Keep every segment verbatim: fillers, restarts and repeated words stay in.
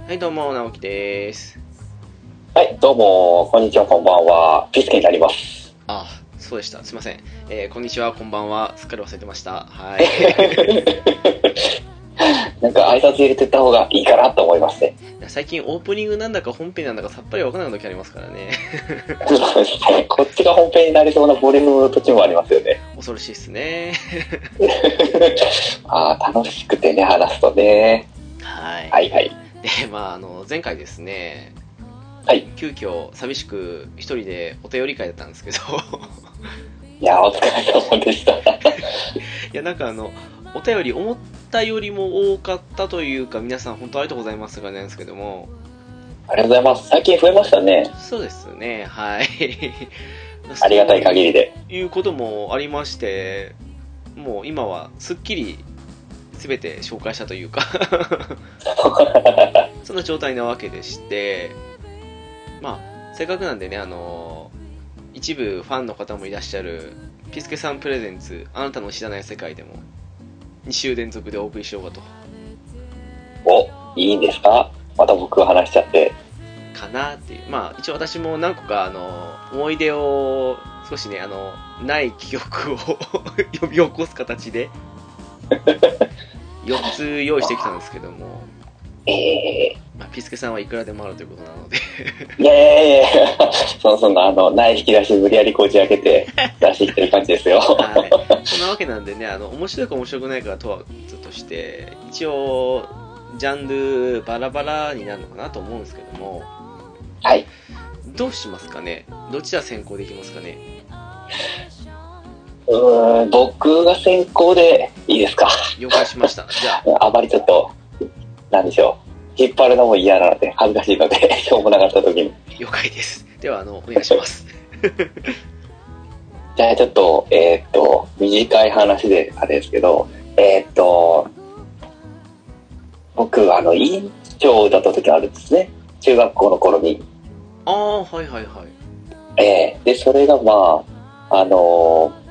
はい、どうも、直樹です。 はい、どうも、こんにちは、こんばんは。ピスケになります。 あ、そうでした。すいません。えー、こんにちは、こんばんは。すっかり忘れてました。はい。 なんか挨拶入れてった方がいいかなと思いまして。 最近オープニングなんだか本編なんだかさっぱりわからない時ありますからね。 そうですね。こっちが本編になりそうなボリュームの土地もありますよね。 恐ろしいっすね。 ああ、楽しくてね、話すとね。 はい。 はいはい。 で、まあ、あの、前回ですね、 はい。 急遽寂しく一人でお便り会だったんですけど、 いやー、お疲れ様でした。 いや、なんかあの、お便り思ったよりも多かったというか、皆さん本当ありがとうございますがなんですけども、 ありがとうございます。最近増えましたね。 そうですね、はい。 ありがたい限りで。 ということもありまして、もう今はすっきり全て紹介したというかそんな状態なわけでして、まあ、せっかくなんでね、あの、一部ファンの方もいらっしゃる、ピスケさんプレゼンツ、あなたの知らない世界でも、に週連続でお送りしようかと。 お、いいんですか？また僕が話しちゃって。 かなっていう。まあ、一応私も何個か、あの、思い出を、少しね、あの、ない記憶を呼び起こす形で、よっつ用意してきたんですけども、 ええまあ、ピスケさんはいくらでもあるということなのでー。いやいやいやいや、そのそんな、あの、ない引き出し無理やりこじ開けて出してきてる感じですよ。 はい。そんなわけなんでね、あの、面白いか面白くないかは問わずとして、一応、ジャンルバラバラになるのかなと思うんですけども、 はい。 どうしますかね？どちら先行でいきますかね？ うーん、僕が先行でいいですか？ 了解しました。じゃあ、 あまりちょっと、なんでしょう。引っ張るのも嫌なので、恥ずかしいので、しょうもなかった時に。 了解です。では、あの、お願いします。 じゃあちょっと、えーっと、短い話であれですけど、えーっと、僕、あの、委員長だった時あるんですね。中学校の頃に。 ああ、はいはいはい。 えー、で、それがまあ、あのー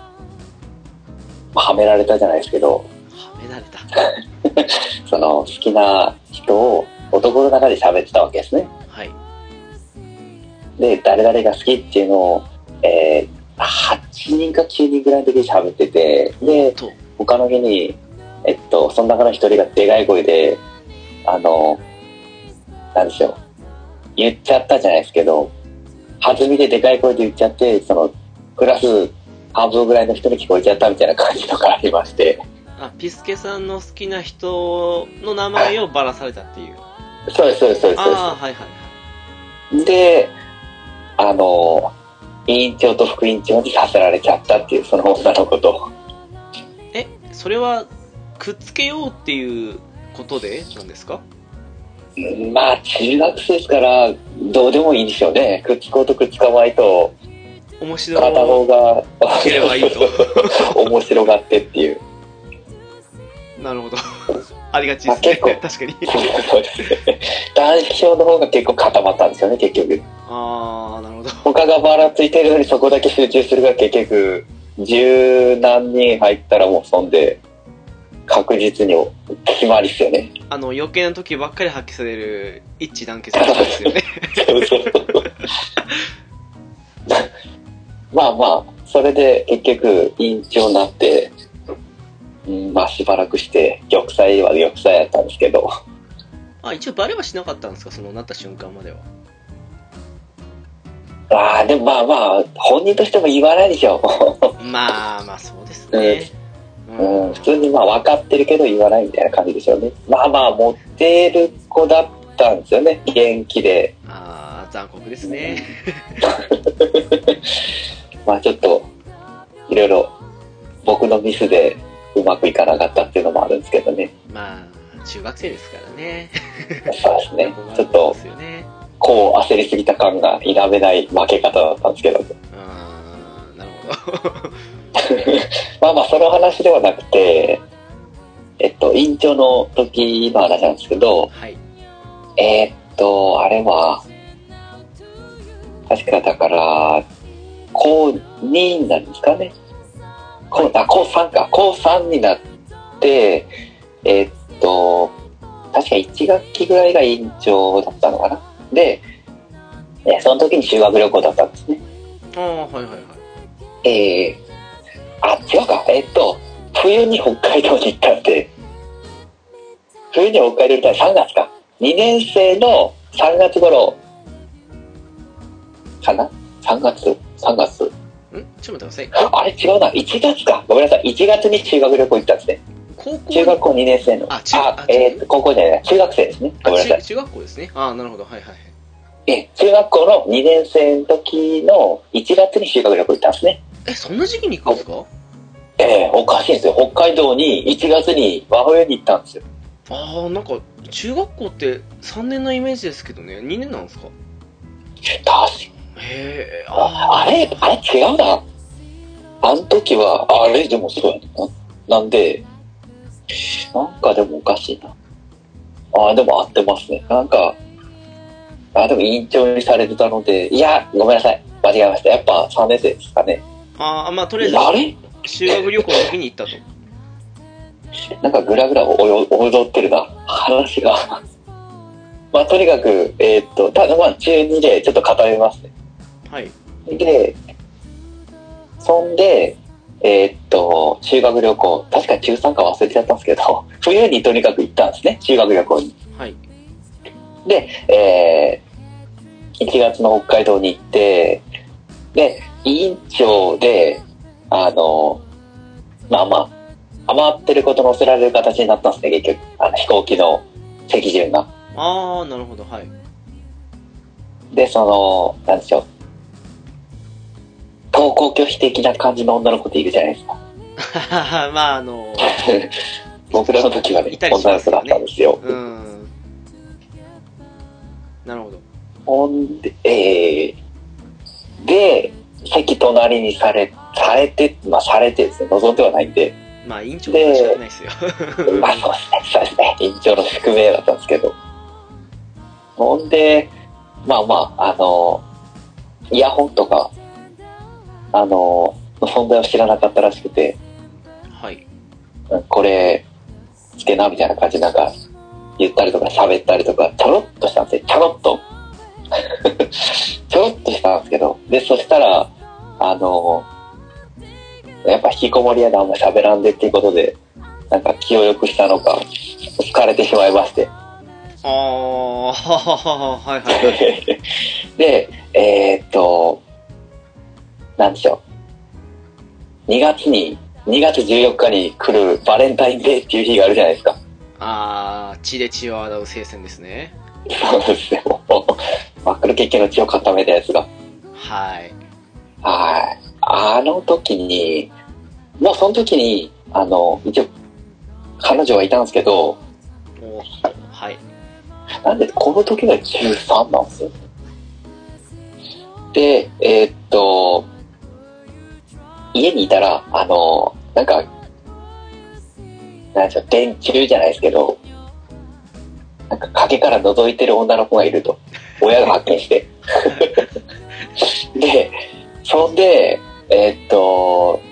はめられたじゃないですけど、 はめられた。 その、好きな人を男の中で喋ってたわけですね。 はい。 で、誰々が好きっていうのを、えー、はちにんかきゅうにんぐらいの時に喋ってて、で、他の日に、えっと、その中の一人がでかい声で、あの、なんでしょう、言っちゃったじゃないですけど、弾みででかい声で言っちゃって、その、クラス半分ぐらいの人に聞こえちゃったみたいな感じとかありまして。 あ、ピスケさんの好きな人の名前をばらされたっていう。 そうです、そうです、そうです。 ああ、はいはいはい。で、あの、委員長と副委員長にさせられちゃったっていう、その女の子と。 え、それは、くっつけようっていうことでなんですか？ まあ、中学生ですから、どうでもいいんでしょうね。くっつこうとくっつかないと、 面白片方が、 ければいいと。 面白がってっていう。 なるほど。ありがちですね。確かに。 そうですね。男子校の方が結構固まったんですよね、結局。 あー、なるほど。 他がばらついてるのにそこだけ集中するが結局、十何人入ったらもうそんで、確実に決まりっすよね。 あの、余計な時ばっかり発揮される一致団結ですよね。 そうそう。まあまあ、それで結局委員長になって、うん、まあしばらくして玉砕は玉砕やったんですけど。 あ、一応バレはしなかったんですか？そのなった瞬間までは。 ああ、でもまあまあ、本人としても言わないでしょ。 まあまあ、そうですね。 うん、うん、普通にまあ分かってるけど言わないみたいな感じでしょうね。まあまあ、モテる子だったんですよね。元気で。 ああ、残酷ですね。 まあちょっと、いろいろ僕のミスでうまくいかなかったっていうのもあるんですけどね。 まあ、中学生ですからね。 そうですね。ちょっと、こう焦りすぎた感が否めない負け方だったんですけど。 あー、なるほど。 まあまあ、その話ではなくて、えっと、院長の時の話なんですけど、 はい、 えー、っと、あれは、確かだから、高になんですかね。高、あ、高さんか。高さんになって、えー、っと、 確かいち学期ぐらいが院長だったのかな。で、えーその時に修学旅行だったんですね。 ああ、はいはいはい。 えー、あ、違うか。えーっと、冬に北海道に行ったんで、冬に北海道に行ったらさんがつか。にねん生のさんがつ頃かな ?さん 月 ?さん 月。 んちょっと待ってください。 あれ違うな。いちがつか。ごめんなさい。いちがつに修学旅行行ったんですね。 高校中学校にねん生の。 あ、中あ、えーっと、高校じゃない。中学生ですね。ごめんなさい。 中中学校ですね。ああ、なるほど。はいはいはい。 え、中学校のにねん生の時のいちがつに修学旅行行ったんですね。 え、そんな時期に行くんですか？ えー、おかしいんですよ。北海道にいちがつに真冬に行ったんですよ。 ああ、なんか、中学校ってさんねんのイメージですけどね、にねんなんですか？ 確かへえ、 あ、あれ、あれ違うな。あの時は、あれでもそうやな。なんで、なんかでもおかしいな。あ、でも合ってますね。なんか、あ、でも委員長にされてたので、いや、ごめんなさい。間違えました。やっぱさんねん生ですかね。 ああ、まあ、とりあえず、 あれ修学旅行の時に行ったと。 なんかグラグラおよ踊ってるな。話が。まあ、とにかく、えーっと、ただまあ、中にでちょっと固めますね。 はい。 で、そんで、えーっと、修学旅行、確か中さんか忘れちゃったんですけど、冬にとにかく行ったんですね、修学旅行に。 はい。 で、えー、いちがつの北海道に行って、で、委員長で、あの、まあまあ、余ってること乗せられる形になったんですね、結局。あの飛行機の席順が。 ああ、なるほど、はい。 で、その、なんでしょう。登校拒否的な感じの女の子っているじゃないですか。 まあ、あの、 僕らの時はね、 いたりし女の子だますよねったんですよ。 うん。なるほど。 ほんで、えー、で、席隣にされ、されて、まあされてですね、望んではないんで。 まあ、委員長は仕方ないですよ。 まあそうですね、そうですね、委員長の宿命だったんですけど。ほんで、まあまあ、あの、イヤホンとか、あの、存在を知らなかったらしくて、 はい。 これ、つけな、みたいな感じでなんか、言ったりとか喋ったりとか、ちょろっとしたんですよ。ちょろっと。ちょろっとしたんですけど。で、そしたら、あの、やっぱ引きこもり屋であんま喋らんでっていうことで、なんか気を良くしたのか、疲れてしまいまして。 ああ、はははは、はいはいはい。 で、えー、っと、なんでしょう。にがつに、にがつじゅうよっかに来るバレンタインデーっていう日があるじゃないですか。 ああ、血で血を洗う聖戦ですね。 そうですね。もう真っ黒血系の血を固めたやつが。 はい。 はい。あの時に、もうその時に、あの、一応、彼女はいたんですけど、 おはい。 なんで、この時がじゅうさんなんですよ。で、えーっと、家にいたら、あの、なんか、なんでしょう、電柱じゃないですけど、なんか影から覗いてる女の子がいると。親が発見して。で、そんで、えーっと、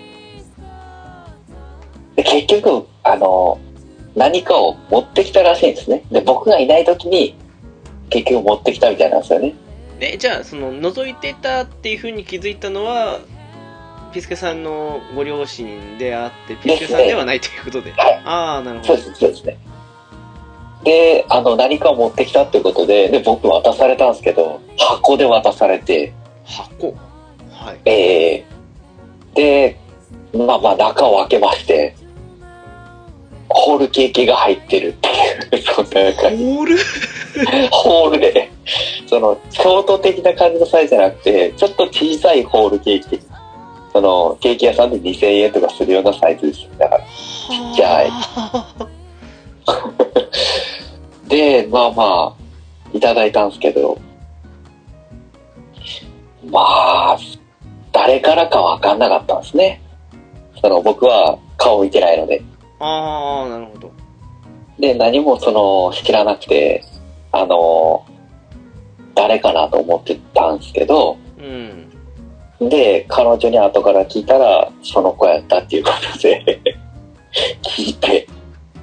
で結局、あの、何かを持ってきたらしいんですね。で、僕がいない時に、結局持ってきたみたいなんですよね。 え、じゃあ、その、覗いてたっていう風に気づいたのは、ピスケさんのご両親であって、ピスケさんではないということで。 はい。 ああ、なるほど。 そうです、そうですね。で、あの、何かを持ってきたっていうことで、で、僕渡されたんですけど、箱で渡されて、 箱。はい。 えー、で、まあまあ中を開けまして、ホールケーキが入ってるっていう、そんな感じ。 ホールホールで、その、ショート的な感じのサイズじゃなくて、ちょっと小さいホールケーキ。その、ケーキ屋さんでにせんえんとかするようなサイズです。だから、ちっちゃい。で、まあまあ、いただいたんですけど、まあ、誰からかわかんなかったんですね。その、僕は顔見てないので。 ああ、なるほど。 で、何もその、知らなくて、あの、誰かなと思ってたんですけど、 うん。 で、彼女に後から聞いたら、その子やったっていうことで、聞いて、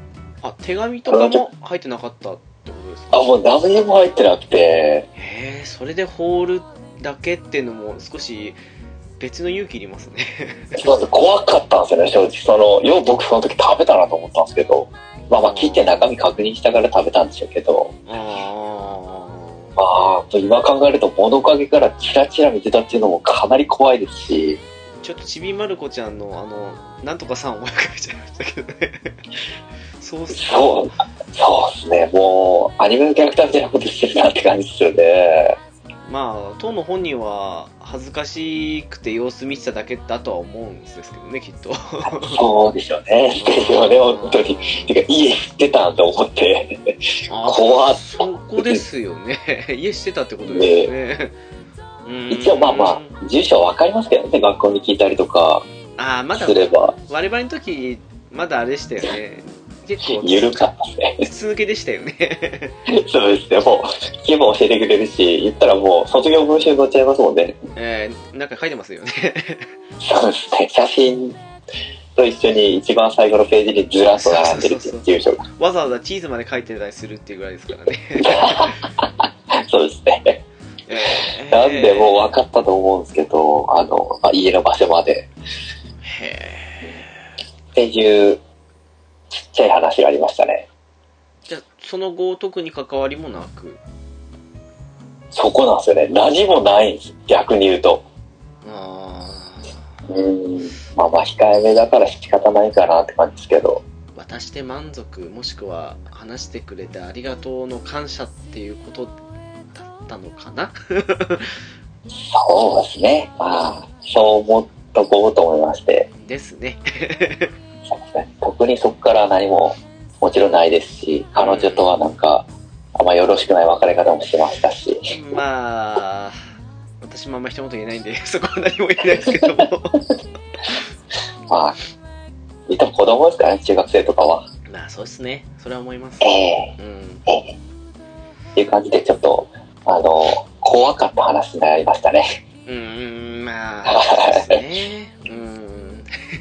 あ、手紙とかも入ってなかったってことですか？ あ、もう何にも入ってなくて。 へえ、それでホールだけっていうのも少し別の勇気いりますね。 そうです、怖かったんですよね、正直。その、よう僕その時食べたなと思ったんですけど、まあまあ聞いて中身確認したから食べたんでしょうけど、 あまあ、今考えると物陰からチラチラ見てたっていうのもかなり怖いですし、 ちょっとちびまる子ちゃんのあのなんとかさん思い浮かべちゃいましたけどね。そうっすね。 そう、そうですね、もうアニメのキャラクターじゃなくてしてるなって感じですよね。 まあ当の本人は恥ずかしくて様子見てただけだとは思うんですけどね、きっと。 そうでしょうね。ですよね、本当に。てか、家知ってたんと思って。怖っ。 そこですよね。家知ってたってことですよね。 ね、一応まあまあ、住所は分かりますけどね、学校に聞いたりとかすれば。 あ、まだ我々の時、まだあれでしたよね。結構緩かったですね。 筒抜けでしたよね。 そうですね、もう聞けば教えてくれるし、言ったらもう卒業文集載っちゃいますもんね。 えー、なんか書いてますよね。 そうですね、写真と一緒に一番最後のページにずらっと並んでるっていう住所が。 わざわざ地図まで書いてたりするっていうぐらいですからね。そうですね。えー、なんでもう分かったと思うんですけど、あの、まあ、家の場所まで。へー。っていうちっちゃい話がありましたね。 じゃあその後特に関わりもなく。 そこなんですよね。何もないんです、逆に言うと。ああ。うん。まあまあ控えめだから仕方ないかなって感じですけど。 渡して満足、もしくは話してくれてありがとうの感謝っていうことだったのかな。 そうですね。まあそう思っとこうと思いまして。 ですね。 そうですね。特にそこから何ももちろんないですし、彼女とはなんか、あんまよろしくない別れ方もしましたし。 まあ私もあんま一言言えないんでそこは何も言えないですけども。 まあいとも子供ですからね、中学生とかは。 まあそうですね、それは思います。 ええー、うん、ええー、っていう感じでちょっとあの怖かった話になりましたね。 うーん、まあそうですね。うーん。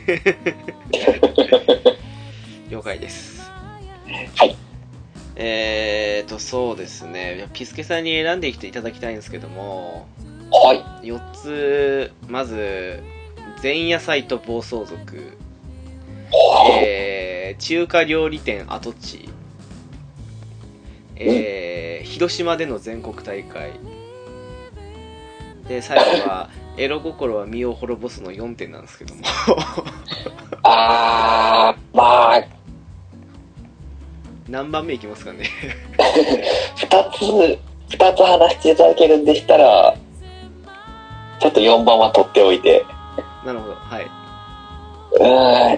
了解です。 はい。 えーとそうですね、ピスケさんに選んできていただきたいんですけども、 はい。 よっつ、まず前夜祭と暴走族、えー、中華料理店跡地、えー、広島での全国大会で、最後はエロ心は身を滅ぼすのよんてんなんですけども。 あー、まあ何番目いきますかね。 ふたつふたつ話していただけるんでしたらちょっとよんばんは取っておいて。 なるほど、はい。 うーん、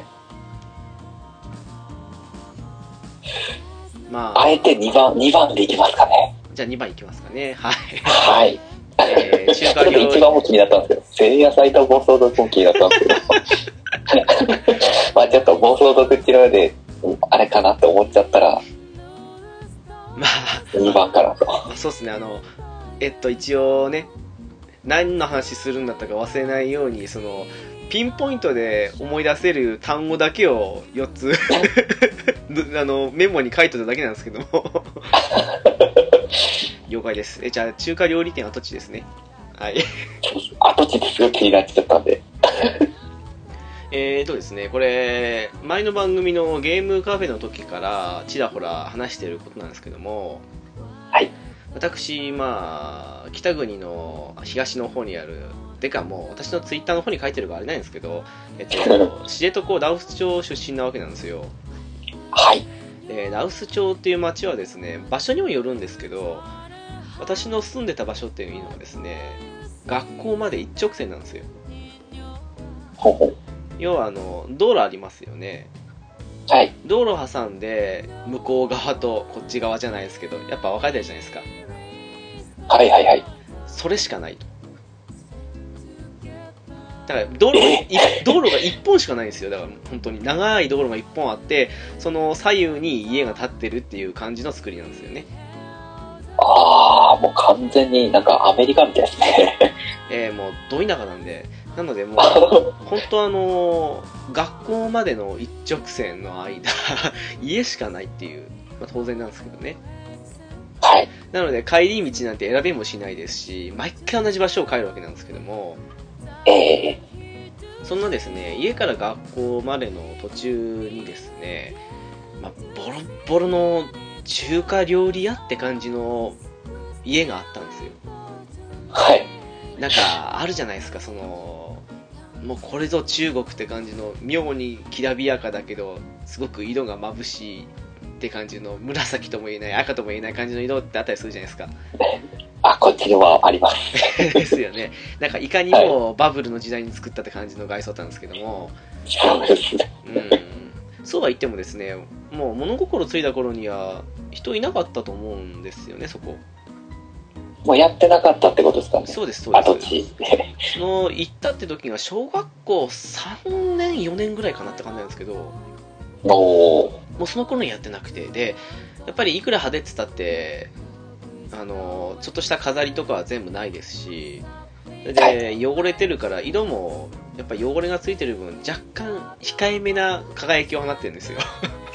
まあ、 あえてにばんにばんでいきますかね。 じゃあにばんいきますかね。はい。 はい。 えー、中華料理。 いちばんも気になったんですけど、前夜祭と暴走族も気になったんですけど。まあちょっと暴走族治療で、あれかなって思っちゃったら、 まあ、 にばんかなと。 まあ、そうですね、あの、えっと、一応ね、何の話するんだったか忘れないように、その、ピンポイントで思い出せる単語だけをよっつあのメモに書いてただけなんですけども。了解です。え、じゃあ中華料理店跡地ですね。はい。 跡地ってすごい気になっちゃったんで。 えーとですね、これ前の番組のゲームカフェの時からちらほら話していることなんですけども、 はい。 私、まあ北国の東の方にある、てかもう私のツイッターの方に書いてるからあれなんですけど、えっと、知床羅臼町出身なわけなんですよ。 はい。 で、羅臼町っていう町はですね、場所にもよるんですけど、私の住んでた場所っていうのはですね、学校まで一直線なんですよ。 ほうほう。 要はあの道路ありますよね。 はい。 道路挟んで向こう側とこっち側じゃないですけど、やっぱ分かれてるじゃないですか。 はいはいはい。 それしかないと。だから道路が、道路が一本しかないんですよ。だから本当に長い道路が一本あって、その左右に家が建ってるっていう感じの作りなんですよね。 ああ、もう完全になんかアメリカみたいですね。 えー、もうど田舎なんで、 なのでもう本当あの学校までの一直線の間家しかないっていう、まあ、当然なんですけどね。 はい。 なので帰り道なんて選べもしないですし、毎回同じ場所を帰るわけなんですけども、 ええそんなですね、家から学校までの途中にですね、まあ、ボロッボロの中華料理屋って感じの家があったんですよ。 はい。 なんかあるじゃないですか、そのもうこれぞ中国って感じの妙にきらびやかだけどすごく色が眩しいって感じの、紫とも言えない赤とも言えない感じの色ってあったりするじゃないですか。 あ、こっちにもありますですよね。なんかいかにもバブルの時代に作ったって感じの外装だったんですけども、 そうですね。 うん、そうは言ってもですね、もう物心ついた頃には人いなかったと思うんですよね、そこ。 もうやってなかったってことですかね。 そうです、そうです。 跡地。 その行ったって時が小学校さんねんよねんぐらいかなって感じなんですけど、 おー。 もうその頃にやってなくて、でやっぱりいくら派手って言ったってあのちょっとした飾りとかは全部ないですし、で汚れてるから色もやっぱ汚れがついてる分若干控えめな輝きを放ってるんですよ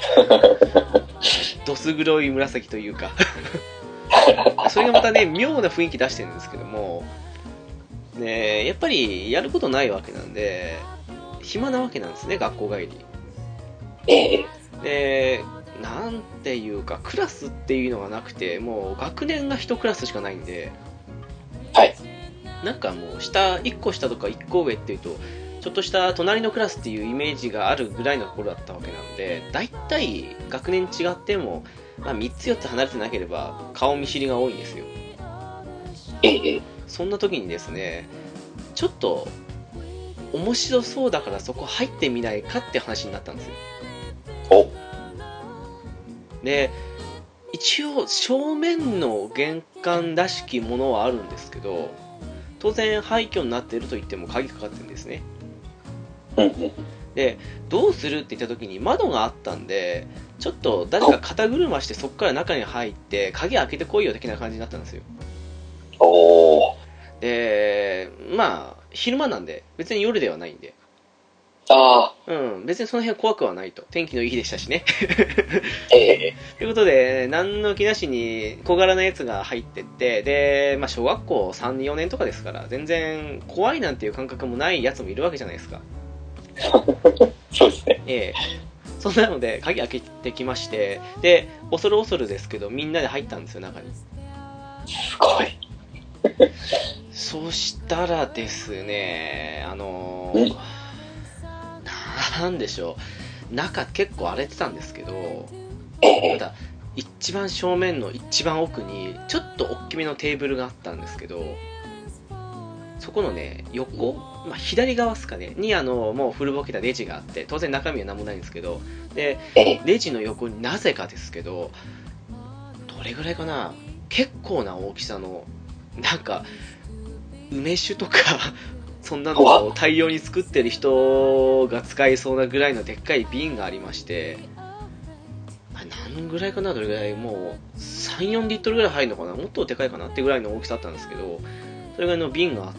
どす黒い紫というかそれがまたね妙な雰囲気出してるんですけどもね、やっぱりやることないわけなんで暇なわけなんですね、学校帰り。 ええでなんていうかクラスっていうのがなくて、もう学年がいちクラスしかないんで、 はい。 なんかもう下いっこ下とかいっこ上っていうとちょっとした隣のクラスっていうイメージがあるぐらいのところだったわけなので、だいたい学年違っても、まあ、みっつよっつ離れてなければ顔見知りが多いんですよ。 ええそんな時にですね、ちょっと面白そうだからそこ入ってみないかって話になったんですよ。 お。 で一応正面の玄関らしきものはあるんですけど、当然廃墟になっていると言っても鍵かかってるんですね。 うんうん。 でどうするって言った時に窓があったんで、ちょっと誰か肩車してそこから中に入って鍵開けてこいよ的な感じになったんですよ。 おー。 でまあ昼間なんで別に夜ではないんで、 あうん、別にその辺は怖くはないと。天気のいい日でしたしねあ。ええということで何の気なしに小柄なやつが入ってって、で、まあ、小学校さん、よねんとかですから全然怖いなんていう感覚もないやつもいるわけじゃないですか。 そうですね。 ええ、そんなので鍵開けてきまして、で恐る恐るですけどみんなで入ったんですよ、中に。 すごい。 そしたらですね、あのんー、なんでしょう、中結構荒れてたんですけど、 ええただ一番正面の一番奥にちょっと大きめのテーブルがあったんですけど、そこのね横、まあ、左側ですかねにあのもう古ぼけたレジがあって、当然中身は何もないんですけど、でええレジの横になぜかですけど、どれぐらいかな、結構な大きさのなんか梅酒とかそんなのを大量に作ってる人が使いそうなぐらいのでっかい瓶がありまして、あれ何ぐらいかな、どれぐらい、もうさん、よんリットルぐらい入るのかな、もっとでかいかなってぐらいの大きさだったんですけど、それぐらいの瓶があって、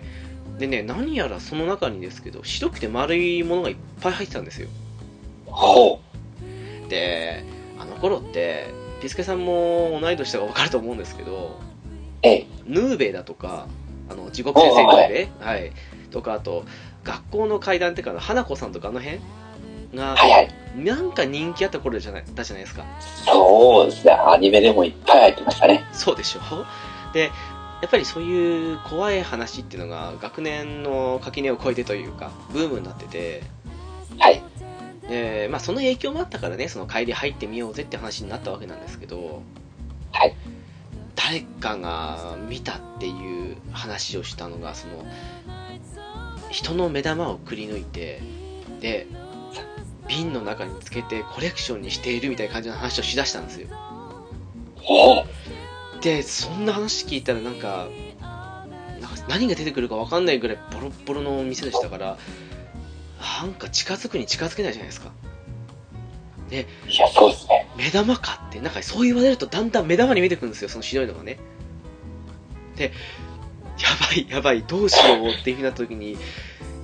でね、何やらその中にですけど白くて丸いものがいっぱい入ってたんですよ。 ほであの頃ってピスケさんも同い年だから分かると思うんですけど、 う。ええヌーベイだとかあの地獄先生ヌーベイ、はい、とか、あと学校の階段っていうか花子さんとかあの辺がはいはい。 なんか人気あった頃じゃないだじゃないですか。 そうですね。アニメでもいっぱい入ってましたね。 そうでしょ。でやっぱりそういう怖い話っていうのが学年の垣根を越えてというかブームになってて、 はい。 で、まあ、その影響もあったからね、その帰り入ってみようぜって話になったわけなんですけど、 はい。 誰かが見たっていう話をしたのが、その人の目玉をくり抜いて、で瓶の中につけてコレクションにしているみたいな感じの話をしだしたんですよ。 ほう。 でそんな話聞いたらなんか、なんか何が出てくるか分かんないぐらいボロッボロの店でしたから、なんか近づくに近づけないじゃないですか。でいや、そうですね。 目玉かって、なんかそう言われるとだんだん目玉に見えてくるんですよ、その白いのがね。でやばいやばいどうしようっていう風になった時に、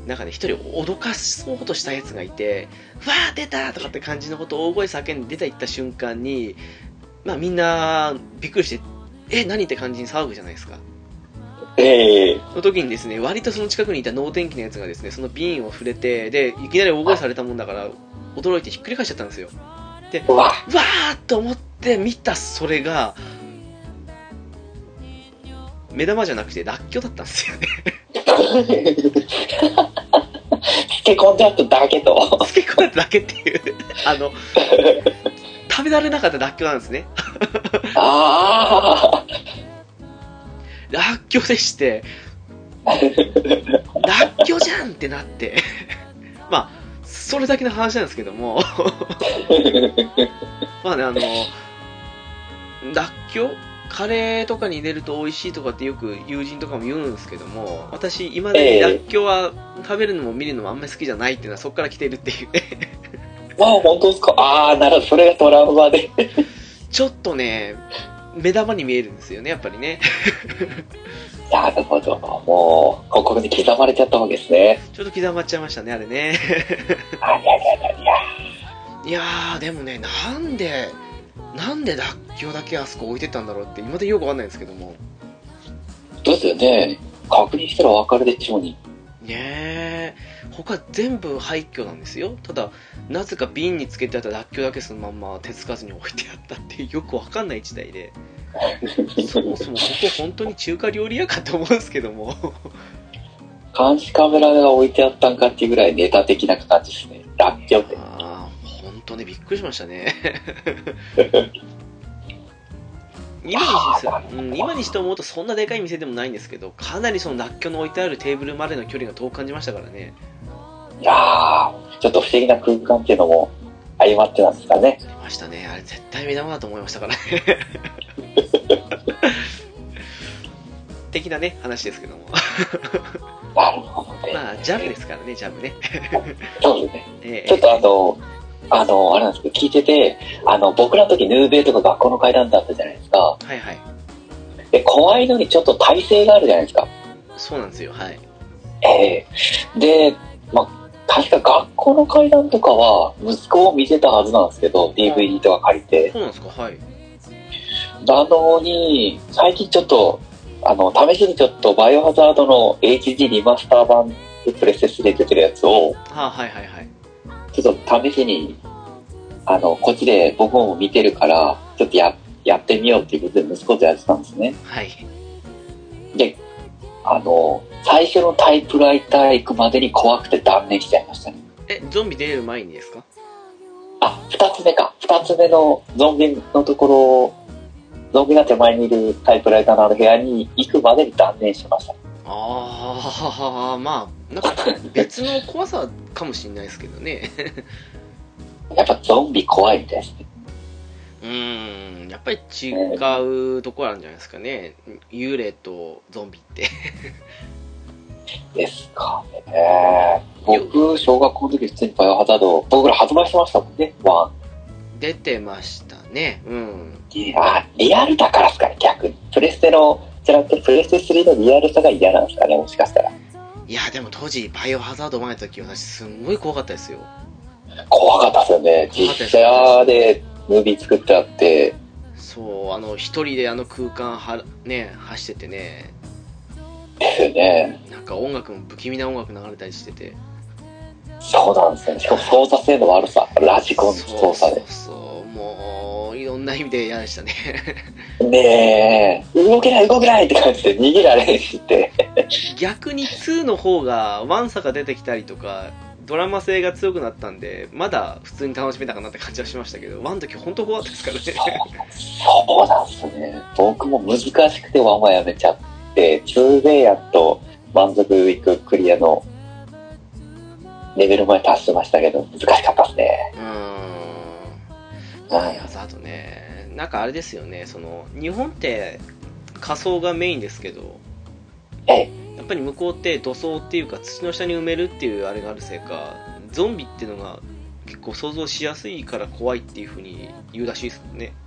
なんかね、一人脅かそうとしたやつがいて、わー出たとかって感じのことを大声叫んで出て行った瞬間に、まあみんなびっくりして、え、何って感じに騒ぐじゃないですか。 ええー。 の時にですね、割とその近くにいた能天気なやつがですね、その瓶を触れて、で、いきなり大声されたもんだから、驚いてひっくり返しちゃったんですよ。で、 うわわーっと思って見たそれが、目玉じゃなくてらっきょうだったんですよね。 つけ込んであっただけと。 つけ込んだだけっていう、あの、食べられなかったらっきょうなんですね。 ああ。 らっきょうでして、らっきょうじゃんってなって、まあ、それだけの話なんですけども、まあね、あの、らっきょうカレーとかに入れると美味しいとかってよく友人とかも言うんですけども、私、今までにらっきょうは食べるのも見るのもあんまり好きじゃないっていうのはそこから来てるっていうね。 ああ、本当ですか。ああ、なるほど。それがトラウマで。 ちょっとね、目玉に見えるんですよね、やっぱりね。 なるほど。もう、心に刻まれちゃったわけですね。 ちょっと刻まっちゃいましたね、あれね。 あいやいやいやいや。 いやー、でもね、なんで、なんでらっきょうだけあそこ置いてったんだろうって今でよくわかんないんですけども。 どうですよね。確認したらわかるでしょうに。 ねえ、他全部廃墟なんですよ。ただ、なぜか瓶につけてあったらっきょうだけそのまんま手つかずに置いてあったっていうよくわかんない時代で。そもそもここ本当に中華料理屋かと思うんですけども。 監視カメラが置いてあったんかっていうぐらいネタ的な感じですね。らっきょうって。 ああ、本当ね、びっくりしましたね。今にし、うん、今にして思うとそんなでかい店でもないんですけど、かなりそのらっきょうの置いてあるテーブルまでの距離が遠く感じましたからね。 いやー、ちょっと不思議な空間っていうのも相まってなんですかね。 ありましたね。あれ絶対目玉だと思いましたからね。的なね、話ですけども。 なるほどね。 まあ、ジャムですからね、ジャムね。 そうですね。 えー、 ちょっとあの、あの、あれなんですけど、聞いてて、あの、僕らの時、ヌーベイとか学校の階段だったじゃないですか。 はいはい。 で、怖いのにちょっと耐性があるじゃないですか。 そうなんですよ、はい。 ええー、で、まあ、確か学校の階段とかは、息子を見てたはずなんですけど、ディーブイディー とか借りて。 そうなんですか、はい。 なのに、最近ちょっと、あの、試しにちょっと、バイオハザードの エイチディー リマスター版でプレステスリーで出てるやつを、 はあ、はいはいはい。 ちょっと試しに、あの、こっちで僕も見てるから、ちょっとや、やってみようっていうことで息子とやってたんですね。 はい。 で、あの、最初のタイプライター行くまでに怖くて断念しちゃいましたね。 え、ゾンビ出る前にですか？ あ、二つ目か。二つ目のゾンビのところ、ゾンビが手前にいるタイプライターのある部屋に行くまでに断念しました。 ああ、まあ、なんか別の怖さかもしれないですけどね。 やっぱゾンビ怖いみたいですね。 うーん、やっぱり違うところあるんじゃないですかね。幽霊とゾンビって。 ですかね。僕、小学校の時普通にバイオハザード、僕ら発売してましたもんね、ワン。出てましたね。うん。 いや、リアルだからですかね、逆に。プレステの、じゃなくてプレステスリーのリアルさが嫌なんですかね、もしかしたら。 いや、でも当時、バイオハザード前の時、私、すんごい怖かったですよ。 怖かったですよね。実写でムービー作ってあって。 そう、あの、一人であの空間は、ね、走っててね。 ですよね。 なんか音楽も不気味な音楽流れたりしてて。 そうなんですよね。しかも操作性の悪さ、ラジコン操作で。 そうそうそう、もう、いろんな意味で嫌でしたね。 ねえ、動けない動けないって感じで逃げられんして。 逆にツーの方がワンサが出てきたりとか、ドラマ性が強くなったんで、まだ普通に楽しめたかなって感じはしましたけど、ワンの時本当怖かったですからね。 そう、そうなんですね。僕も難しくてワンはやめちゃって、ツーでやっと満足いくクリアのレベルまで達してましたけど、難しかったですね。 うーん。バイオハザードね。なんかあれですよね、その、日本って仮想がメインですけど、 ええ。 やっぱり向こうって土葬っていうか土の下に埋めるっていうあれがあるせいか、ゾンビっていうのが結構想像しやすいから怖いっていう風に言うらしいですもんね。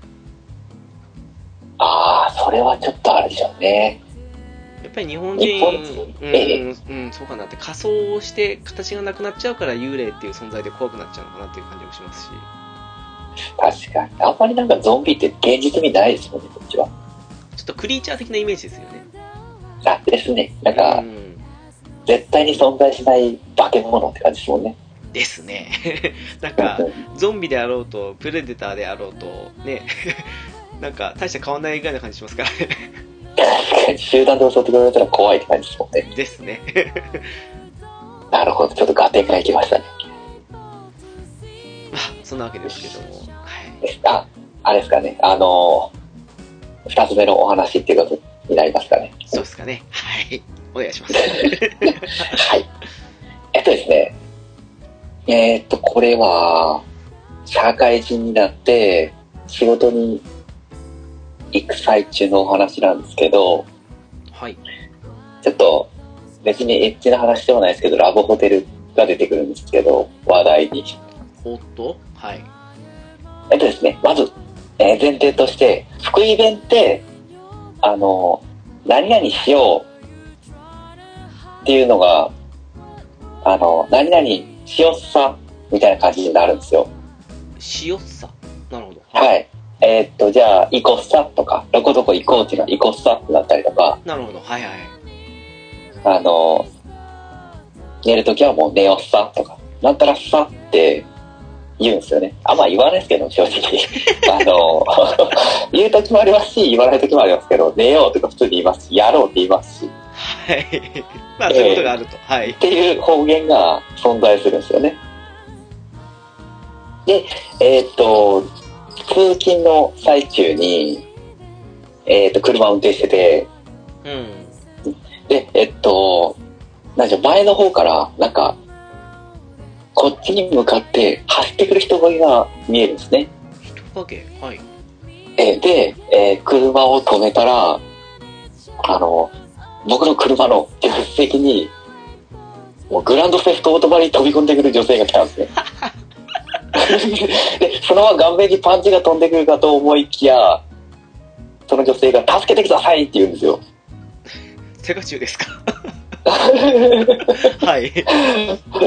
ああ、それはちょっとあれでしょうね。 やっぱり日本日本人うーん、うん、そうかなって、仮装をして形がなくなっちゃうから幽霊っていう存在で怖くなっちゃうのかなっていう感じもしますし。 確かに。あんまりなんかゾンビって現実味ないですもんね、こっちは。 ちょっとクリーチャー的なイメージですよね。 あ、ですね。なんか、うん、絶対に存在しない化け物って感じですもんね。 ですね。なんか、ゾンビであろうと、プレデターであろうと、ね、なんか大して変わんないぐらいな感じしますからね。 確かに、集団で襲ってくられたら怖いって感じですもんね。 ですね。 なるほど、ちょっと合点がいきましたね。 まあ、そんなわけですけども。はい、 あ、あれですかね、あの、二つ目のお話っていうことになりますかね。 そうですかね。はい。お願いします。 はい。えっとですね、えー、っと、これは、社会人になって仕事に行く最中のお話なんですけど、 はい。 ちょっと、別にエッチな話ではないですけど、ラブホテルが出てくるんですけど、話題に。 おっとはい。 えっとですね、まず、えー、前提として、福井弁って、あの、何々しようっていうのが、あの、何々しよっさみたいな感じになるんですよ。 しよっさなるほど。 はい。はい、えー、っと、じゃあ、行こっさとか、どこどこ行こうっていうのは行こっさってなったりとか。 なるほど。はいはい。あの、寝るときはもう寝よっさとか、なんたらっさって言うんですよね。あんま言わないですけど、正直。あの、言うときもありますし、言わないときもありますけど、寝ようとか普通に言いますし、やろうって言いますし。 はい。まあ、そういうことがあると。 えー、 はい。 っていう方言が存在するんですよね。で、えー、っと、通勤の最中に、えー、っと、車を運転してて、 うん。 で、えっと、なんでしょう、前の方から、なんか、こっちに向かって走ってくる人影が見えるんですね。 人影はい。 えで、えー、車を止めたら、あの、僕の車の助手席に、もうグランドセフトオートバに飛び込んでくる女性が来たんですね。で、そのまま顔面にパンチが飛んでくるかと思いきや、その女性が助けてくださいって言うんですよ。 手が中ですか？はい。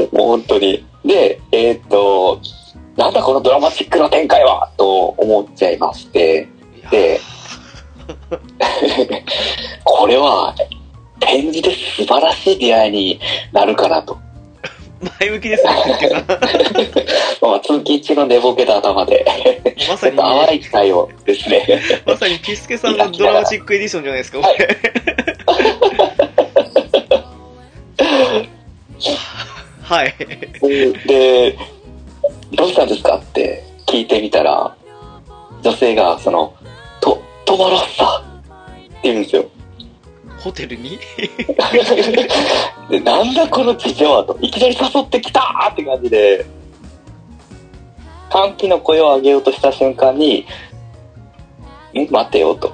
もう本当に。で、えー、っと、なんだこのドラマチックな展開はと思っちゃいまして、で、これは、展示で素晴らしい出会いになるかなと。 前向きですね、 まあ、通勤中の寝ぼけた頭で、 まさに、 淡い期待をですね。 まさにピスケさんのドラマチックエディションじゃないですか、はい、はい。 で、どうしたんですかって聞いてみたら、女性が、その、と、泊まろっさって言うんですよ。 ホテルにで、なんだこの事情はと、いきなり誘ってきたーって感じで、歓喜の声を上げようとした瞬間に、ん待ってよと。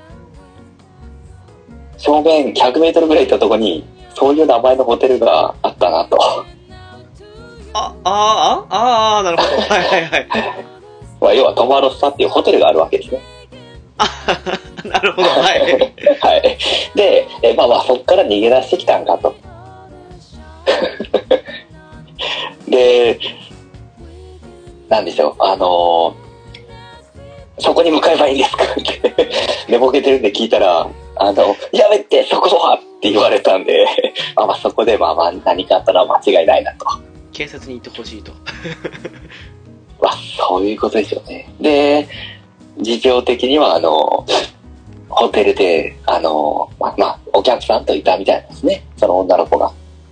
正面ひゃくメートルぐらい行ったとこに、そういう名前のホテルがあったなと。 あ、ああ、ああ、なるほど。はいはいはい。 まあ、要はトマロッサっていうホテルがあるわけですね。 あなるほど。はい。 はい。で、えまあまあ、そっから逃げ出してきたんかと。で、なんでしょう、あのー、そこに向かえばいいんですかって寝ぼけてるんで聞いたら、あの、やめて、そこはって言われたんで、まあまあそこでまあまあ何かあったら間違いないなと。 警察に行ってほしいと。 まあ、そういうことですよね。で、事情的には、あの、ホテルで、あの、まあ、まあ、お客さんといたみたいなんですね。その女の子が。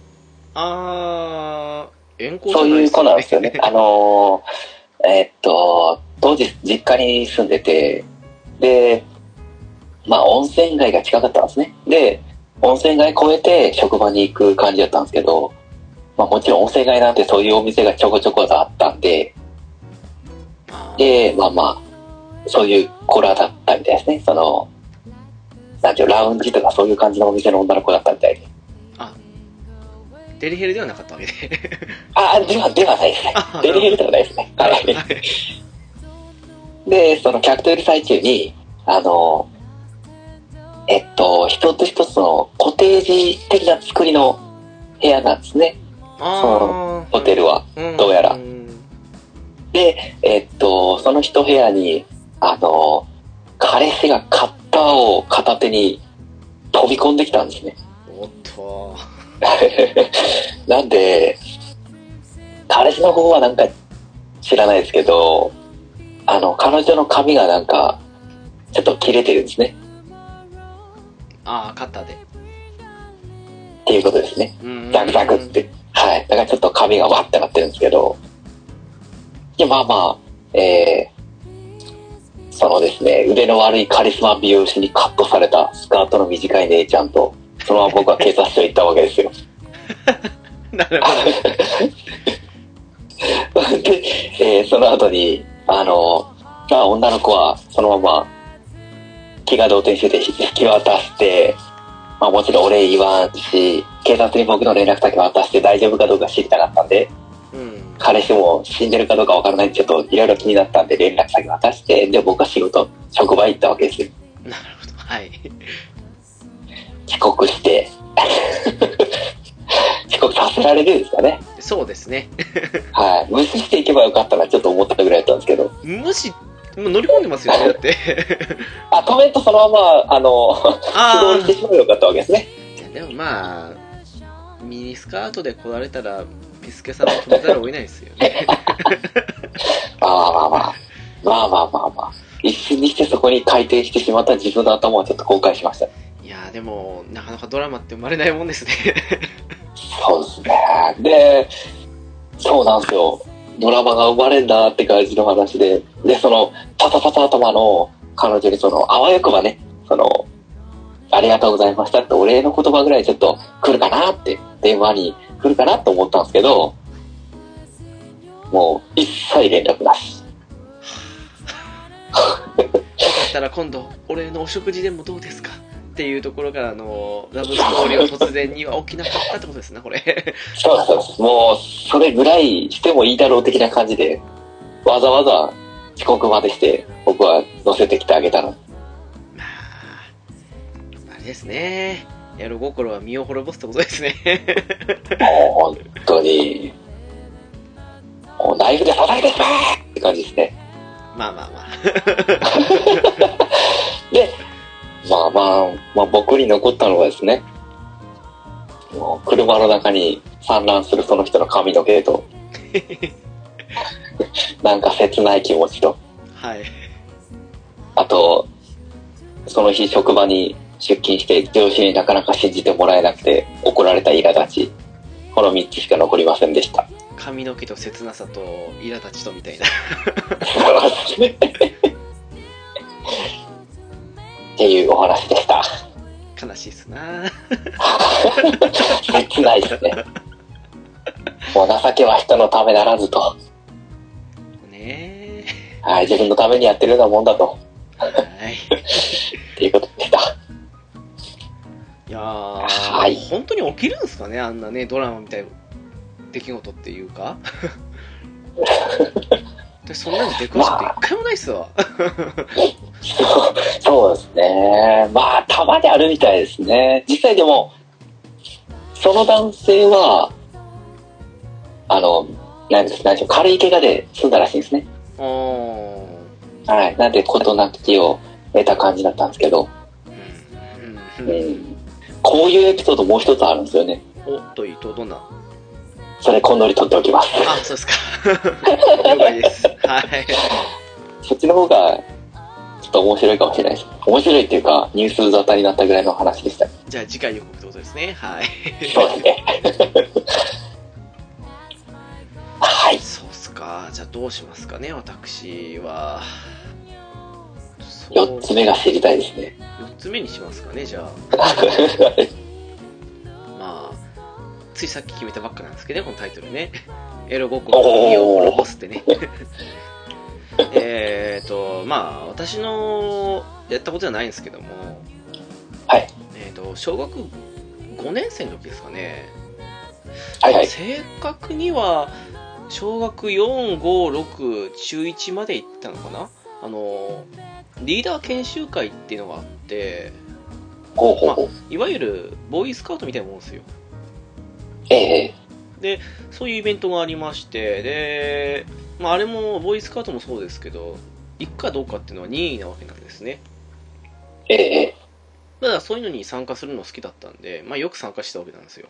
あー、遠行じゃないですかね。そういう子なんですよね。あの、えー、っと、当時、実家に住んでて、で、まあ、温泉街が近かったんですね。で、温泉街越えて職場に行く感じだったんですけど、まあ、もちろん温泉街なんてそういうお店がちょこちょこあったんで、で、まあまあ、そういう子らだったみたいですね。その、なんていうラウンジとかそういう感じのお店の女の子だったみたいで。 あ、デリヘルではなかったわけで。 あ、では、ではないですね。デリヘルではないですね。はい。で、その客といる最中に、あの、 えっと、一つ一つのコテージ的な作りの部屋なんですね。 あそのホテルは、 うんどうやら。 うん、 で、えっと、その一部屋に、あの、彼氏がカッターを片手に飛び込んできたんですね。 おっと。 なんで、彼氏の方はなんか知らないですけど、あの、彼女の髪がなんか、ちょっと切れてるんですね。 ああ、カッターで。 っていうことですね。 うんザクザクって。はい。だからちょっと髪がわってなってるんですけど、で、まあまあ、えー、そのですね、腕の悪いカリスマ美容師にカットされたスカートの短い姉ちゃんと、そのまま僕は警察署へ行ったわけですよ。 なるほど。で、えー、その後に、あの、まあ女の子はそのまま気が動転してて引き渡して、まあもちろんお礼言わんし、警察に僕の連絡先渡して大丈夫かどうか知りたかったんで、 ど。うん。 彼氏も死んでるかどうかわからないんで、ちょっといろいろ気になったんで連絡先渡して、で、僕は仕事、職場行ったわけですよ。 なるほど。はい。 遅刻して、遅刻させられるんですかね。 そうですね。 はい。無視していけばよかったな、ちょっと思ったぐらいだったんですけど。 無視、もう乗り込んでますよね、だって。 あ、止めんとそのまま、あの、素通りしてしまえばよかったわけですね。 いやでもまあ、ミニスカートで来られたら、ピスケさんも止めざるを得ないですよね。 まあまあまあ。まあまあまあまあ。一瞬にしてそこに回転してしまった自分の頭をちょっと後悔しました。 いやでも、なかなかドラマって生まれないもんですね。 そうですね。で、そうなんですよ。ドラマが生まれんだって感じの話で、で、その、パタパタ頭の彼女にその、あわよくばね、その、ありがとうございましたってお礼の言葉ぐらいちょっと来るかなって、電話に来るかなと思ったんですけど、もう一切連絡なし。 よかったら今度、お礼のお食事でもどうですかっていうところからのラブストーリーを突然には起きなかったってことですね、これ。 そうです、そうです。もう、それぐらいしてもいいだろう的な感じで、わざわざ遅刻までして、僕は乗せてきてあげたの。 まあ、あれですね。エロ心は身を滅ぼすってことですね。 もう、本当に、もうナイフで叩いてしまえって感じですね。 まあまあまあ。 で、まあまあ、まあ僕に残ったのはですね、もう車の中に散乱するその人の髪の毛と、なんか切ない気持ちと、 はい。 あと、その日職場に出勤して上司になかなか信じてもらえなくて怒られた苛立ち、このみっつしか残りませんでした。 髪の毛と切なさと苛立ちとみたいな。 そうですね。っていうお話でした。 悲しいっすな。 切ないですね。もう情けは人のためならずと。 ねえ。 はい、自分のためにやってるようなもんだと。 はい。 っていうことでした。 いやー、 はい、 本当に起きるんですかね、あんなね、ドラマみたいな出来事っていうか。私そんなに出くわしたこと一回もないっすわ。 そうそうですね。まあ、たまにあるみたいですね。実際でも、その男性は、あの、なんです、なんでしょう、軽い怪我で済んだらしいんですね。 おー。はい。なんで、事なきを得た感じだったんですけど、 うんうんうん、 こういうエピソードもう一つあるんですよね。 おっと、いいと、どんな？ それ、今度に取っておきます。 あ、そうですか。了解です。はい。 そっちの方が、ちょっと面白いかもしれないです。面白いっていうか、ニュース沙汰になったぐらいの話でした。 じゃあ、次回予告ってことですね。はい。 そうですね。はい。 そうっすか。じゃあ、どうしますかね、私は。 よっつめが知りたいですね。 よっつめにしますかね、じゃあ。まあ、ついさっき決めたばっかなんですけどね、このタイトルね。エロ心を身を滅ぼすってね。えっと、まあ、私のやったことじゃないんですけども、 はい。 えっと、小学ごねん生の時ですかね。 はいはい。 正確には、小学よん、ご、ろく、中いちまで行ったのかな。あの、リーダー研修会っていうのがあって、 ほうほうほう。 まあ、いわゆるボーイスカウトみたいなもんですよ。 ええ。 で、そういうイベントがありまして、で、まあ、あれもボーイスカウトもそうですけど、行くかどうかっていうのは任意なわけなんですね。 ええ。 だからそういうのに参加するの好きだったんで、まあ、よく参加したわけなんですよ。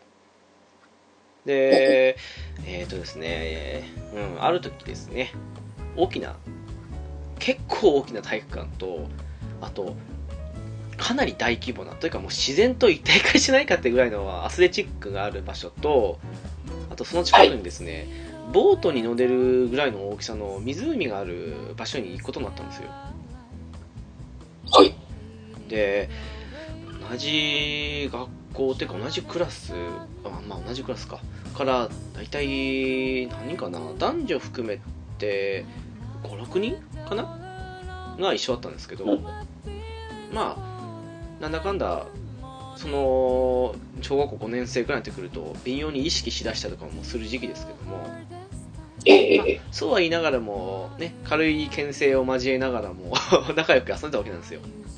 で、えっ、ー、とですね、うん、ある時ですね、大きな、結構大きな体育館と、あと、かなり大規模な、というかもう自然と一体化しないかってぐらいのアスレチックがある場所と、あとその近くにですね、はい、ボートに乗れるぐらいの大きさの湖がある場所に行くことになったんですよ。 はい。 で、同じ学校っていうか同じクラス、あまあ同じクラスか、から大体何人かな、男女含めてご、ろくにんかなが一緒だったんですけど、うん、まあなんだかんだその小学校ごねん生くらいになってくると微妙に意識しだしたりとかもする時期ですけども、 ええまあ、そうは言いながらもね、軽い牽制を交えながらも仲良く遊んでたわけなんですよ。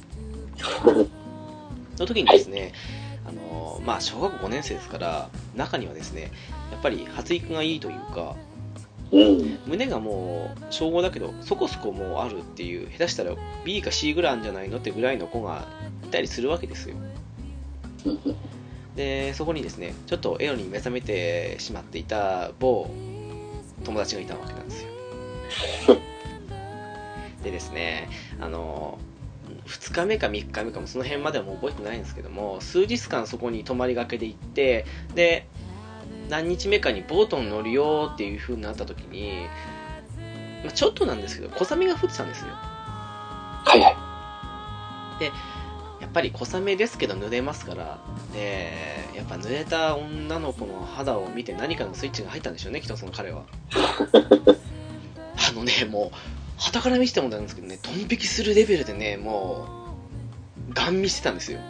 の時にですね、あのまあ小学校ごねん生ですから中にはですね、やっぱり発育がいいというか、うん、胸がもう小ごだけどそこそこもうあるっていう、下手したら ビー か シー ぐらいあるんじゃないのってぐらいの子がいたりするわけですよ。でそこにですね、ちょっとエロに目覚めてしまっていた某友達がいたわけなんですよ。でですね、あのふつかめかみっかめかもその辺まではもう覚えてないんですけども、数日間そこに泊まりがけで行って、で何日目かにボートに乗るよっていう風になった時に、まあ、ちょっとなんですけど小雨が降ってたんですよ。 はいはい。 でやっぱり小雨ですけど濡れますから、でやっぱ濡れた女の子の肌を見て何かのスイッチが入ったんでしょうね、きっとその彼は。あのね、もう傍から見せてもらうんですけどね、ドン引きするレベルでね、もうガン見してたんですよ。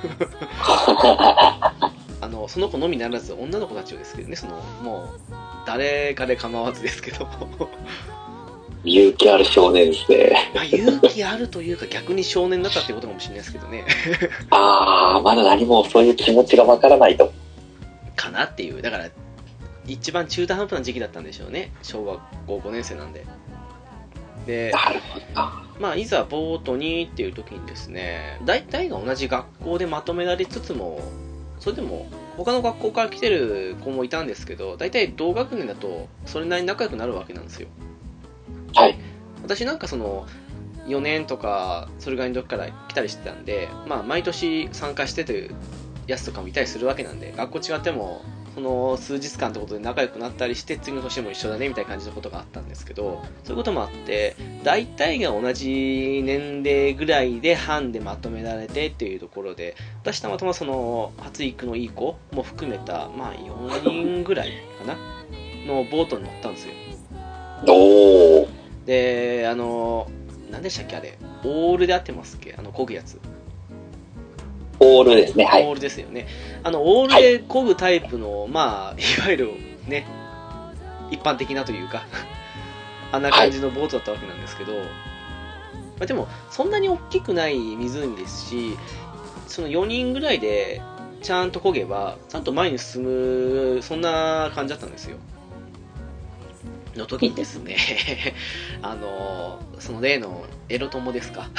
あのその子のみならず女の子たちをですけどね、そのもう誰かで構わずですけども勇気ある少年ですね。 まあ、勇気あるというか逆に少年だったってことかもしれないですけどね。 ああ、まだ何もそういう気持ちがわからないとかなっていう、だから一番中途半端な時期だったんでしょうね、小学校ごねん生なんで。で、 なるほど。 まあいざボートにっていう時にですね、大体が同じ学校でまとめられつつも、それでも他の学校から来てる子もいたんですけど、大体同学年だとそれなりに仲良くなるわけなんですよ。 はい。 私なんかそのよねんとかそれぐらいの時から来たりしてたんで、まあ毎年参加してるやつとかもいたりするわけなんで、学校違ってもその数日間ってことで仲良くなったりして、次の年も一緒だねみたいな感じのことがあったんですけど、そういうこともあって大体が同じ年齢ぐらいで班でまとめられてっていうところで、私たまたまその発育のいい子も含めたまあよにんぐらいかなのボートに乗ったんですよ。 おー。 で、あの何でしたっけあれ、オールで合ってますっけ、あの漕ぐやつ。 オールですね、はい。 オールですよね。あのオールで漕ぐタイプの、はい、まあいわゆるね一般的なというかあんな感じのボートだったわけなんですけど、はい、まあ、でもそんなに大きくない湖ですし、そのよにんぐらいでちゃんと漕げばちゃんと前に進む、そんな感じだったんですよ。の時にですねあのその例のエロ友ですか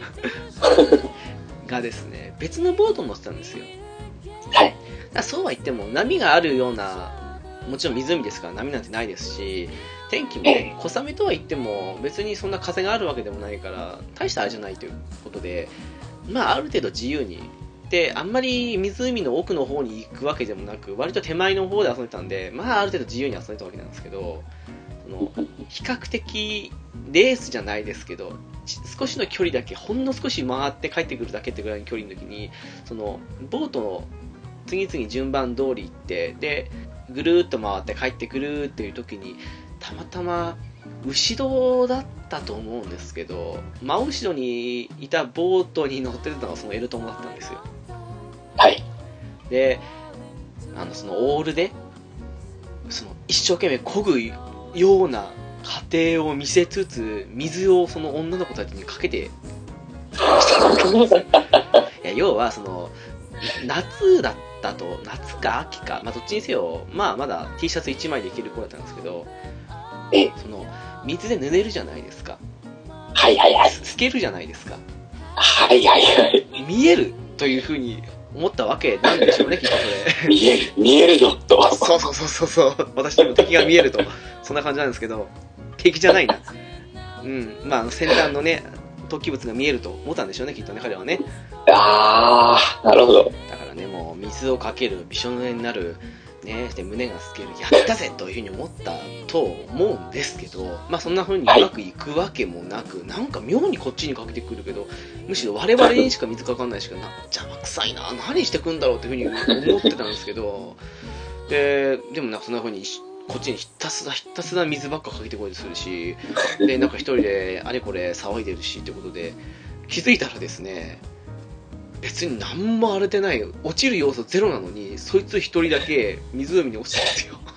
がですね、別のボートに乗ってたんですよ。 はい。 だそうは言っても波があるような、もちろん湖ですから波なんてないですし、天気もね、小雨とは言っても別にそんな風があるわけでもないから大したあれじゃないということで、まあある程度自由にで、あんまり湖の奥の方に行くわけでもなく、割と手前の方で遊んでたんで、まあある程度自由に遊んでたわけなんですけど、その比較的レースじゃないですけど、少しの距離だけほんの少し回って帰ってくるだけってぐらいの距離の時に、そのボートの次々順番通り行って、でぐるーっと回って帰ってくるっていう時に、たまたま後ろだったと思うんですけど、真後ろにいたボートに乗ってたのがそのエルトモだったんですよ。 はい。 で、あのそのオールでその一生懸命漕ぐような過程を見せつつ、水をその女の子たちにかけていや、 要はその夏だったと、夏か秋か、まあ、どっちにせよ、まあ、まだ T シャツいちまいでいける頃だったんですけど、 えその水で濡れるじゃないですか。 はいはいはい。 透けるじゃないですか。 はいはいはい。 見えるというふうに思ったわけなんでしょうね、きっとそれ。 見える、見えるぞと。 そうそうそうそうそう。私にも敵が見えると。そんな感じなんですけど、敵じゃないな。うん。まあ、先端のね、突起物が見えると思ったんでしょうね、きっとね、彼はね。 あー、なるほど。 だからね、もう水をかける、びしょ濡れになる、ね、で胸が透ける、やったぜというふうに思ったと思うんですけど、まあそんな風にうまくいくわけもなく、はい、なんか妙にこっちにかけてくるけど、むしろ我々にしか水かかんないしかな、邪魔くさいな、何してくんだろうっていう風に思ってたんですけど、で、でもなんかそんな風にこっちにひたすらひたすら水ばっかかけてこいとするし、で、なんか一人であれこれ騒いでるしってことで、気づいたらですね、別に何も荒れてない、落ちる要素ゼロなのに、そいつ一人だけ湖に落ちたんですよ。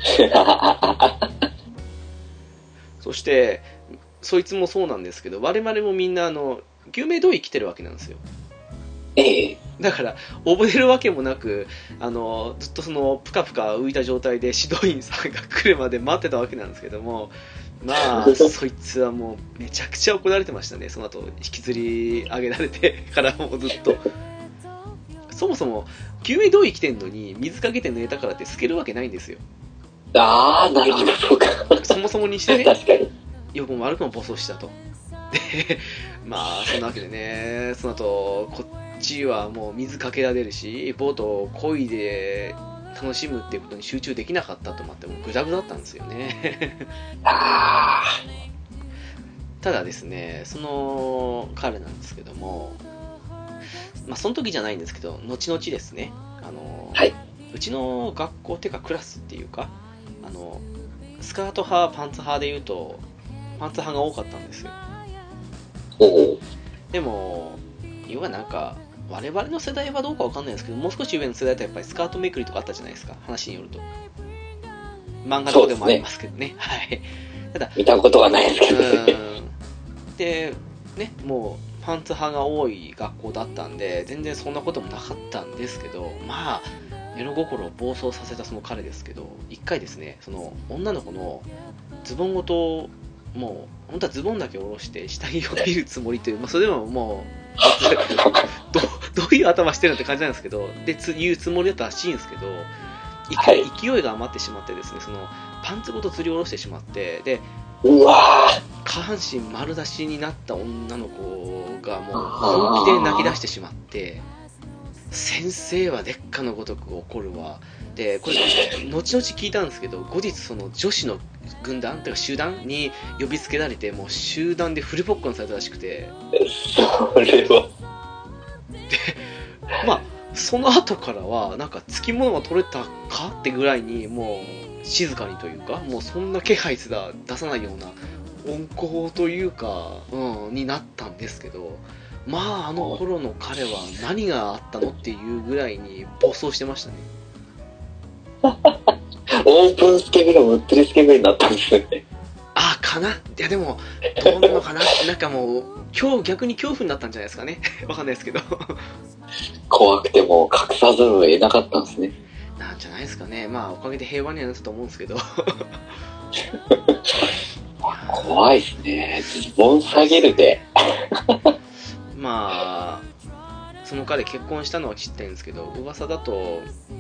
そして、そいつもそうなんですけど、我々もみんなあの救命胴衣着てるわけなんですよ。 ええ。 だから溺れるわけもなく、あのずっとそのプカプカ浮いた状態で指導員さんが来るまで待ってたわけなんですけども、まあそいつはもうめちゃくちゃ怒られてましたね。その後引きずり上げられてからもずっと。そもそも救命胴衣着てんのに水かけて濡れたからって透けるわけないんですよ。 ああ、なるほど、そうか。 そもそもにしてね、 確かに。 よくも悪くも暴走したと。で、まあそんなわけでね、その後こっちはもう水かけられるし、ボートを漕いで楽しむっていうことに集中できなかったと思って、もうグダグダだったんですよね。 あただですね、その彼なんですけども、まあその時じゃないんですけど、後々ですね、あの、 はい、 うちの学校っていうかクラスっていうか、あのスカート派パンツ派でいうとパンツ派が多かったんですよ。 おでも要はなんか我々の世代はどうかわかんないですけど、もう少し上の世代だとやっぱりスカートめくりとかあったじゃないですか、話によると。漫画とかでもありますけどね。ね、はい。ただ見たことはないですけどね。 でね、もうパンツ派が多い学校だったんで全然そんなこともなかったんですけど、まあ絵の心を暴走させたその彼ですけど、一回ですね、その女の子のズボンごともう本当はズボンだけ下ろして下着を見るつもりという、まあ、それでももうど, どういう頭してるのって感じなんですけど、でつ言うつもりだったらしいんですけど、はい、勢いが余ってしまってですね、そのパンツごと釣り下ろしてしまって、でうわ下半身丸出しになった女の子がもう本気で泣き出してしまって、先生はでっかのごとく怒るわ。でこれ後々聞いたんですけど、後日その女子の軍団というか集団に呼びつけられて、もう集団でフルボッコンされたらしくて、 それはでまあその後からはなんか付き物が取れたかってぐらいにもう静かにというか、もうそんな気配すら出さないような温厚というか、うん、になったんですけど、まああの頃の彼は何があったのっていうぐらいに暴走してましたね。 オープンスケベがムッツリスケベになったんですよね。 ああかな、いやでもどうなのかな、なんかもう今日逆に恐怖になったんじゃないですかね。わかんないですけど怖くても隠さざるを得なかったんですね。 なんじゃないですかね。まあおかげで平和にはなったと思うんですけど怖いですね。ズボン下げるでまあその彼結婚したのは知ってるんですけど、噂だと、うん、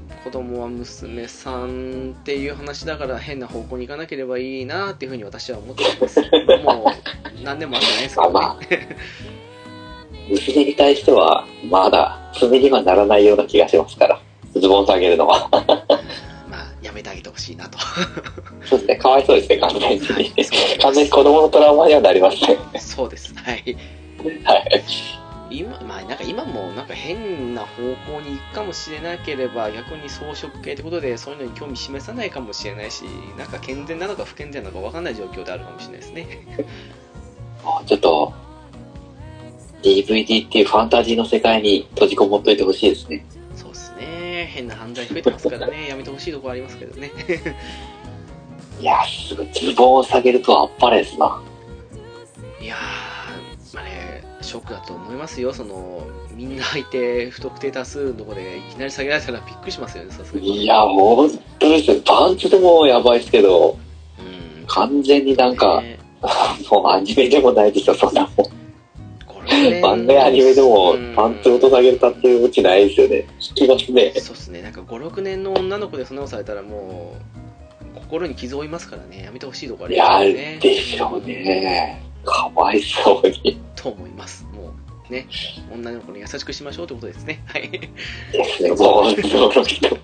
子供は娘さんっていう話だから変な方向に行かなければいいなっていうふうに私は思ってます。もう何年も会ってないですけどね。まあまあ娘に対してはまだ罪にはならないような気がしますから、ズボン下げるのはまあやめてあげてほしいなとそうですね、かわいそうですね、完全に、はい、完全に子供のトラウマにはなりますね。 そうです、はいはい今、まあ、なんか今もなんか変な方向に行くかもしれなければ、逆に装飾系ってことでそういうのに興味示さないかもしれないし、なんか健全なのか不健全なのか分かんない状況であるかもしれないですねちょっと ディーブイディー っていうファンタジーの世界に閉じこもっといてほしいですね。 そうですね、変な犯罪増えてますからねやめてほしいところありますけどねいやー、すごい、ズボンを下げるとあっぱれですな。 いやー、まあね、 ショックだと思いますよ。そのみんな相手不特定多数のとこでいきなり下げられたらびっくりしますよね。さすがに。 いや、本当ですよ。パンツでもやばいですけど、うん、完全になんか、ね、もうアニメでもないですよ、そんなもん。漫画やアニメでもパンツ落と下げたっていううちないですよね。聞きますね。 そうっすね。なんかご、ろくねんの女の子でそんなことされたらもう心に傷を負いますからね。やめてほしいところありますよね。 いやでしょうね。かわいそうに。 と思います。もうね、女の子に優しくしましょうということですね。はい。 ですね。もうその人。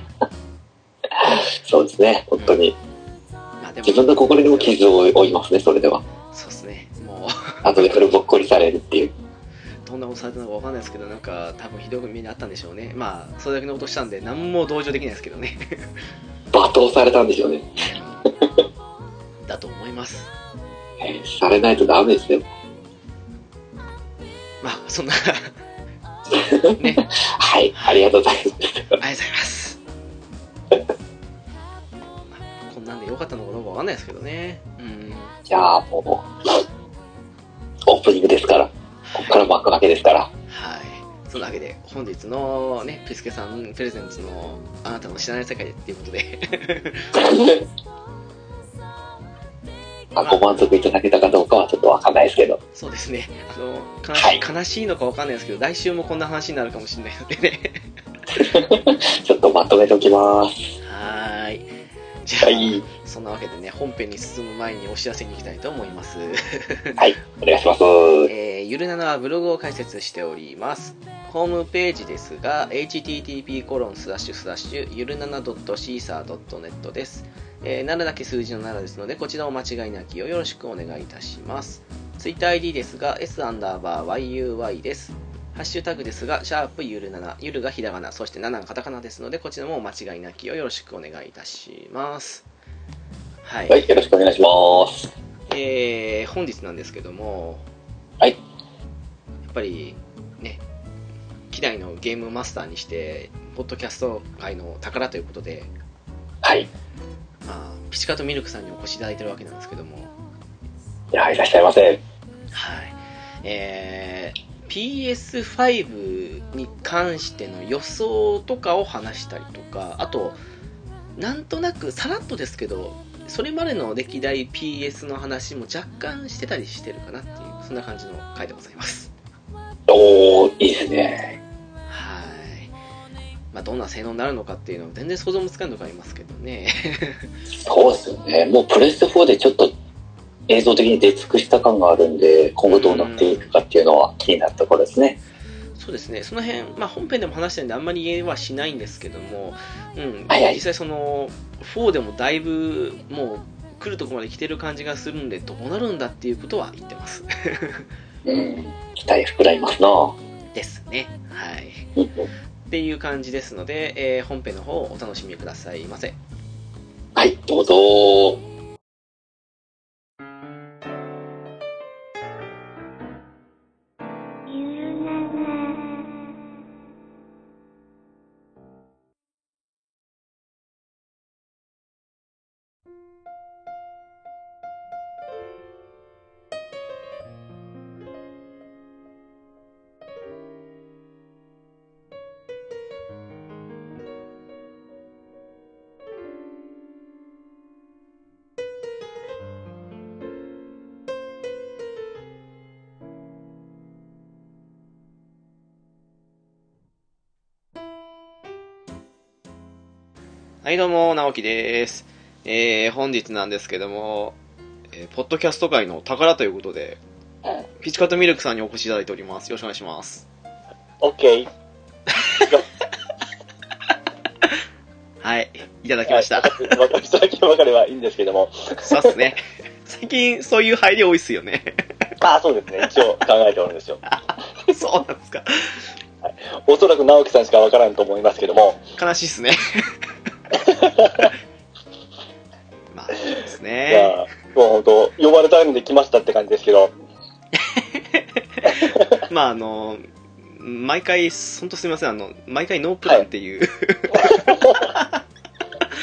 そうですね。本当に。うん、まあ、でも自分の心にも傷を負いますね。それでは。 そうですね。もう後でそれをぼっこりされるっていう。 どんなことされたのかわかんないですけど、なんか多分ひどい目にあったんでしょうね。まあそれだけのことしたんで何も同情できないですけどね。 罵倒されたんでしょうね。 だと思います。 えー、されないとダメですよ。 まあそんなね。 はい、ありがとうございます。ありがとうございます。こんなんで良かったのかどうかわかんないですけどね。うん。 じゃあもうオープニングですから。ここから幕開けですから。はい。 そのわけで本日のねピスケさんプレゼンツのあなたの知らない世界っていうことでまあ、ご満足いただけたかどうかはちょっとわかんないですけど。 そうですね。あの悲し、はい、悲しいのかわかんないですけど来週もこんな話になるかもしれないのでねちょっとまとめておきます。 はい。じゃあ、はい、そんなわけでね、本編に進む前にお知らせに行きたいと思います。 はい、お願いします。 えー、ゆるななはブログを開設しております。ホームページですが、エイチティーティーピーコロンスラッシュスラッシュゆるななドットシーサードットネット です。えー、ななだけ数字のななですので、こちらを間違いなきをよろしくお願いいたします。ツイッター アイディー ですが、S アンダーバー ワイユーワイ です。ハッシュタグですが、シャープゆるなな、ゆるがひらがな、そしてなながカタカナですので、こちらも間違いなきをよろしくお願いいたします。はい、 はい、よろしくお願いします。 えー、本日なんですけども、 はい。 やっぱりね、希代のゲームマスターにして、ポッドキャスト界の宝ということで、 はい。 まあ、ピチカートミルクさんにお越しいただいてるわけなんですけども、 いや、いらっしゃいませ。はい。 えー、ピーエスファイブ に関しての予想とかを話したりとか、あと、なんとなくさらっとですけど、それまでの歴代 ピーエス の話も若干してたりしてるかなっていう、そんな感じの回でございます。 おー、いいですね。 はい。まあ、どんな性能になるのかっていうのは全然想像もつかんのがありますけどね。 そうですよね。もうプレステフォーでちょっと映像的に出尽くした感があるんで、今後どうなっていくかっていうのは気になるところですね。 そうですね、その辺、まあ、本編でも話してるんであんまり言えはしないんですけども、うん、 はいはい、 実際そのフォーでもだいぶもう来るところまで来てる感じがするんで、どうなるんだっていうことは言ってますうん、期待膨らみますな。 ですね。はいっていう感じですので、えー、本編の方をお楽しみくださいませ。 はい、どうぞ。 はい、どうも直樹です。えー、本日なんですけども、えー、ポッドキャスト界の宝ということで、ピチカートミルクさんにお越しいただいております。よろしくお願いします。 オッケー。 はい、いただきました。 はい、私だけ分かればいいんですけども。 そうっすね。最近そういう入り多いっすよね。 ああ、そうですね。一応考えておるんですよ。 そうなんですか。 はい、おそらく直樹さんしか分からんと思いますけども。 悲しいっすね。まあそうですね。 いやもう本当呼ばれたんで来ましたって感じですけど。 まああの毎回本当すみません、あの毎回ノープランっていう、はい、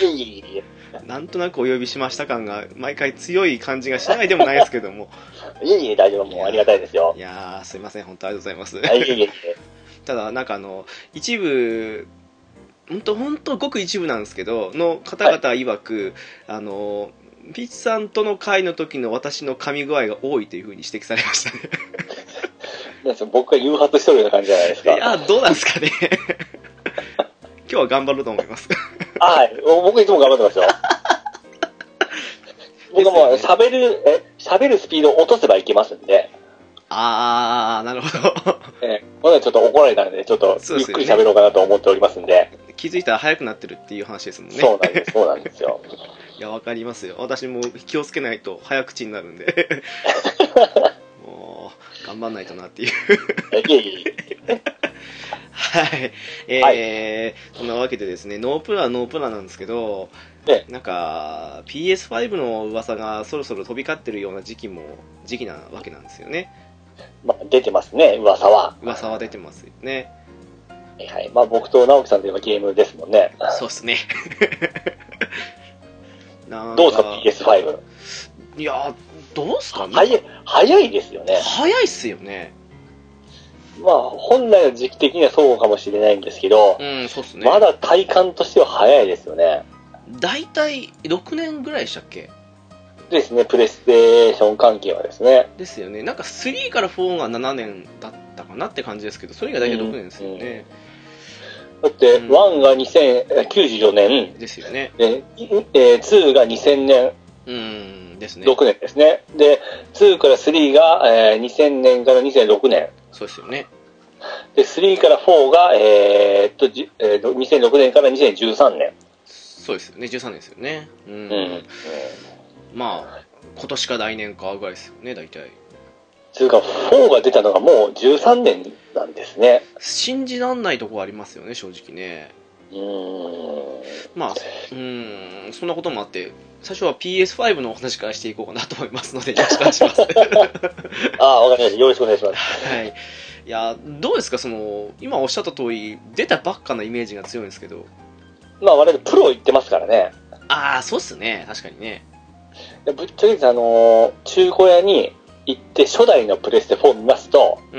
いいなんとなくお呼びしました感が毎回強い感じがしないでもないですけども、 いえいえ、大丈夫、もうありがたいですよ。 いやー、すいません、本当ありがとうございます。 はい、いえいえ。 ただ、なんかあの、一部、本当本当ごく一部なんですけど、の方々曰く、はい、あの、ピッチさんとの会の時の私の噛み具合が多いというふうに指摘されましたね。 僕が誘発しとるような感じじゃないですか。 いや、どうなんですかね。今日は頑張ろうと思います。 はい、僕いつも頑張ってますよ。僕はもう喋る、え、喋るスピードを落とせばいけますんで。 あー、なるほど。 えー、これはちょっと怒られたんで、ちょっとゆっくり喋ろうかなと思っておりますんで。 気づいたら速くなってるっていう話ですもんね。 そうなんです、そうなんですよ。 いや、わかりますよ。私も気をつけないと早口になるんで。もう、頑張んないとなっていう。 いえいえ。 はい。えー、はい、そんなわけでですね、ノープラはノープラなんですけど、ね、なんか ピーエスファイブ の噂がそろそろ飛び交ってるような時期も時期なわけなんですよね。 まあ出てますね、噂は。 噂は出てますよね。 はいはい。まあ僕と直樹さんといえばゲームですもんね。 そうですね。 なんどうですか ピーエスファイブ。 いやどうすかね。 早い早いですよね。 早いっすよね。 まあ本来の時期的にはそうかもしれないんですけど、 うん、そうっすね。 まだ体感としては早いですよね。 だいたいろくねんぐらいでしたっけですね、プレイステーション関係はですね。 ですよね。なんかスリーからフォーがななねんだったかなって感じですけど、それが大体ろくねんですよね。 うんうん、だって、うん、ワンがにせんきゅうじゅうよねん。 ですよね。 で、えー、ツーがにせんねん。 うんですね。 ろくねんですね。で、ツーからスリーが、えー、にせんねんからにせんろくねん。 そうですよね。 で、スリーからフォーが、えー、っと、えー、にせんろくねんからにせんじゅうさんねん。 そうですよね、じゅうさんねんですよね。うん。うん、まあ、今年か来年かぐらいですよね、大体。 つうか、フォーが出たのがもうじゅうさんねんなんですね。 信じらんないとこありますよね、正直ね。 うーん。 まあ、うん、そんなこともあって、最初は ピーエスファイブ のお話からしていこうかなと思いますので、よろしくお願いします。 ああ、わかりました。よろしくお願いします。 はい。いや、どうですか、その、今おっしゃった通り、出たばっかなイメージが強いんですけど。 まあ、我々プロ行ってますからね。 ああ、そうっすね。確かにね。 ぶっちゃけあのー、中古屋に行って初代のプレステフォー見ますと、うん。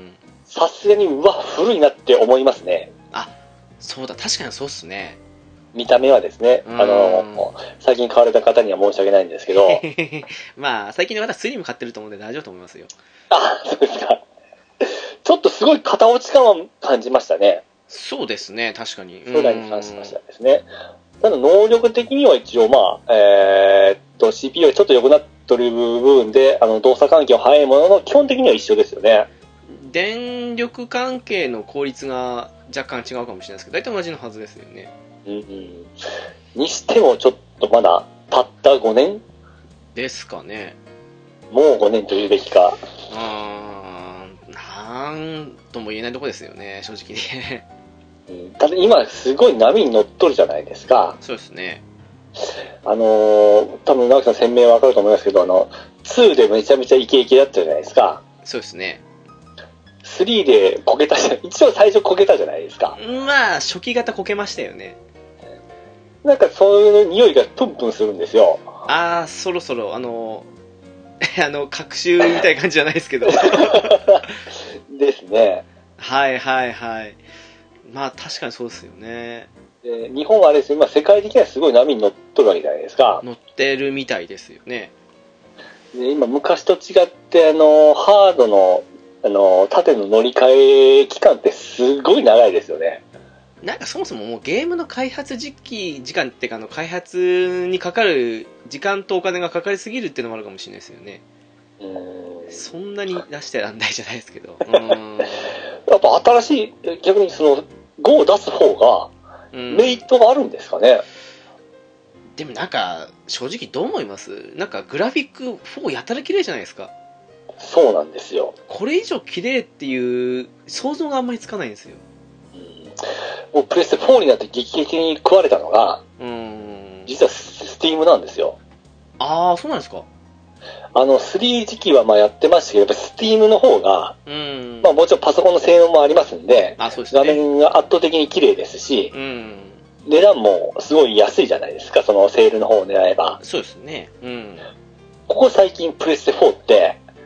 さすがに、うわ、古いなって思いますね。 あ、そうだ、確かにそうっすね。 見た目はですね、あのー、最近買われた方には申し訳ないんですけど。 まあ、最近の方はスリム買ってると思うんで大丈夫と思いますよ。 あ、そうですか。ちょっとすごい型落ち感を感じましたね。 そうですね、確かに。 初代に関しましてはですね。ただ能力的には一応まあ、えー、っと シーピーユー がちょっと良くなってる部分で、あの動作環境早いものの基本的には一緒ですよね。 電力関係の効率が若干違うかもしれないですけど、大体同じのはずですよね。 うんうん。にしてもちょっとまだたったごねんですかね。 もうごねんと言うべきか。 うーん、なんとも言えないとこですよね、正直ね。 ただ今すごい波に乗っとるじゃないですか。 そうですね。 あのー、多分直樹さん鮮明わかると思いますけど、あの、ツーでめちゃめちゃイケイケだったじゃないですか。 そうですね。 スリーでこけたじゃ、一応最初こけたじゃないですか。 まあ、初期型こけましたよね。 なんかそういう匂いがプンプンするんですよ。 ああ、そろそろ、あの、あの、隔週みたいな感じじゃないですけど。 ですね。 はいはいはい。まあ確かにそうですよね。 で日本はあれですよ、今世界的にはすごい波に乗っとるわけじゃないですか。 乗ってるみたいですよね。 で今昔と違ってあのハードのあの縦の乗り換え期間ってすごい長いですよね。 なんかそもそももうゲームの開発時期時間っていうかあの開発にかかる時間とお金がかかりすぎるっていうのもあるかもしれないですよね。うーん、そんなに出してらんないじゃないですけど。うーんやっぱ新しい逆にそのごを出す方がメリットがあるんですかね。うん、 でもなんか正直どう思います？なんかグラフィックフォーやたら綺麗じゃないですか。 そうなんですよ。 これ以上綺麗っていう想像があんまりつかないんですよ。 もうプレステフォーになって劇的に食われたのが、うーん、実はスティームなんですよ。 ああ、そうなんですか。 あのスリー時期はまあやってましたけど、やっぱスティームの方が、うん、まあもちろんパソコンの性能もありますんで、あ、そうですね、画面が圧倒的に綺麗ですし、うん、値段もすごい安いじゃないですか、そのセールの方を狙えば。 そうですね。うん。 ここ最近プレステフォーって、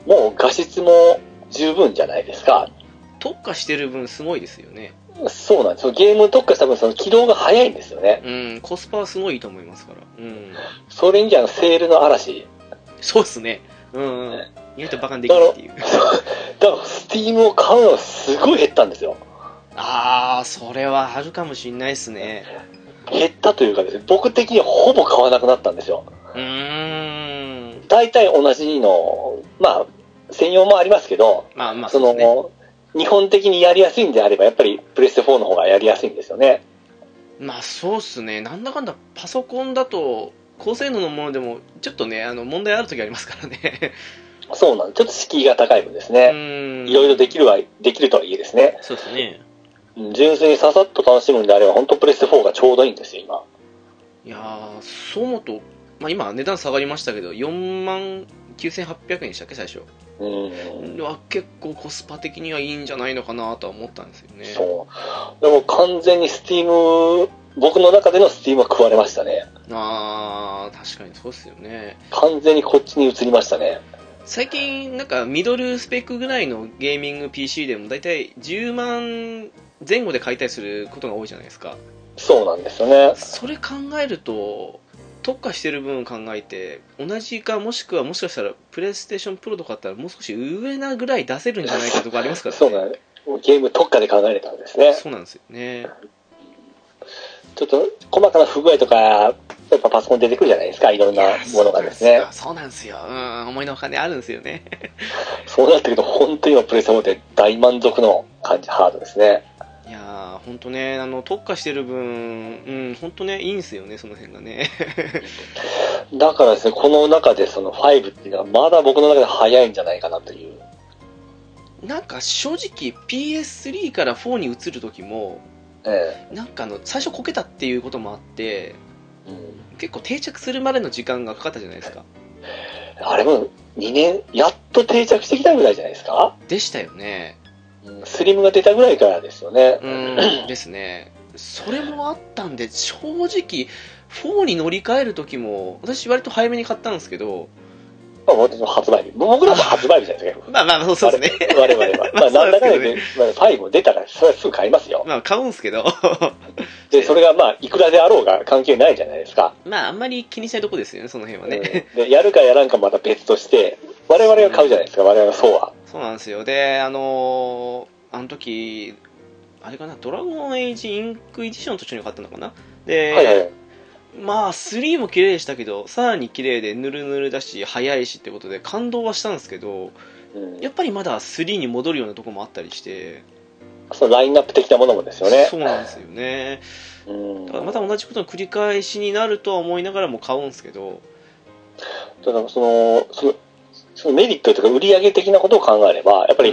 もう画質も十分じゃないですか。 特化してる分すごいですよね。 そうなんです。ゲーム特化した分、その起動が早いんですよね。 うん、コスパはすごいいいと思いますから。うん。 それにじゃあセールの嵐。 そうですね。うん、うん。意外とバカにできるっていう。だから、スティームを買うのがすごい減ったんですよ。 あー、それはあるかもしんないですね。 減ったというかですね、僕的にはほぼ買わなくなったんですよ。 うーん。 大体同じの、まあ、専用もありますけど、 まあまあその、その日本的にやりやすいんであれば、やっぱりプレステフォーの方がやりやすいんですよね。 まあそうっすね。なんだかんだパソコンだと、高性能のものでも、ちょっとね、あの、問題ある時ありますからね。 そうなんです。ちょっと敷居が高い分ですね。いろいろできるは、できるとはいえですね。 そうですね。 純粋にささっと楽しむんであれば、本当プレステフォーがちょうどいいんですよ、今。 いやー、そう思うと、まあ今値段下がりましたけど、よんまんきゅうせんはっぴゃくえんでしたっけ、最初。うんは結構コスパ的にはいいんじゃないのかなとは思ったんですよね。 そうでも完全にスティーム、僕の中でのスティームは食われましたね。 あー、確かにそうっすよね。 完全にこっちに移りましたね。 最近なんかミドルスペックぐらいのゲーミング ピーシー でもだいたいじゅうまんぜん後で買いたりすることが多いじゃないですか。 そうなんですよね。 それ考えると特化してる分を考えて、同じかもしくはもしかしたらプレイステーションプロとかだったらもう少し上なぐらい出せるんじゃないかとかありますからね。 そうなんです。ゲーム特化で考えれたんですね。 そうなんですよね。 ちょっと細かな不具合とかやっぱパソコン出てくるじゃないですか、いろんなものがですね。 そうなんですよ。うん、思いのほかねあるんですよね。 そうなってくると本当に今プレステフォーって大満足の感じ、ハードですね。 いやー、本当ね、あの特化してる分、うん、本当ね、いいんですよね、その辺がね。 だからですね、この中でそのファイブっていうのはまだ僕の中で早いんじゃないかなという。 なんか正直 ピーエススリー からフォーに移る時も、ええ、なんかあの最初こけたっていうこともあって、うん、結構定着するまでの時間がかかったじゃないですか。 あれもにねんやっと定着してきたぐらいじゃないですか。 でしたよね。 スリムが出たぐらいからですよね。 うんですね。それもあったんで、正直フォーに乗り換える時も私割と早めに買ったんですけど、 まあ、私の発売日。僕らも発売日じゃないですか。 まあまあ、そうですね。 我々は。まあ、なんだかんだで、まあ、ファイブも出たら、それはすぐ買いますよ。 まあ、買うんすけど。 で、それがまあ、いくらであろうが関係ないじゃないですか。 まあ、あんまり気にしないとこですよね、その辺はね。 うん、で、やるかやらんかまた別として、我々は買うじゃないですか、我々はそうは。 そうなんですよ。で、あのー、あの時、あれかな、ドラゴンエイジインクエディションの途中に買ったのかな。で、はいはい、まあスリーも綺麗でしたけど、さらに綺麗でヌルヌルだし速いしってことで感動はしたんですけど、うん、やっぱりまだスリーに戻るようなところもあったりして、 そのラインナップ的なものもですよね。 そうなんですよね。うん、だからまた同じことの繰り返しになるとは思いながらも買うんですけど、 ただそのそのそのメリットというか売り上げ的なことを考えればやっぱり、うん、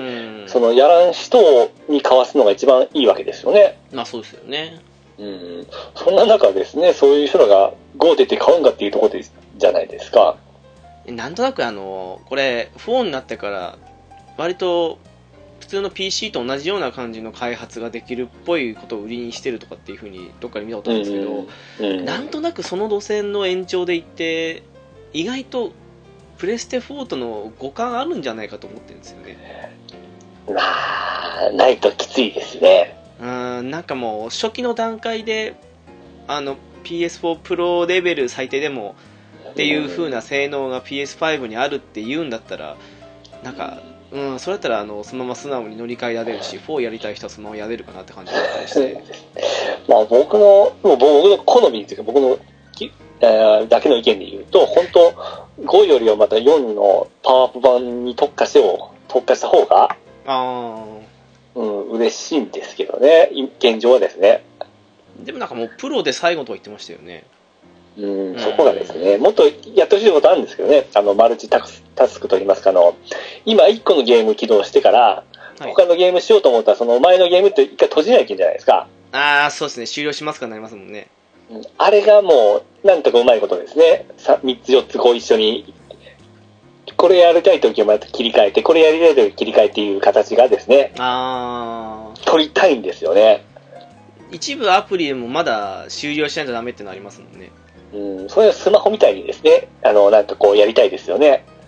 そのやらん人に買わすのが一番いいわけですよね。 まあそうですよね。 うん、そんな中ですね、そういう人らがゴー出て買うんかっていうところでじゃないですか。 なんとなくあのこれフォーになってから割と普通の ピーシー と同じような感じの開発ができるっぽいことを売りにしてるとかっていう風にどっかで見たことあるんですけど、うんうん、なんとなくその路線の延長でいって意外とプレステフォーとの互換あるんじゃないかと思ってるんですよね。 まあないときついですね。 うん、なんかもう初期の段階であの ピーエスフォー プロレベル最低でもっていう風な性能が ピーエスファイブ にあるって言うんだったらなんか、うん、それだったらあのそのまま素直に乗り換えられるしフォーやりたい人はそのままやれるかなって感じだったりしてまあ僕のもう僕の好みっていうか僕の、えー、だけの意見で言うと本当ごよりはまたよんのパワーアップ版に特化してを特化した方があうん、嬉しいんですけどね、現状はですね。 でもなんかもうプロで最後とは言ってましたよね。 うん、うん、そこがですね、もっとやってほしいことあるんですけどね、あのマルチタスタスクといいますか、あの今いっこのゲーム起動してから、はい、他のゲームしようと思ったら、その前のゲームって一回閉じないといけないじゃないですか。 ああ、そうですね、終了しますかなりますもんね。 うん、あれがもう、なんとかうまいことですね、みっつよっつこう一緒に。これやりたいときはまた切り替えて、これやりたいとき切り替えっていう形がですね、あ取りたいんですよね。 一部アプリでもまだ終了しないとダメってのありますもんね。 うん、それはスマホみたいにですね、あの、なんかこうやりたいですよね。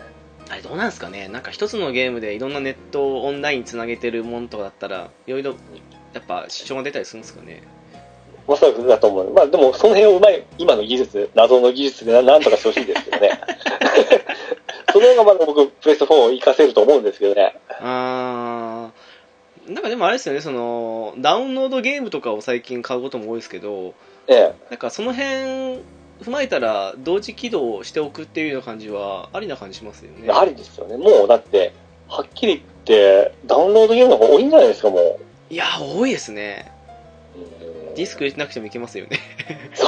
あれどうなんですかね、なんか一つのゲームでいろんなネットをオンラインにつなげてるものとかだったらいろいろやっぱ支障が出たりするんですかね。 おそらくだと思う。まあでもその辺をうまい今の技術、謎の技術でなんとかしてほしいですけどね。その方がまだ僕プレステフォーを活かせると思うんですけどね。 あー、なんかでもあれですよね、そのダウンロードゲームとかを最近買うことも多いですけど、 ええ、 なんかその辺踏まえたら同時起動しておくっていうような感じはありな感じしますよね。 ありですよね。もうだってはっきり言ってダウンロードゲームの方が多いんじゃないですか、もう。 いや多いですね。ディスク入れてなくてもいけますよね。 そう、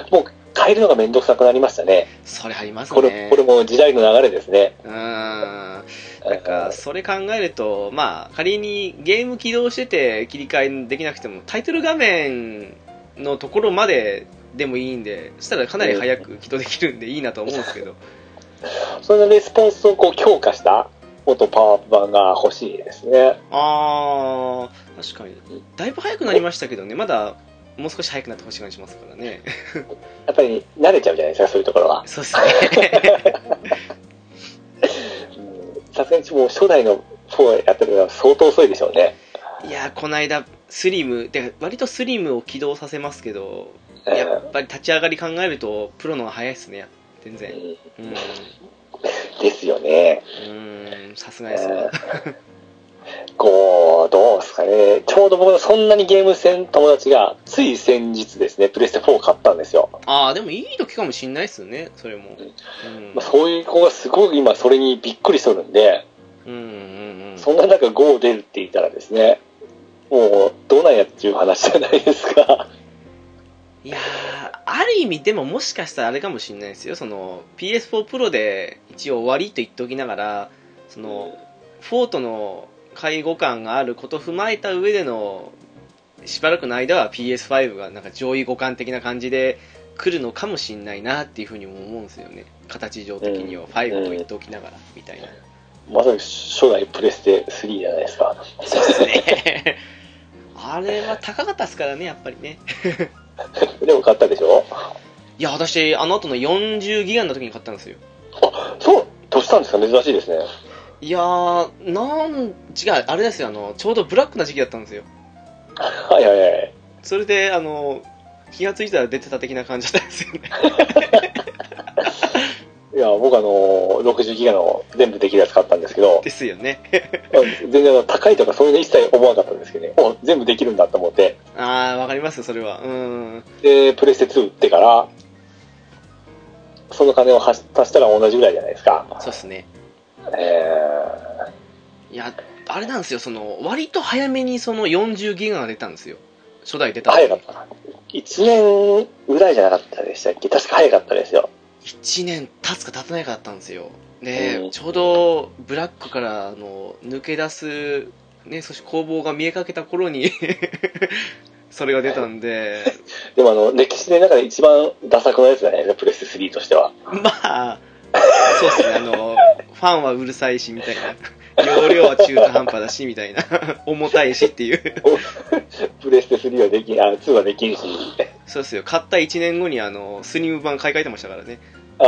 もう変えるのがめんどくさくなりましたね。 それありますね。 これ、これも時代の流れですね。 うーん。なんか、それ考えると、まあ、仮にゲーム起動してて切り替えできなくても、タイトル画面のところまででもいいんで、そしたらかなり早く起動できるんでいいなと思うんですけど。 それのレスポンスをこう強化したもっとパワーアップ版が欲しいですね。 あー、確かに。だいぶ早くなりましたけどね、まだ、もう少し早くなってほしい感じしますからね。 やっぱり慣れちゃうじゃないですか、そういうところは。 そうですね。 さすがにもう初代のフォーやってるのは相当遅いでしょうね。 いやー、この間、スリム、で割とスリムを起動させますけど、やっぱり立ち上がり考えると、プロの方が早いですね、全然。うん。うん、 ですよね。 うん、さすがですわ。 こう、どうですかね。ちょうど僕のそんなにゲームせん友達が、つい先日ですね、プレステフォー買ったんですよ。 ああ、でもいい時かもしんないっすね、それも。うんまあ、そういう子がすごく今それにびっくりしとるんで、 うんうんうん、 そんな中ご出るって言ったらですね、もうどうなんやっていう話じゃないですか。 いやー、ある意味でももしかしたらあれかもしんないですよ。その ピーエスフォー プロで一応終わりと言っておきながら、そのフォートの介護感があることを踏まえた上でのしばらくの間は ピーエスファイブ がなんか上位互換的な感じで来るのかもしんないなっていうふうにも思うんですよね。形上的にはごと言っておきながらみたいな。 まさに初代プレステスリーじゃないですか。 そうですね。あれは高かったですからね、やっぱりね。 でも買ったでしょ？ いや、私、あの後のよんじゅうギガの時に買ったんですよ。 あ、そう、どうしたんですか？珍しいですね。 いやー、なん、違う、あれですよ、あの、ちょうどブラックな時期だったんですよ。 はいはいはい。 それで、あの、気がついたら出てた的な感じだったんですよね。 いや、僕あの、ろくじゅうギガの全部できるやつ買ったんですけど、 ですよね。 全然高いとかそういうの一切思わなかったんですけどね、お、全部できるんだと思って。 あー、わかりますそれは。うん。 で、プレステツー売ってから、その金を足したら同じぐらいじゃないですか。 そうっすね。 えー、いや、あれなんですよ、その、割と早めにそのよんじゅうギガが出たんですよ。初代出た。 早かった。いちねんぐらいじゃなかったでしたっけ？確か早かったですよ。 いちねん経つか経たないかだったんですよ。で、 うん、 ちょうどブラックからあの抜け出す、ね、そして攻防が見えかけた頃にそれが出たんで。 でもあの、歴史の中で一番ダサくなやつじゃないですか、プレステスリーとしては。 まあ、そうですね、あの、ファンはうるさいし、みたいな。容量は中途半端だし、みたいな。重たいしっていう。 プレステスリーはでき、あ、ツーはできるし。 そうですよ、買ったいちねんごにあの、スリム版買い替えてましたからね。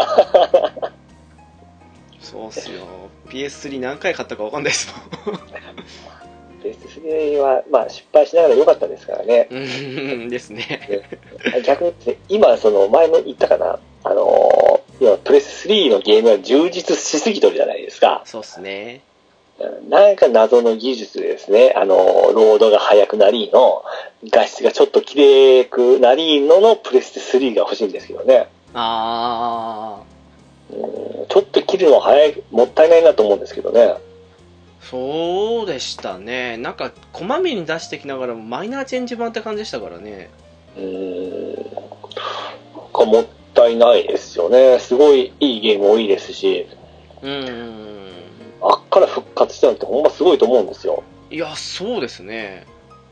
そうっすよ。ピーエススリー 何回買ったか分かんないですもん。 ピーエススリー は、まあ、失敗しながら良かったですからね。 うんですね。 逆に、今、その、前も言ったかな、あの、今、プレステスリーのゲームは充実しすぎとるじゃないですか。 そうっすね。 なんか謎の技術でですね、あの、ロードが速くなりの、画質がちょっと綺麗くなりののプレステスリーが欲しいんですけどね。 あー。うん、ちょっと切るの早い、もったいないなと思うんですけどね。 そうでしたね。なんか、こまめに出してきながらもマイナーチェンジ版って感じでしたからね。 うーん。なんかもったいないですよね。すごいいいゲーム多いですし。 うーん。 あっから復活したのってほんますごいと思うんですよ。 いや、そうですね。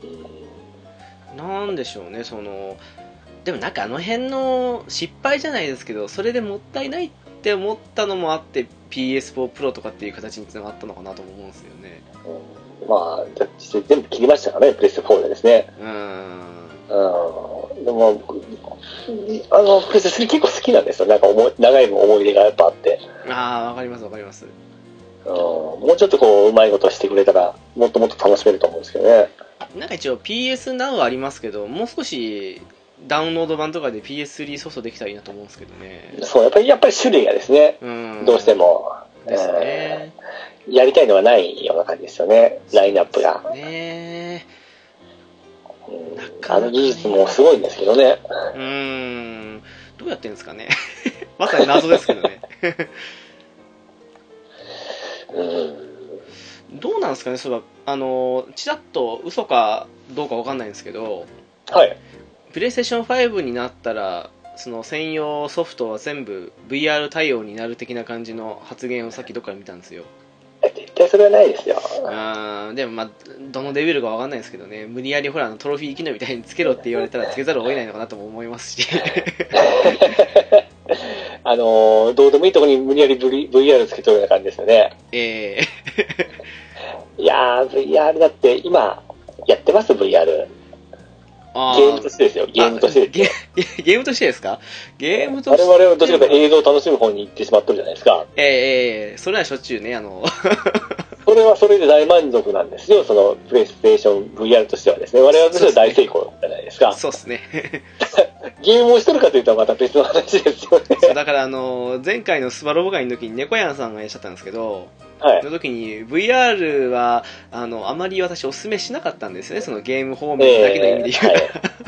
なんでしょうね、その、でもなんかあの辺の失敗じゃないですけど、それでもったいないって思ったのもあって、ピーエスフォー プロとかっていう形につながったのかなと思うんですよね。 うん、まあ、実際全部切りましたからね、プレステフォーでですね。 うーん。 うん。でも、あの、プレステスリー結構好きなんですよ。なんか思い長い思い出がやっぱあって。 ああ、わかりますわかります。 うん、もうちょっとこううまいことしてくれたらもっともっと楽しめると思うんですけどね。 なんか一応 ピーエス ナウ はありますけど、もう少しダウンロード版とかで ピーエススリー ソフトできたらいいなと思うんですけどね。 そう、やっぱりやっぱり種類がですね、うん、どうしてもですね、 えー、やりたいのはないような感じですよね、ラインナップが。 ね、 うん、なかなかね、あの技術もすごいんですけどね。 うーん、どうやってんですかね。まさに謎ですけどね。 うん、 どうなんですかね、そういえばあのちらっと嘘かどうかわかんないんですけど、 はい、 プレイステーションファイブになったらその専用ソフトは全部 ブイアール 対応になる的な感じの発言をさっきどっかで見たんですよ。 絶対それはないですよ。 あ、でもまあどのレベルかわかんないですけどね、無理やりほらあのトロフィー機能みたいにつけろって言われたらつけざるを得ないのかなとも思いますし。 あのー、どうでもいいところに無理やり ブイアール つけとるような感じですよね。 えー、いやー ブイアール だって今やってます ブイアール。ゲームとしてですよ、ゲームとしてですよ。 ゲ, ゲームとしてですか？ゲームとして。我々はどちらかというと映像を楽しむ方に行ってしまってるじゃないですか。 えー、えー、それはしょっちゅうね、あの。 それはそれで大満足なんですよ、そのプレイステーション ブイアール としてはですね。我々としては大成功じゃないですか。 そうですね。 ゲームをしとるかというとまた別の話ですよね。 そうだからあの前回のスバロボガイの時に猫やんさんがいらっしゃったんですけど、はい、の時に ブイアール はあのあまり私お勧めしなかったんですね、そのゲーム方面だけの意味で言う、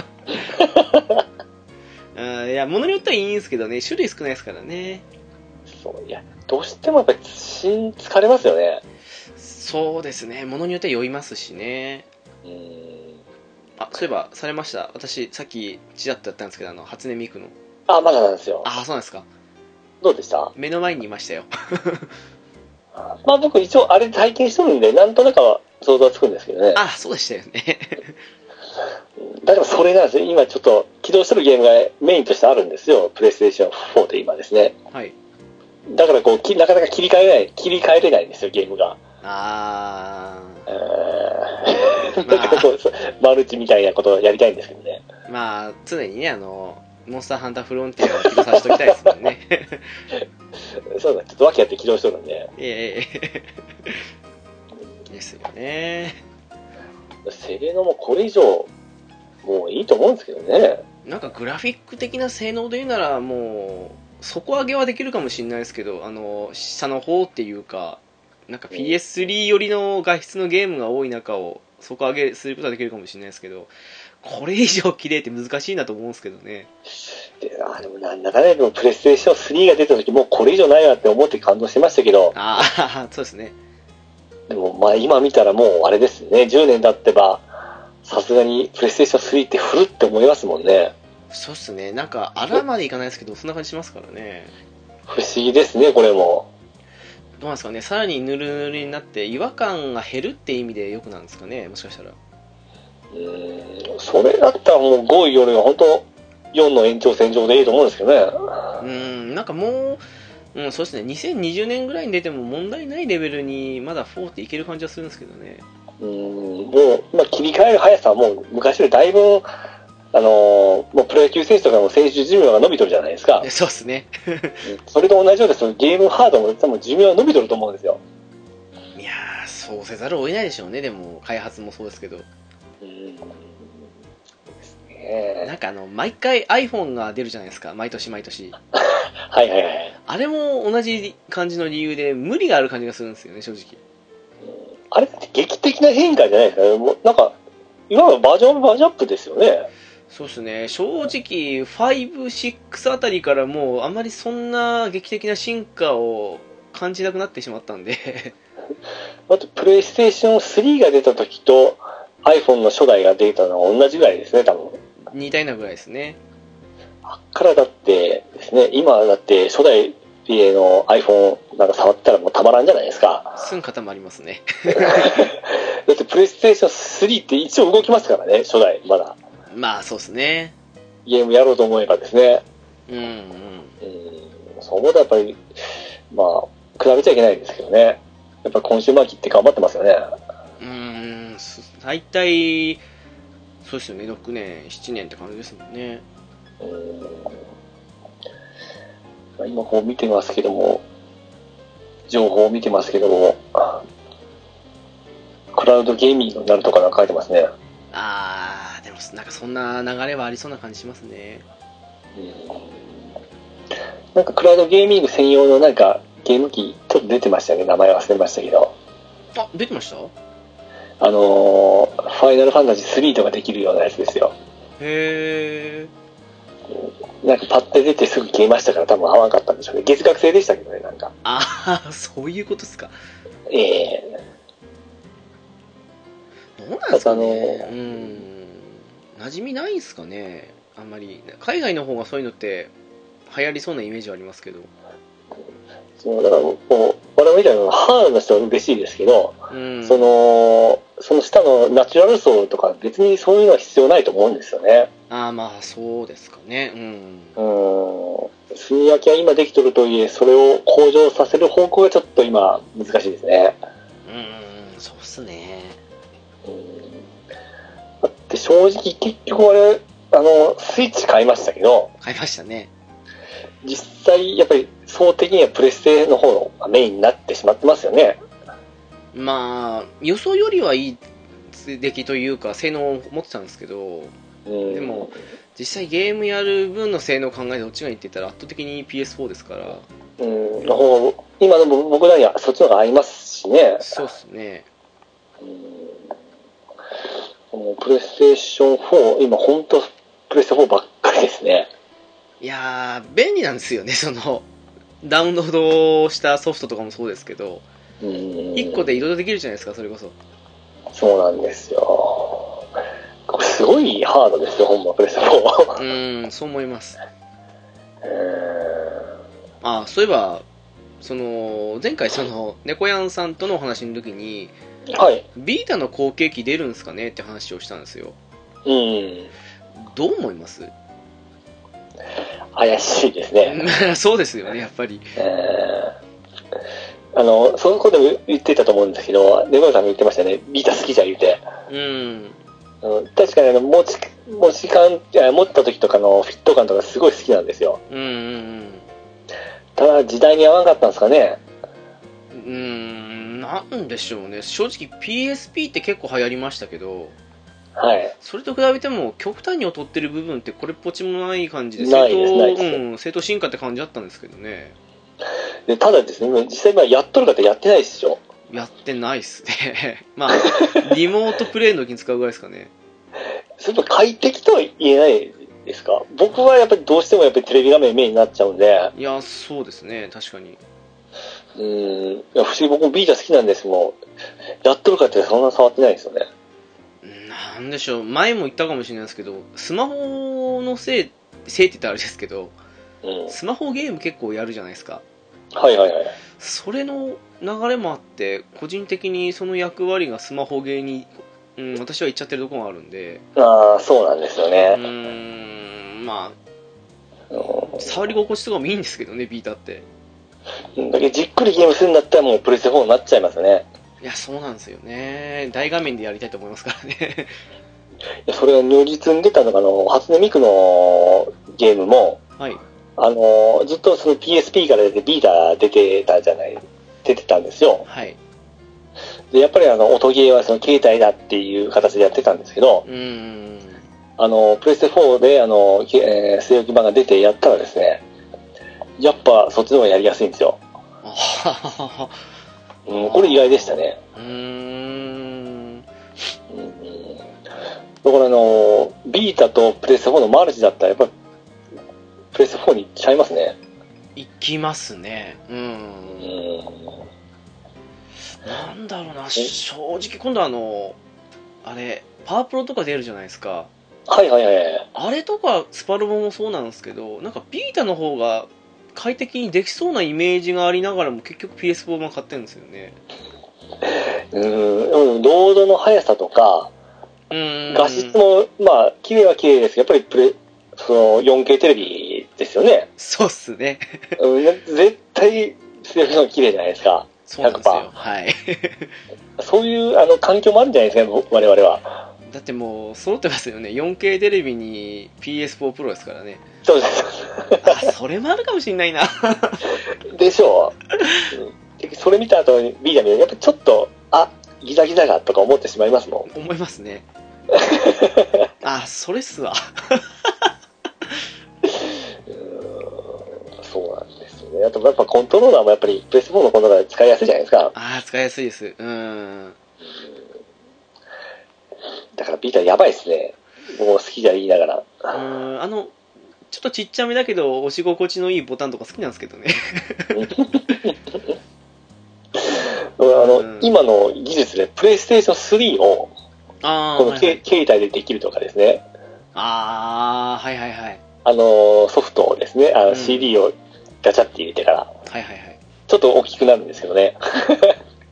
えーはい、いや物によってはいいんですけどね、種類少ないですからね。 そういやどうしてもやっぱり疲れますよね。 そうですね、物によっては酔いますしね。うーん、あ、そういえばされました、私さっきちらっとやったんですけど、あの初音ミクの。 あ、まだなんですよ。 あ、そうなんですか。 どうでした？ 目の前にいましたよ。 まあ僕一応あれ体験しとるんでなんとなくは想像はつくんですけどね。 あ、そうでしたよね。 だからそれなんですよ、今ちょっと起動してるゲームがメインとしてあるんですよ、プレイステーションフォーで今ですね。 はい。 だからこうなかなか切り替えれない切り替えれないんですよ、ゲームが。 あー、だからこうマルチみたいなことをやりたいんですけどね。 まあ常にね、あのモンスターハンターフロンティアを起動させておきたいですもんね。 そうだ、ちょっと訳やって起動してるんで。 ええー、ですよね。 セレノもこれ以上もういいと思うんですけどね。 なんかグラフィック的な性能で言うならもう底上げはできるかもしれないですけど、あの下の方っていうか、なんか ピーエススリー 寄りの画質のゲームが多い中を底上げすることはできるかもしれないですけど、これ以上綺麗って難しいなと思うんですけどね。 であでもなんだかね、でもプレイステーションスリーが出た時もうこれ以上ないなって思って感動してましたけど。 ああ、そうですね。 でもまあ今見たらもうあれですね、じゅうねん経ってばさすがにプレイステーションスリーって古って思いますもんね。 そうっすね、なんかあらまでいかないですけどそんな感じしますからね。 不思議ですね、これも。 どうなんですかね、さらにぬるぬるになって違和感が減るって意味でよくなんですかね、もしかしたら。 うーん、それだったらもうごいよりは本当よんの延長線上でいいと思うんですけどね。 うん、なんかもう、うん、そうですね、にせんにじゅうねんぐらいに出ても問題ないレベルにまだフォーっていける感じはするんですけどね。 うーん、もう、まあ、切り替える速さはもう昔よりだいぶ、あのー、もうプロ野球選手とかも選手寿命が伸びとるじゃないですか。 そうですね。 それと同じようで、そのゲームハードも多分寿命が伸びとると思うんですよ。 いやー、そうせざるを得ないでしょうね、でも、開発もそうですけど。うーん、そうですね。 なんかあの、毎回 iPhone が出るじゃないですか、毎年毎年。 はいはいはい。 あれも同じ感じの理由で、無理がある感じがするんですよね、正直。 あれって劇的な変化じゃないですかね。もうなんか、いわゆるバージョンバージョンアップですよね。 そうですね、正直、ご、ろくあたりからもう、あまりそんな劇的な進化を感じなくなってしまったんで。 あと、プレイステーションスリーが出た時と、iPhone の初代が出たのは同じぐらいですね、多分。 似たようなぐらいですね。 あっからだってですね、今だって初代の iPhone なんか触ったらもうたまらんじゃないですか。 すん固まりますね。 だってプレイステーションスリーって一応動きますからね、初代まだ。 まあそうですね。 ゲームやろうと思えばですね。 うんうん。うん、 そう思うとやっぱり、まあ、比べちゃいけないんですけどね。やっぱコンシューマー機って頑張ってますよね。 うーん、大体、そうですよね、ろくねん、ななねんって感じですもんね。 うーん、今こう見てますけども、情報を見てますけども、 クラウドゲーミングになるとかなんか書いてますね。 あー、でもなんかそんな流れはありそうな感じしますね。 うん、なんかクラウドゲーミング専用のなんかゲーム機ちょっと出てましたよね。名前忘れましたけど。 あ、出てました？ あのー、ファイナルファンタジースリーとかできるようなやつですよ。 へー。なんかパッて出てすぐ消えましたから多分合わなかったんでしょうね。月額制でしたけどね、なんか。 ああ、そういうことですか。 ええー。どうなんですかね。 あのー、 うん。馴染みないんすかね。あんまり。海外の方がそういうのって流行りそうなイメージはありますけど。 そうだからもう我々みたいなハードな人は嬉しいですけど、 うん、 そのその下のナチュラル層とか別にそういうのは必要ないと思うんですよね。 ああ、まあそうですかね。うんうん。炭焼きは今できとるとはいえ、それを向上させる方向がちょっと今難しいですね。 うん、そうっすね。 うん。だって正直結局あれあのスイッチ買いましたけど、 買いましたね。 実際やっぱり総的にはプレステの方がメインになってしまってますよね。 まあ予想よりはいい出来というか性能を持ってたんですけど、うん、でも実際ゲームやる分の性能を考えてどっちがいいって言ったら圧倒的に ピーエスフォー ですから、 うん、の方今の僕らにはそっちの方が合いますしね。 そうっすね。 うん、プレイステーションフォー今本当プレステフォーばっかりですね。 いやー便利なんですよね。そのダウンロードしたソフトとかもそうですけど、うん、いっこでいろいろできるじゃないですか。それこそそうなんですよ。すごいハードですよ、ほんまプレステフォー。 うん、そう思います。あ、そういえばその前回その猫やんさんとのお話の時に、 はい、 ビータの後継機出るんですかねって話をしたんですよ。 うん。 どう思います？ 怪しいですね。 そうですよね、やっぱり。 えー、あのそのことも言ってたと思うんですけど、猫やんさんも言ってましたね。ビータ好きじゃ言うて。 うん。 うん、確かにあの持ち持ち感持った時とかのフィット感とかすごい好きなんですよ。 うんうんうん。 ただ時代に合わなかったんですかね。 うーん、なんでしょうね。正直 ピーエスピー って結構流行りましたけど、 はい。 それと比べても極端に劣ってる部分ってこれっぽっちもない感じで、 ないですないです、 うん、正当進化って感じだったんですけどね。 でただですね、実際今やっとる方やってないですよ。 やってないっすね。まあリモートプレイの時に使うぐらいですかね。 それと快適とは言えないですか。僕はやっぱりどうしてもやっぱりテレビ画面メインになっちゃうんで。 いや、そうですね、確かに。 うーん、いや不思議、僕もビータ好きなんですもん。やっとるかってそんな触ってないんですよね。 なんでしょう、前も言ったかもしれないですけど、スマホのせい、せいって言ったらあれですけど、うん、スマホゲーム結構やるじゃないですか。 はいはいはい。 それの流れもあって、個人的にその役割がスマホゲーに、うん、私は言っちゃってるところがあるんで。 ああ、そうなんですよね。 うーん、まあ、うん、触り心地とかもいいんですけどね、ビータって。 だけどじっくりゲームするんだったらもうプレステフォーになっちゃいますね。 いや、そうなんですよね。大画面でやりたいと思いますからね。 いや、それは如実に出たのが、あの、初音ミクのゲームも、 はい。 あの、ずっとその ピーエスピー から出てビータ出てたじゃない、出てたんですよ。 はい。 で、やっぱりあの、音ゲーはその携帯だっていう形でやってたんですけど、 うーん。あの、プレステフォーで、あの、えー、据え置き版が出てやったらですね、やっぱそっちの方がやりやすいんですよ。うん、これ意外でしたね。うーん。だからあの、ビータとプレステフォーのマルチだったらやっぱりプレステフォーに行っちゃいますね。 行きますね。うん。うんなんだろうな、正直今度あの、あれ、パワープロとか出るじゃないですか。 はいはいはい。 あれとかスパロボもそうなんですけど、なんかビータの方が快適にできそうなイメージがありながらも結局 ピーエスフォー 版買ってるんですよね。 うーん、ロードの速さとか、うん画質もまあ綺麗は綺麗ですけど、やっぱりプレその よんケー テレビですよね。 そうっすね。 うん、絶対出力が綺麗じゃないですか。 そうなんですよ。はい。 そういうあの環境もあるんじゃないですか、我々は。 だってもう揃ってますよね。よんケー テレビに ピーエスフォー プロですからね。 そうです。 あ、それもあるかもしれないな。 でしょう。 それ見た後にビータ見るとやっぱちょっとあギザギザがとか思ってしまいますもん。 思いますね。あ、それっすわ。 そうなんですよね。あとやっぱコントローラーもやっぱりプレステフォーのコントローラー使いやすいじゃないですか。 ああ、使いやすいです。うん。 だからビータやばいですね。もう好きじゃ言いながら。 うん、あのちょっとちっちゃめだけど押し心地のいいボタンとか好きなんですけどね。 あの、うん、今の技術でプレイステーションスリーをあこの、はいはい、携帯でできるとかですね。 ああ、はいはいはい。 あのソフトをですね、あの、うん、シーディー をガチャって入れてから、 はいはいはい。 ちょっと大きくなるんですけどね。 確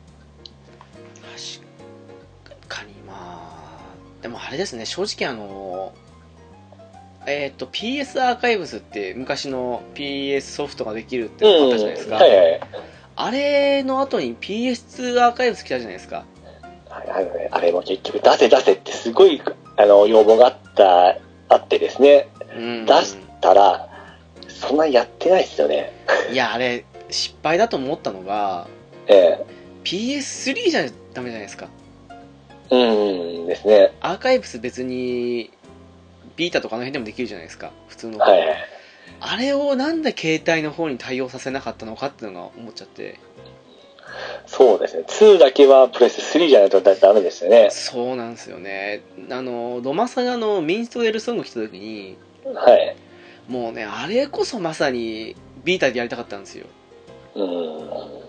かにまあでもあれですね、正直あのえっ、ー、と ピーエス アーカイブスって昔の ピーエス ソフトができるってのがあったじゃないですか。 うん、はいはい。 あれの後に ピーエスツー アーカイブス来たじゃないですか。 はいはい、あれも結局出せ出せってすごいあの要望があったあってですね、うん、出したらそんなにやってないですよね。 いやあれ失敗だと思ったのが、 ええ、 ピーエススリー じゃダメじゃないですか。 うんですね。 アーカイブス別にビータとかの辺でもできるじゃないですか、普通の。 はい、 あれをなんで携帯の方に対応させなかったのかっていうのが思っちゃって。 そうですね、ツーだけはプレステスリーじゃないとダメですよね。 そうなんですよね。あのロマサガのミンストレルソング来た時に、 はい、 もうねあれこそまさにビータでやりたかったんですよ。 うん、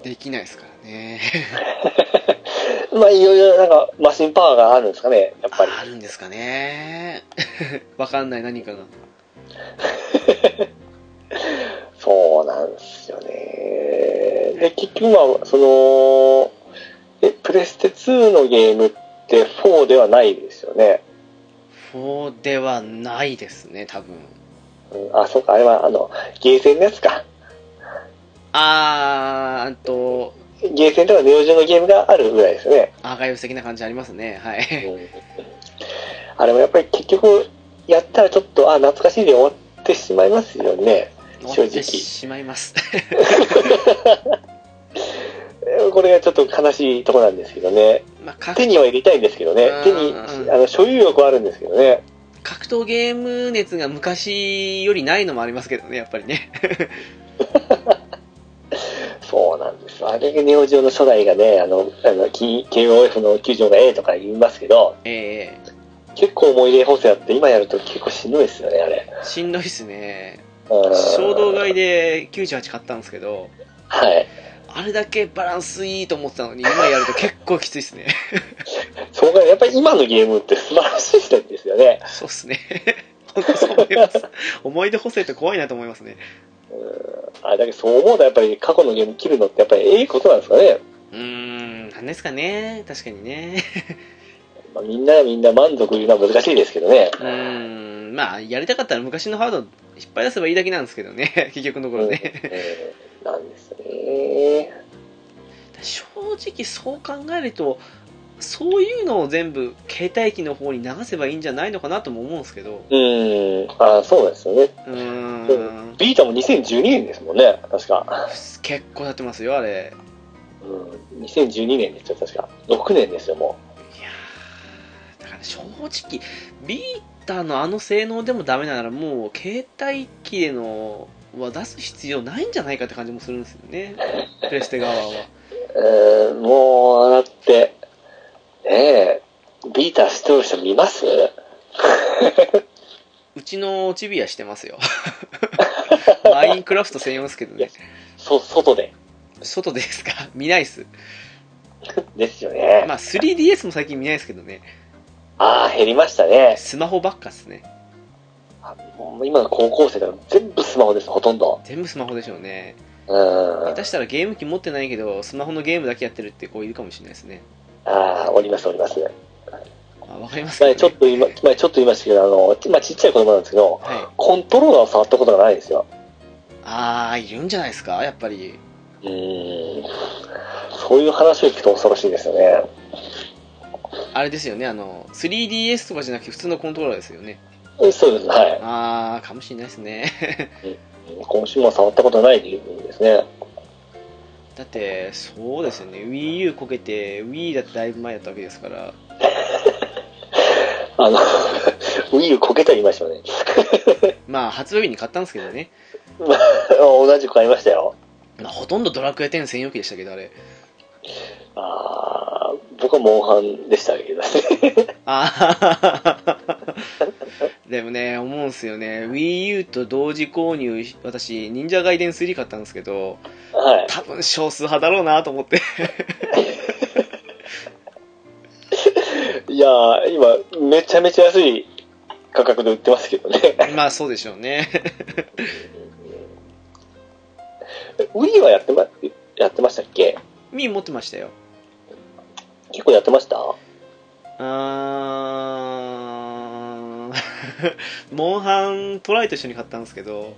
できないですからね。 まあいろいろなんかマシンパワーがあるんですかね、やっぱり。 あるんですかね。わかんない何かが。 そうなんですよね。で結局はそのえプレステツーのゲームってフォーではないですよね。 フォーではないですね多分。 うん、あ、そうか、あれはあのゲーセンのやつか。 あー、あとゲーセンとかネオジオのゲームがあるぐらいですよね。 アーカイブス的な感じありますね。はい、うん、 あれもやっぱり結局やったらちょっとあ懐かしいで終わってしまいますよね。 正直終わってしまいます。 これがちょっと悲しいところなんですけどね、まあ、手には入れたいんですけどね、手にあの所有欲はあるんですけどね。 格闘ゲーム熱が昔よりないのもありますけどね、やっぱりね。 そうなんです。あれがネオジオの初代がね、あの、あの ケーオーエフ のきゅうじゅうごが A とか言いますけど、 えー、結構思い入れ補正あって今やると結構しんどいですよね、あれ。 しんどいですね。衝動買いできゅうじゅうはち買ったんですけど、 はい。 あれだけバランスいいと思ってたのに今やると結構きついですね。 そうか、やっぱり今のゲームって素晴らしいですよね。 そうですね。本当そう思います。思い出補正って怖いなと思いますね。 うん、あれだけそう思うとやっぱり過去のゲーム切るのってやっぱりええことなんですかね。 うーん、なんですかね、確かにね。 まあ、みんながみんな満足いうのは難しいですけどね。 うーん、まあやりたかったら昔のハード引っ張り出せばいいだけなんですけどね、結局のところね。 うんえー、なんですね。 正直そう考えるとそういうのを全部携帯機の方に流せばいいんじゃないのかなとも思うんですけど。 うーん、あ、そうですよね。 うーん、 ビータもにせんじゅうにねんですもんね、確か。 結構経ってますよあれ。 うん、にせんじゅうにねんですよ、確か。ろくねんですよ、もう。いやだから正直ビータのあの性能でもダメならもう携帯機でのは出す必要ないんじゃないかって感じもするんですよね、プレステ側は。 えー、もうだってねえ、ビータしてる人見ます？ うちのチビはしてますよ。マインクラフト専用ですけどね。 そ外で外でですか？見ないっす。 ですよね。 まあ スリーディーエス も最近見ないですけどね。ああ、減りましたね。 スマホばっかっすね。 もう今の高校生だから全部スマホです、ほとんど。 全部スマホでしょうね。 うん。 下手したらゲーム機持ってないけどスマホのゲームだけやってるって子いるかもしれないですね。 ああ、おりますおります。 あ、わかりますけどね。 前ちょっと今、前ちょっと言いましたけど、あの、今ちっちゃい子供なんですけど、 はい、 コントローラーを触ったことがないんですよ。 ああ、いるんじゃないですか、やっぱり。 うーん。そういう話を聞くと恐ろしいですよね。 あれですよね、あの スリーディーエス とかじゃなくて普通のコントローラーですよね。 そうです、はい。 ああ、かもしれないですね。 今週も触ったことない理由ですね。 だってそうですよね、 WiiU こけて Wii だってだいぶ前だったわけですから。 あの Wii U こけと言いましたね。 まあ発売日に買ったんですけどね。 まあ同じく買いましたよ。 まあ、ほとんどドラクエテン専用機でしたけど、あれ。 ああ、僕はモンハンでしたけどね。 ああでもね、思うんすよね。WiiU と同時購入、私、忍者ガイデンスリー買ったんですけど、 はい。 多分少数派だろうなと思って。 いやー、今、めちゃめちゃ安い価格で売ってますけどね。 まあ、そうでしょうね。 Wii はやってま、やってましたっけ？ Wii 持ってましたよ。 結構やってました？ あーモンハントライと一緒に買ったんですけど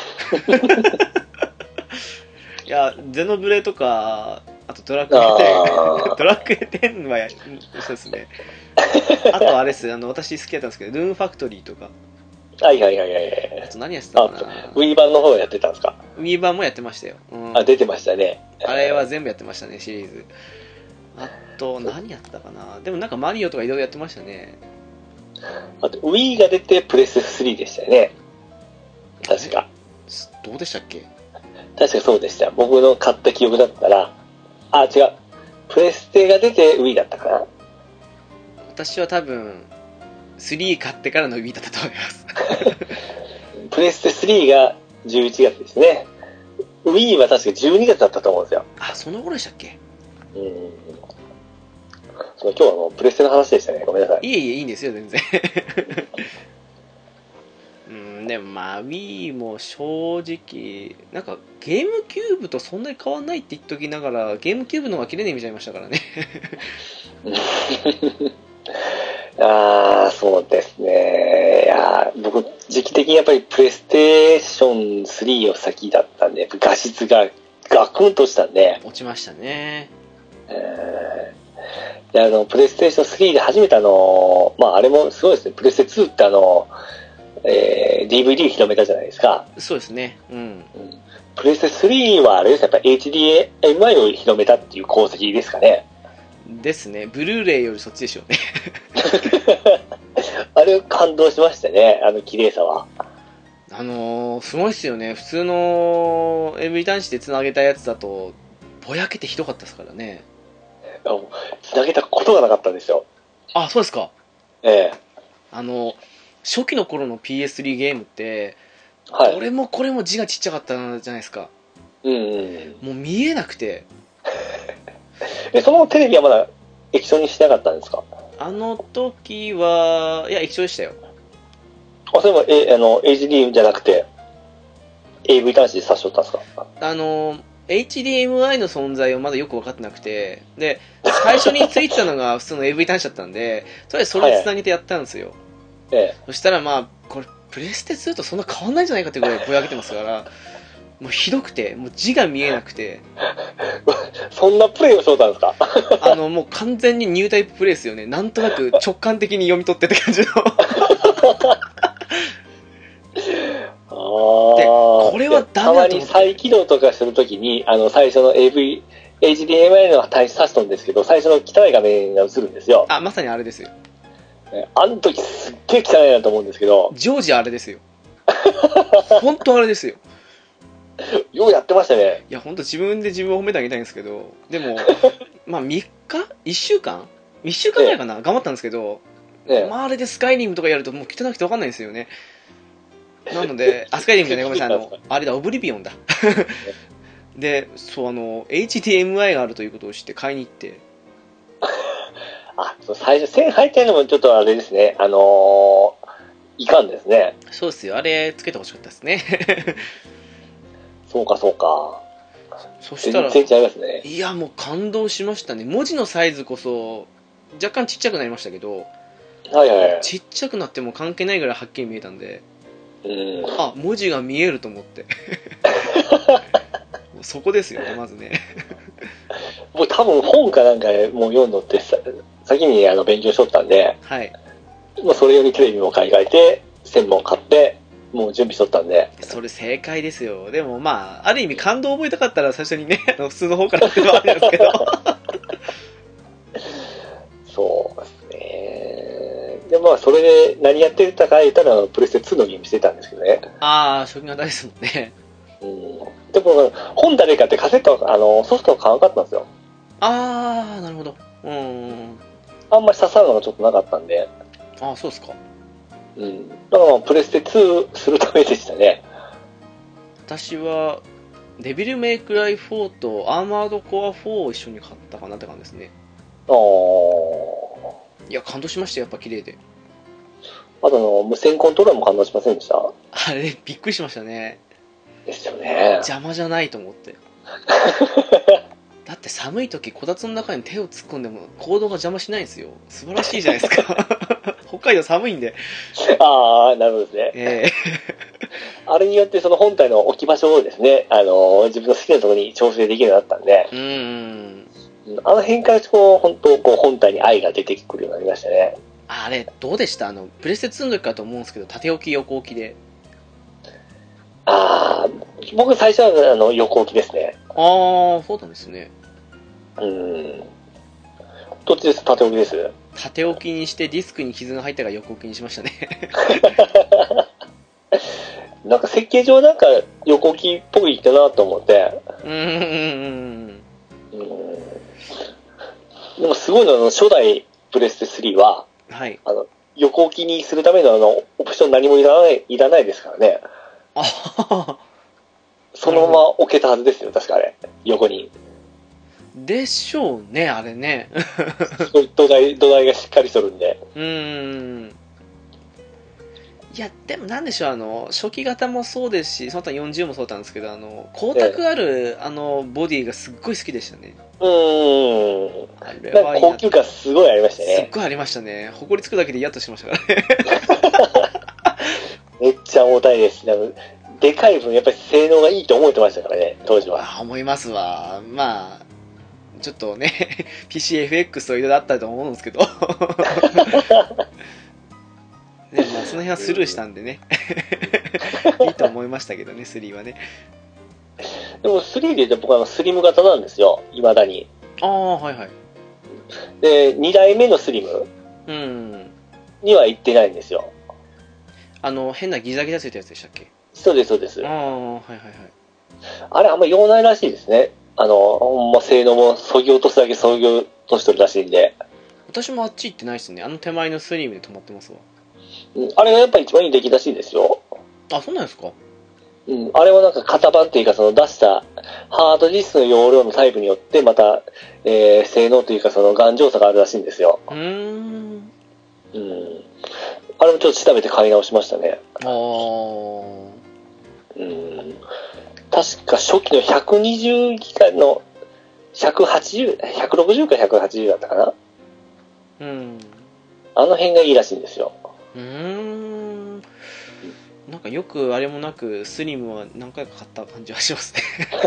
いやゼノブレとかあとドラクエテンドラクエテンはそうですね。あとあれです、あの私好きだったんですけどルーンファクトリーとか、 はいはいはいはい。 あと何やってたかな。 Wii 版の方やってたんですか？ Wii 版もやってましたよ、うん、 あ、出てましたね。 あれは全部やってましたね、シリーズ。あと何やったかな。でもなんかマリオとかいろいろやってましたね。 あと Wii が出てプレステスリーでしたよね、確か。 どうでしたっけ？ 確かそうでした。僕の買った記憶だったら、あ、違う、プレステが出て Wii だったかな。 私は多分スリー買ってからの Wii だったと思いますプレステスリーがじゅういちがつですね。Wii は確かじゅうにがつだったと思うんですよ。 あ、その頃でしたっけ？ うん。そう、今日はあのプレステの話でしたね。ごめんなさい。 いえいえ、いいんですよ、全然。うん、でもまあ Wii も正直なんかゲームキューブとそんなに変わんないって言っときながらゲームキューブの方が綺麗に見ちゃいましたからね。 ああ、そうですね。いや、僕時期的にやっぱりプレイステーションスリーを先だったんで、画質がガクンとしたんで落ちましたね。 えー、であのプレイステーションスリーで初めてあの、まああれもすごいですね。プレステツーってあの、えー、ディーブイディー 広めたじゃないですか。 そうですね。うん。うん、 プレステスリーはあれですね、やっぱ エイチディーエムアイ を広めたっていう功績ですかね。 ですね。ブルーレイよりそっちでしょうね。 あれ感動しましたね、あの綺麗さは。 あのー、すごいっすよね。普通の エムブイ 端子でつなげたやつだとぼやけてひどかったですからね。 つなげたことがなかったんですよ。 あ、そうですか。 ええ。 あの初期の頃の ピーエススリー ゲームって、 はい、 どれもこれも字がちっちゃかったじゃないですか。 うん、うん、 もう見えなくて。 え、そのテレビはまだ液晶にしなかったんですか？ あの時はいや液晶でしたよ。 あ、それもえあの エイチディー じゃなくて エーブイ 端子で差しとったんですか？ あの エイチディーエムアイ の存在をまだよく分かってなくて、で最初についてたのが普通の エーブイ 端子だったんで、とりあえずそれでつなげてやったんですよ。 はい、ええ、 そしたらまあこれプレステツーとそんな変わんないんじゃないかっていうぐらいぼやけてますから、もうひどくて、もう字が見えなくて。 そんなプレイをしとったんですか？ あのもう完全にニュータイププレイですよね。なんとなく直感的に読み取ってって感じの。 あでこれはダメだと思って。 たまに再起動とかするときにあの最初の エーブイ エイチディーエムアイ の端子差しとんですけど、最初の汚い画面が映るんですよ。 あ、まさにあれですよ。 あの時すっげえ汚いなと思うんですけど、 ジョージあれですよ。本当あれですよ。 ようやってましたね。 いや本当自分で自分を褒めてあげたいんですけど、でもまあみっかいっしゅうかんいっしゅうかんぐらいかな、ね、頑張ったんですけど、ね、まああれでスカイリムとかやるともう汚くて分かんないんですよね。なのであスカイリムじゃない、ごめんなさい、あのあれだオブリビオンだ。でそうあの エイチディーエムアイ があるということを知って買いに行って。 あ、そう最初線入ってるのもちょっとあれですね、あのー、いかんですね。 そうですよ、あれつけてほしかったですね。 そうかそうか。 そしたら全然違いますね。 いやもう感動しましたね。文字のサイズこそ若干ちっちゃくなりましたけど、 はいはいはい、 ちっちゃくなっても関係ないぐらいはっきり見えたんで、 うん、 あ文字が見えると思って。そこですよね、まずね。 僕多分本かなんかもう読んどってさ先にあの勉強しとったんで、 はい、 もうそれよりテレビも買い替えて線も買ってもう準備しとったんで。 それ正解ですよ。でもまあ、ある意味感動を覚えたかったら最初にね、あの普通の方からっていうのはあるんですけど。 そうですね。で、まあ、それで何やってたか言ったら、プレステツーのゲームしてたんですけどね。 ああ、初期型ですもんね。 うん。でも、本誰かってカセット、あの、ソフトを買わなかったんですよ。 ああ、なるほど。うん。 あんまり刺さるのがちょっとなかったんで。 ああ、そうですか。 うん。だから、プレステツーするためでしたね。 私は、デビルメイクライフォーとアーマードコアフォーを一緒に買ったかなって感じですね。 あー。 いや、感動しましたよ、やっぱ綺麗で。 あとの、無線コントローラーも感動しませんでした？ あれ、びっくりしましたね。 ですよね。 邪魔じゃないと思って。だって寒い時、こたつの中に手を突っ込んでも、行動が邪魔しないんですよ。素晴らしいじゃないですか。北海道寒いんで。 ああ、なるほどですね。 ええあれによってその本体の置き場所をですね、あの、自分の好きなところに調整できるようになったんで、 うーん。 あの辺からこう、本当こう、本体に愛が出てくるようになりましたね。 あれ、どうでした？あの、プレステツーの時かと思うんですけど、縦置き横置きで。 ああ、僕最初はあの横置きですね。 ああ、そうなんですね。 うん。どっちです？縦置きです。 縦置きにしてディスクに傷が入ったから横置きにしましたね。 なんか設計上なんか横置きっぽいかなと思って。 うーん。 うんでもすごいのは、あの初代プレステスリーは、 はい。 あの、横置きにするためのあの、オプション何もいらない、いらないですからね。 あははそのまま置けたはずですよ、確かあれ。横に。 でしょうね、あれね。 すごい土台、土台がしっかりしとるんで。 うーん。いや、でもなんでしょう、あの、初期型もそうですし、その他よんじゅうもそうだったんですけど、あの、光沢ある、あの、ボディがすっごい好きでしたね。 うーん。 あれなんはいいなか高級感すごいありましたすっね。 ごいありましたね。ほこりつくだけでイヤッとしましたからね。 めっちゃ重たいですし、なんかでかい分やっぱり性能がいいと思ってましたからね、当時は。 あ思いますわ。まあ、ちょっとね、ピーシーエフエックス といろいろあったと思うんですけど。ね、まあ、その辺はスルーしたんでね。いいと思いましたけどね、スリーはね。 でもスリーで言うと僕はあのスリム型なんですよ、未だに。 ああ、はいはい。 で、に代目のスリムうん。 には行ってないんですよ。 あの、変なギザギザついたやつでしたっけ？ そうです、そうです。 ああ、はいはいはい。 あれあんま用ないらしいですね。あの、ほんま性能も削ぎ落とすだけ削ぎ落としてるらしいんで。 私もあっち行ってないですね。あの手前のスリムで止まってますわ。 うんあれがやっぱり一番いい出来らしいですよ。 あ、そうなんですか？ うん、あれはなんか型番っていうかその出したハードディスクの容量のタイプによってまた、えー、性能というかその頑丈さがあるらしいんですよ。 うーん。 うん。あれもちょっと調べて買い直しましたね。 ああ。 うん。確か初期のひゃくにじゅうギガのひゃくはちじゅう、ひゃくろくじゅうかひゃくはちじゅうだったかな。 うん。 あの辺がいいらしいんですよ。 うーん。なんかよくあれもなくスリムは何回か買った感じはしますね。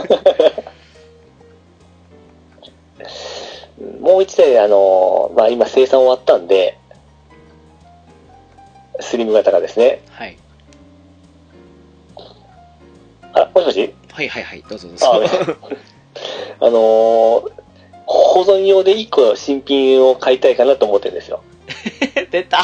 もう一台、あの、まあ今生産終わったんで、スリム型がですね。 はい。 あ、もしもしはいはいはい、どうぞどうぞ。 あ、あのー保存用でいっこ新品を買いたいかなと思ってるんですよ。 出た。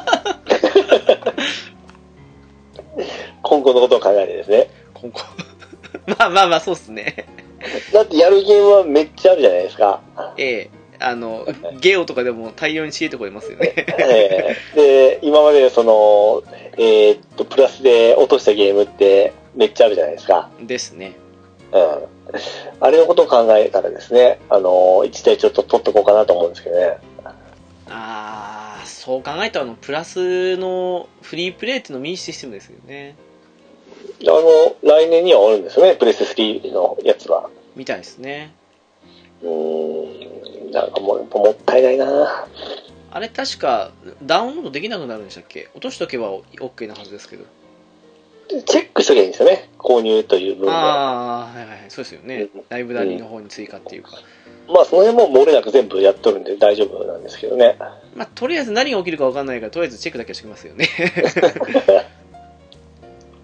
今後のことを考えてですね。 今後。まあまあまあ、そうっすね。 だってやるゲームはめっちゃあるじゃないですか。 ええ。あの、ゲオとかでも大量に仕入れてこれますよね。 えーで、今までその、えーっと、プラスで落としたゲームってめっちゃあるじゃないですか。 ですね。 うん。あれのことを考えたらですね、あの、一台ちょっと取っとこうかなと思うんですけどね。 ああ、そう考えたらあの、プラスのフリープレイっていうのもいいシステムですよね。 あの、来年にはあるんですよね、プレステスリーのやつは。 みたいですね。 うーん、なんかもう、もったいないな。 あれ確かダウンロードできなくなるんでしたっけ？落としとけば OK なはずですけど。 チェックしときゃいいんですよね、購入という部分で。 ああ、はいはいはい、そうですよね。 うんライブラリーの方に追加っていうか。 まあ、その辺も漏れなく全部やっとるんで大丈夫なんですけどね。 まあ、とりあえず何が起きるか分かんないから、とりあえずチェックだけはしておきますよね。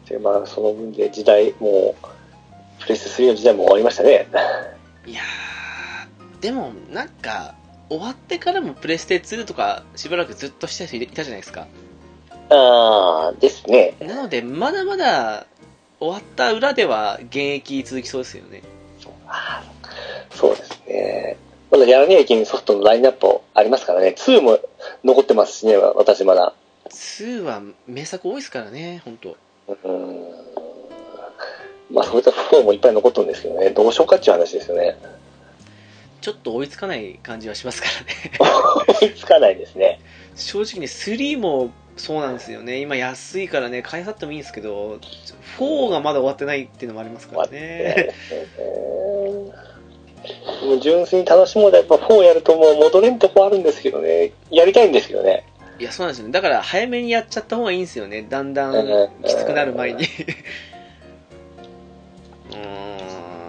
で、まあ、その分で時代、もう、プレステスリーの時代も終わりましたね。 いやー、でも、なんか、終わってからもプレステツーとか、しばらくずっとした人いたじゃないですか。 あー、ですね。 なので、まだまだ、終わった裏では、現役続きそうですよね。 あそうですね。まだやらねえけにソフトのラインナップありますからね。ツーも残ってますしね、私まだ。 ツーは名作多いですからね、本当。 うーん。まあ、そういったフォーもいっぱい残ってるんですけどね、どうしようかっていう話ですよね。 ちょっと追いつかない感じはしますからね。 追いつかないですね。 正直ね、スリーもそうなんですよね。今安いからね、買い去ってもいいんですけど、フォーがまだ終わってないっていうのもありますからね。 もう純粋に楽しもうとやっぱフォーやるともう戻れんとこあるんですけどね。やりたいんですけどね。 いや、そうなんですよね。だから早めにやっちゃった方がいいんですよね。だんだんきつくなる前に。うーん。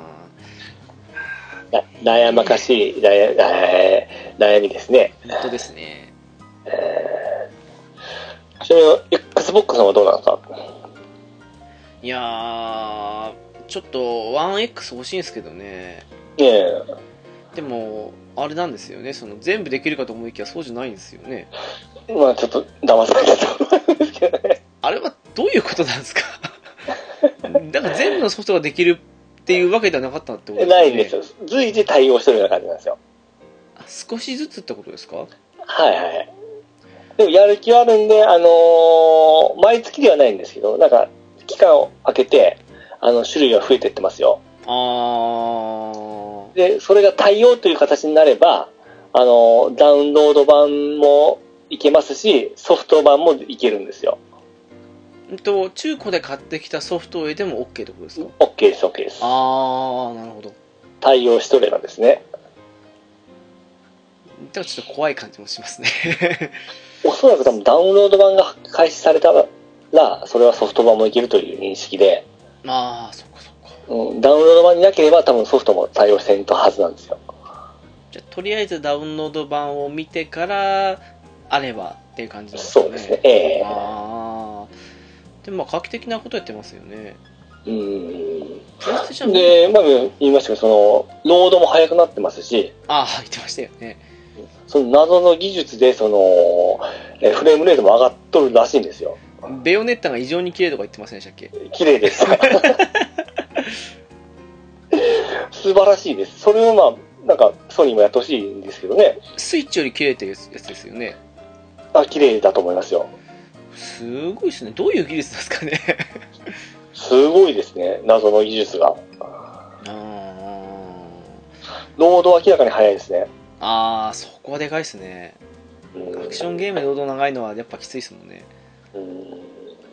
悩まかしい悩悩みですね。 本当ですね。 えー、ちなみに Xbox さんはどうなんですか？ いやー、ちょっと ワンエックス 欲しいんですけどね。 ええ。 でも、あれなんですよね。その全部できるかと思いきやそうじゃないんですよね。 まあちょっと騙されたと思うんですけどね。 あれはどういうことなんですか？だから全部のソフトができるっていうわけではなかったってことですね。 ないんですよ。随時対応してるような感じなんですよ。 少しずつってことですか？ はいはい。でもやる気はあるんで、あのー、毎月ではないんですけど、なんか、期間を空けて、あの、種類が増えていってますよ。 あー。 で、それが対応という形になれば、あの、ダウンロード版もいけますし、ソフト版もいけるんですよ。 んと、中古で買ってきたソフトを入れても OK ってことですか？ OK です、OK です。 あー、なるほど。 対応しとればですね。 でもちょっと怖い感じもしますね。 おそらく多分ダウンロード版が開始されたら、それはソフト版もいけるという認識で、 あー、そっかそっか。 うん、ダウンロード版になければ多分ソフトも対応してるはずなんですよ。 じゃあとりあえずダウンロード版を見てからあればっていう感じなんですかね。 そうですね。ええー。 あー。でもまあ画期的なことやってますよね。 うん。 プレイステーションで、まあ言いましたけど、その、ロードも速くなってますし、 あー、言ってましたよね。 その謎の技術で、その、えフレームレートも上がっとるらしいんですよ。 ベヨネッタが異常に綺麗とか言ってませんでしたっけ？ 綺麗です。素晴らしいです。それをまあ、なんか、ソニーもやってほしいんですけどね。 スイッチより綺麗っていうやつですよね。 あ、綺麗だと思いますよ。 すごいですね。どういう技術ですかね。 すごいですね、謎の技術が。 あロードは明らかに速いですね。 あー、そこはでかいですね。 うん、 アクションゲームでロード長いのはやっぱきついですもんね。 うん、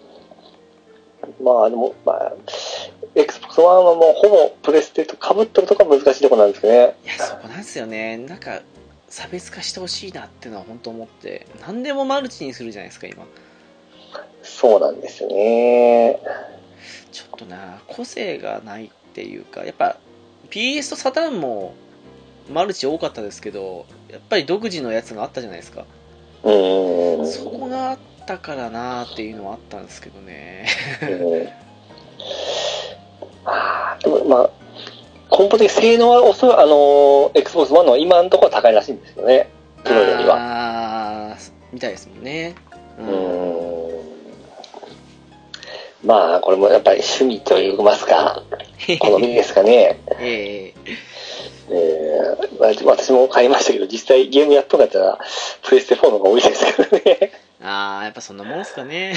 まあでも、まあ、Xbox One はもうほぼプレステと被ってるとか難しいところなんですけどね。 いや、そこなんですよね。なんか、差別化してほしいなっていうのは本当思って。何でもマルチにするじゃないですか、今。 そうなんですよね。 ちょっとな、個性がないっていうか、やっぱ ピーエス とサターンもマルチ多かったですけど、やっぱり独自のやつがあったじゃないですか。 うん。 そこがあったからなっていうのはあったんですけどね。 うんあでもまあ、根本的に性能は遅い、あの、Xbox One の今のところは高いらしいんですよね。プロよりは。 あー、みたいですもんね。 うん。んまあ、これもやっぱり趣味といいますか、好みですかね。 えええーまあ、私も買いましたけど、実際ゲームやっとかやったら、プレステフォーの方が多いですけどね。 あー、やっぱそんなもんすかね。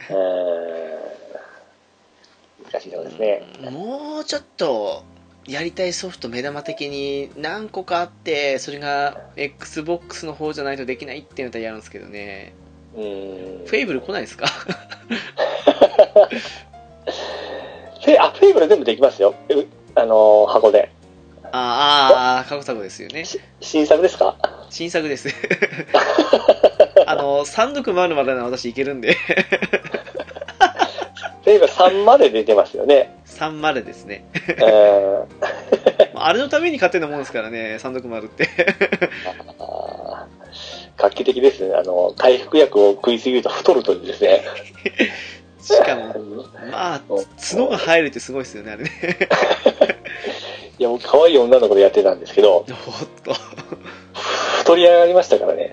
難しいところですね。 もうちょっとやりたいソフト目玉的に何個かあって、それが Xbox の方じゃないとできないっていうのだったらやるんですけどね。 うん。 フェイブル来ないですか？ フェあ、フェイブル全部できますよ。あのー、箱で。 あーあー、過去作ですよね。 新作ですか？ 新作です。あの、さんろくまるまでの私いけるんで。 フェイブルさんまで出てますよね。 さんじゅうですね。 えー、 あれのために買ってるもんですからね、さんろくまるって。 あ画期的ですね。あの、回復薬を食いすぎると太るというですね。 しかも、まあ、角が生えるってすごいですよね、あれね。 いや、もう可愛い女の子でやってたんですけど、 おっと。 太り上がりましたからね。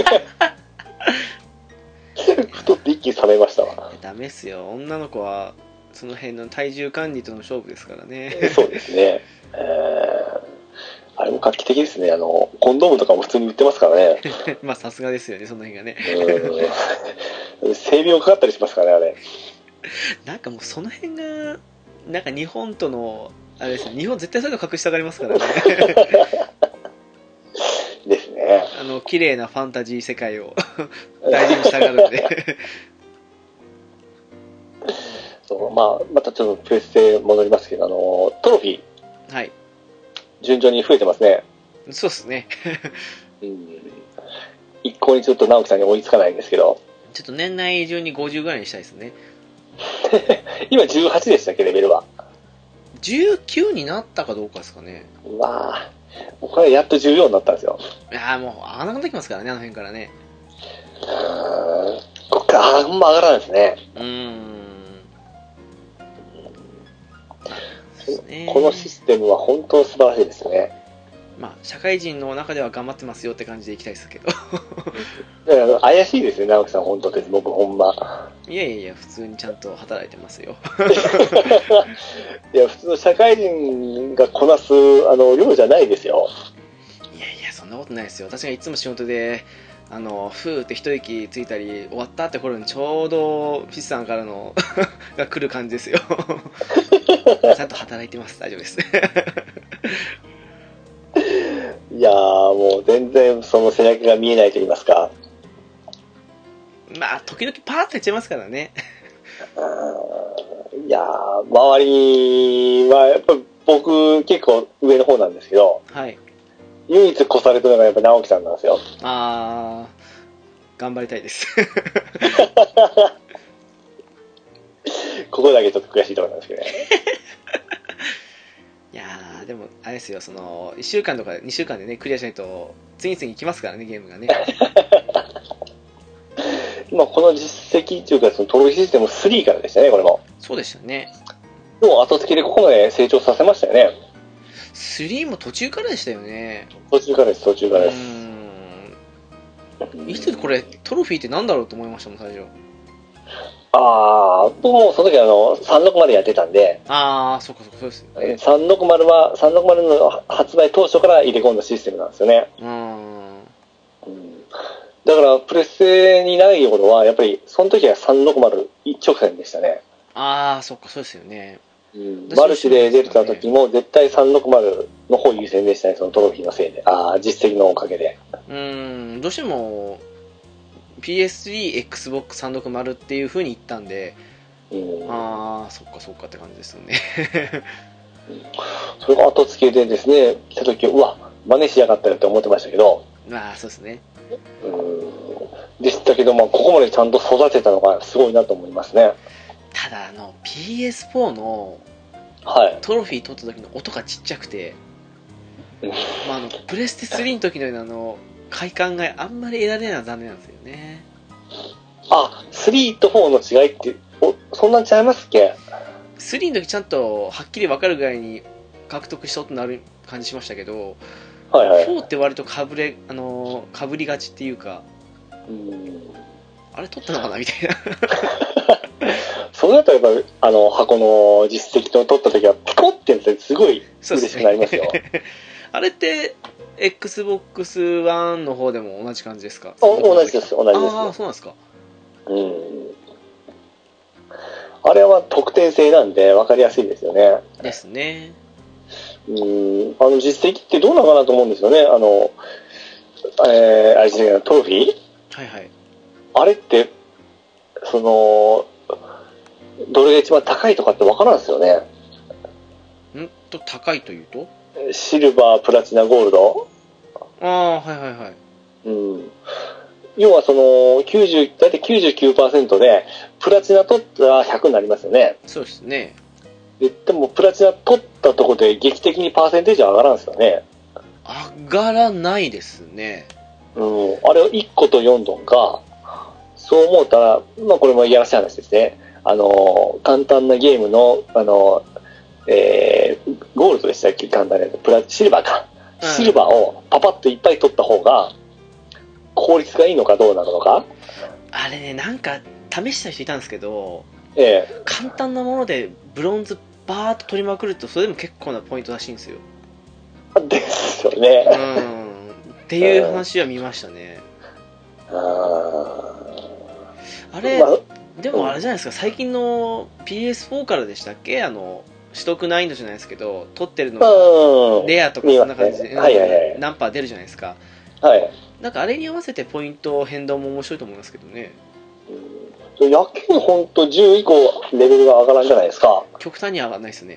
太って一気に冷めましたわ。 ダメっすよ。女の子は、その辺の体重管理との勝負ですからね。 そうですね。えー、あれも画期的ですね。あの、コンドームとかも普通に売ってますからね。 まあ、さすがですよね、その辺がね。 うん。整備もかかったりしますからね、あれ。 なんかもうその辺が、なんか日本との、あれですね、日本絶対そういうの隠したがりますからね。 ですね。 あの、綺麗なファンタジー世界を大事にしたがるんで。 そう、まあ、またちょっとプレステ戻りますけど、あの、トロフィー。 はい。 順調に増えてますね。 そうっすね。 うん。一向にちょっと直樹さんに追いつかないんですけど。 ちょっと年内中にごじゅうぐらいにしたいですね。 今じゅうはちでしたっけ、レベルは。 じゅうきゅうになったかどうかですかね。 うわぁ。僕はやっとじゅうよんになったんですよ。 いやーもう上がらなくなってきますからね、あの辺からね。 うーん。こっからあんま上がらないですね。 うーん。ね、 このシステムは本当素晴らしいですよね。 まあ、社会人の中では頑張ってますよって感じでいきたいですけど。 だから怪しいですよ、直樹さん、本当です。僕、ほんま。 いやいやいや、普通にちゃんと働いてますよ。 いや、普通の社会人がこなす、あの、量じゃないですよ。 いやいや、そんなことないですよ。私がいつも仕事で、あの、ふーって一息ついたり、終わったって頃にちょうど、ピッさんからのが来る感じですよ。ちゃんと働いてます。大丈夫です。 いやー、もう全然その背中が見えないと言いますか。 まあ、時々パーッとやっちゃいますからね。 いやー、周りは、やっぱ僕、結構上の方なんですけど、 はい。 唯一越されたのがやっぱ直樹さんなんですよ。 あー、頑張りたいです。 ここだけちょっと悔しいところなんですけどね。 いやー、でも、あれですよ、その、いっしゅうかんとかにしゅうかんでね、クリアしないと、次々来ますからね、ゲームがね。 今、この実績というか、そのトロフィーシステムスリーからでしたね、これも。 そうでしたね。 もう後付けでここまで成長させましたよね。 スリーも途中からでしたよね。 途中からです、途中からです。 うーん。いつこれ、トロフィーってなんだろうと思いましたもん、最初。 ああ、僕もその時あの、さんろくまるやってたんで、 あー、そっかそっか、そうですよね。 さんろくまるは、さんろくまるの発売当初から入れ込んだシステムなんですよね。 うーん。 うん、だから、プレステにない頃は、やっぱり、その時はさんろくまる一直線でしたね。 あー、そっか、そうですよね。 うん、マルチで出てた時も、絶対さんろくまるの方優先でしたね、そのトロフィーのせいで。ああ、実績のおかげで。 うーん、どうしても、ピーエススリー、Xbox さんろくまるっていう風に言ったんで、 うん、 あー、そっかそっかって感じですよね。 それが後付けでですね、来た時、うわ、真似しやがったよって思ってましたけど、 まあ、そうですね。 うんでしたけど、まあ、ここまでちゃんと育てたのがすごいなと思いますね。 ただ、あの、ピーエスフォー のはい。 トロフィー取った時の音がちっちゃくて、 うんまあ、あの、プレステスリーの時のような、あの、快感があんまり得られないのは残念なんですよね。 あ、スリーとフォーの違いって、おそんなに違いますっけ？ スリーの時ちゃんとはっきり分かるぐらいに獲得したとなる感じしましたけど、 はいはい。 フォーって割とかぶれ、あの、かぶりがちっていうか、 うんあれ取ったのかなみたいな。 それだったらやっぱあの箱の実績と取った時はピコってやつですごい嬉しくなりますよ。 あれって Xbox One の方でも同じ感じですか？ お同じです同じです。 ああ、そうなんですか。 うん。あれは得点制なんで分かりやすいですよね。 ですね。 うん、あの実績ってどうなのかなと思うんですよね。あの、えー、あれじゃないトロフィー？ はいはい。 あれって、その、どれが一番高いとかって分からんですよね。 んと、高いというと？ シルバー、プラチナ、ゴールド。 ああ、はいはいはい。 うん。要はその、きゅうじゅう、だいたい きゅうじゅうきゅうパーセント で、プラチナ取ったらひゃくになりますよね。 そうですね。 で、でもプラチナ取ったところで劇的にパーセンテージは上がらんですよね。 上がらないですね。 うん。あれをいっことよんドンか、そう思ったら、まあこれもいやらしい話ですね。 あの、簡単なゲームの、あの、えー、ゴールドでしたっけ簡単なやつ。プラ、シルバーか。シルバーをパパッといっぱい取った方が、効率がいいのかどうなのか。 あれね、なんか、試した人いたんですけど、 ええ。 簡単なものでブロンズバーっと取りまくると、それでも結構なポイントらしいんですよ。 ですよね。 うん。っていう話は見ましたね。 ああれ、まあ、でもあれじゃないですか、最近の ピーエスフォー からでしたっけ、あの取得難易度じゃないですけど、取ってるのがレアとかそんな感じで、ね、はいはいはい、何パー出るじゃないですか。 はい。 なんかあれに合わせてポイント変動も面白いと思いますけどね。 うん、やけに本当じゅう以降レベルが上がらんじゃないですか。 極端に上がらないですね。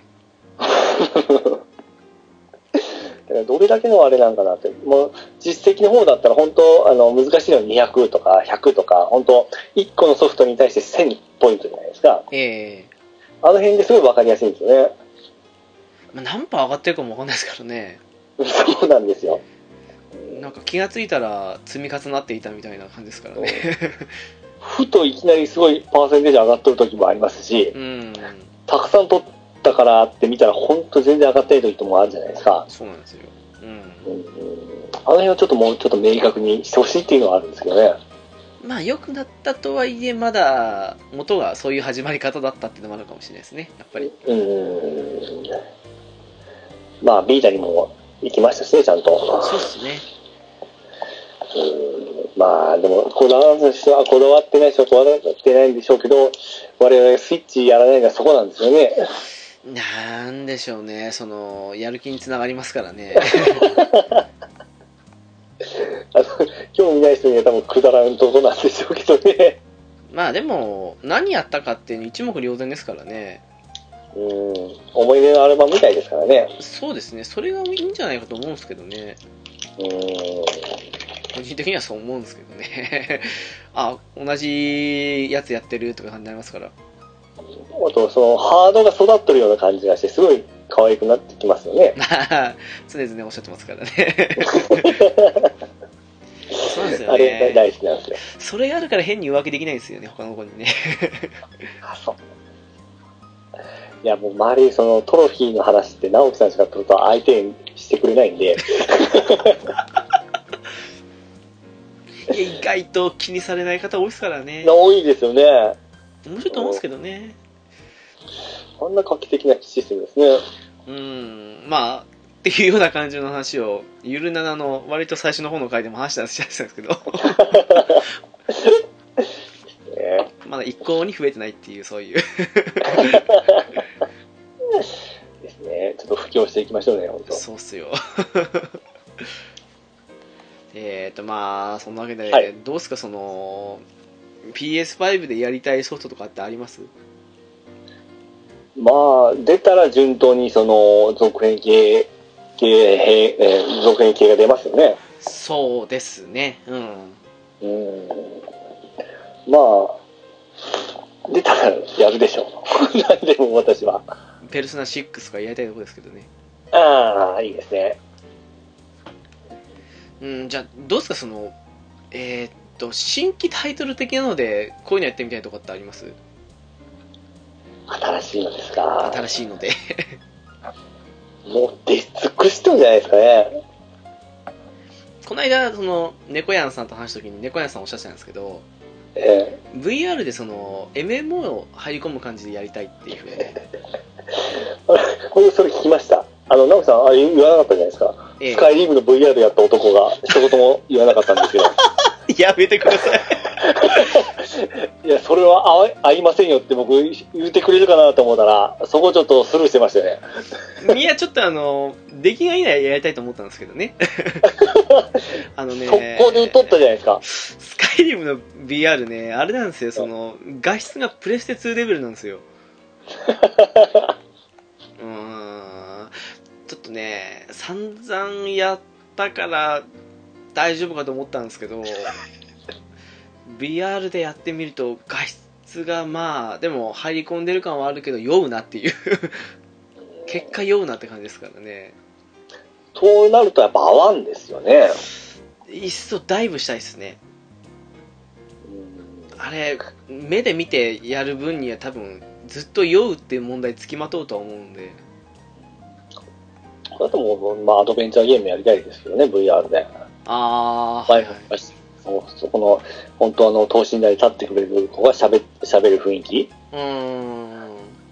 だからどれだけのあれなんかなって、もう実績の方だったら本当あの難しいのにひゃくとかひゃくとか、本当いっこのソフトに対してせんポイントじゃないですか。 ええー、あの辺ですごい分かりやすいんですよね。 まあ、何パー上がってるかも分かんないですからね。 そうなんですよ。 なんか気がついたら積み重なっていたみたいな感じですからね。 ふといきなりすごいパーセンテージ上がってる時もありますし、うん、たくさん取ったからって見たら本当全然上がってない時もあるじゃないですか。 そうなんですよ。うん。うん、 あの辺はちょっともうちょっと明確にしてほしいっていうのはあるんですけどね。 まあ良くなったとはいえ、まだ元がそういう始まり方だったっていうのもあるかもしれないですね、やっぱり。 うん。まあビータにも行きましたしね、ちゃんと。 そうですね。 うん、まあでもこだわる人はこだわってない人はこだわってないんでしょうけど、我々スイッチやらないのはそこなんですよね。 なんでしょうね、そのやる気につながりますからね。 あの興味ない人には多分くだらんとこなんでしょうけどね。 まあでも何やったかっていうの一目瞭然ですからね。 うん、思い出のアルバムみたいですからね。 そうですね、それがいいんじゃないかと思うんですけどね。うん、個人的にはそう思うんですけどね。あ、同じやつやってるとか感じになりますから。 あとそのハードが育ってるような感じがしてすごい可愛くなってきますよね。 常々おっしゃってますからね。そうなんですよね。 あれ大好きなんですよ。 それがあるから変に浮気できないんですよね、他の子にね。 あ、そう。いやもう周りそのトロフィーの話って直樹さんしか取ると相手にしてくれないんで。 いや意外と気にされない方多いですからね。 多いですよね。 面白いと思うんですけどね。 あんな画期的なシステムですね。 うん、まあっていうような感じの話をゆるななの割と最初の方の回でも話したんですけど。ね、まだ一向に増えてないっていうそういうですね。ちょっと布教していきましょうね、本当。 そうっすよ。えっとまあそんなわけで、はい、どうすかその ピーエスファイブ でやりたいソフトとかってあります？ まあ出たら順当にその続編系系、えー、続編系が出ますよね。 そうですね。うん。 うん。まあ出たらやるでしょう。なんでも私は。 ペルソナシックスがやりたいところですけどね。 ああいいですね。 うん、じゃあどうですかそのえー、っと新規タイトル的なのでこういうのやってみたいとかってあります？ 新しいのですか？ 新しいのでもう出尽くしてるんじゃないですかね。 この間その猫やんさんと話した時に猫やんさんおっしゃってたんですけど、 ええ、 ブイアール でその エムエムオー を入り込む感じでやりたいっていうふうにほんとそれ聞きました。あの直樹さんあれ言わなかったじゃないですか、ええ、スカイリームの ブイアール やった男が一言も言わなかったんですけどやめてくださいいやそれは合合いませんよって僕言ってくれるかなと思ったらそこちょっとスルーしてましたよね。いやちょっとあの出来がいいならやりたいと思ったんですけどねあのね速攻で言っとったじゃないですか。 スカイリームの ブイアール ねあれなんですよ、その画質がプレステツーレベルなんですようーんちょっとね散々やったから大丈夫かと思ったんですけどブイアール でやってみると画質がまあでも入り込んでる感はあるけど酔うなっていう結果酔うなって感じですからね。 そうなるとやっぱ合わんですよね。 いっそダイブしたいですね。 あれ目で見てやる分には多分ずっと酔うっていう問題つきまとうとは思うんで。 だともう、まあ、アドベンチャーゲームやりたいですけどね、ブイアールで。 ああ、はいはい。 そ, そこの、本当あの、等身大で立ってくれる子がしゃべる雰囲気うーん。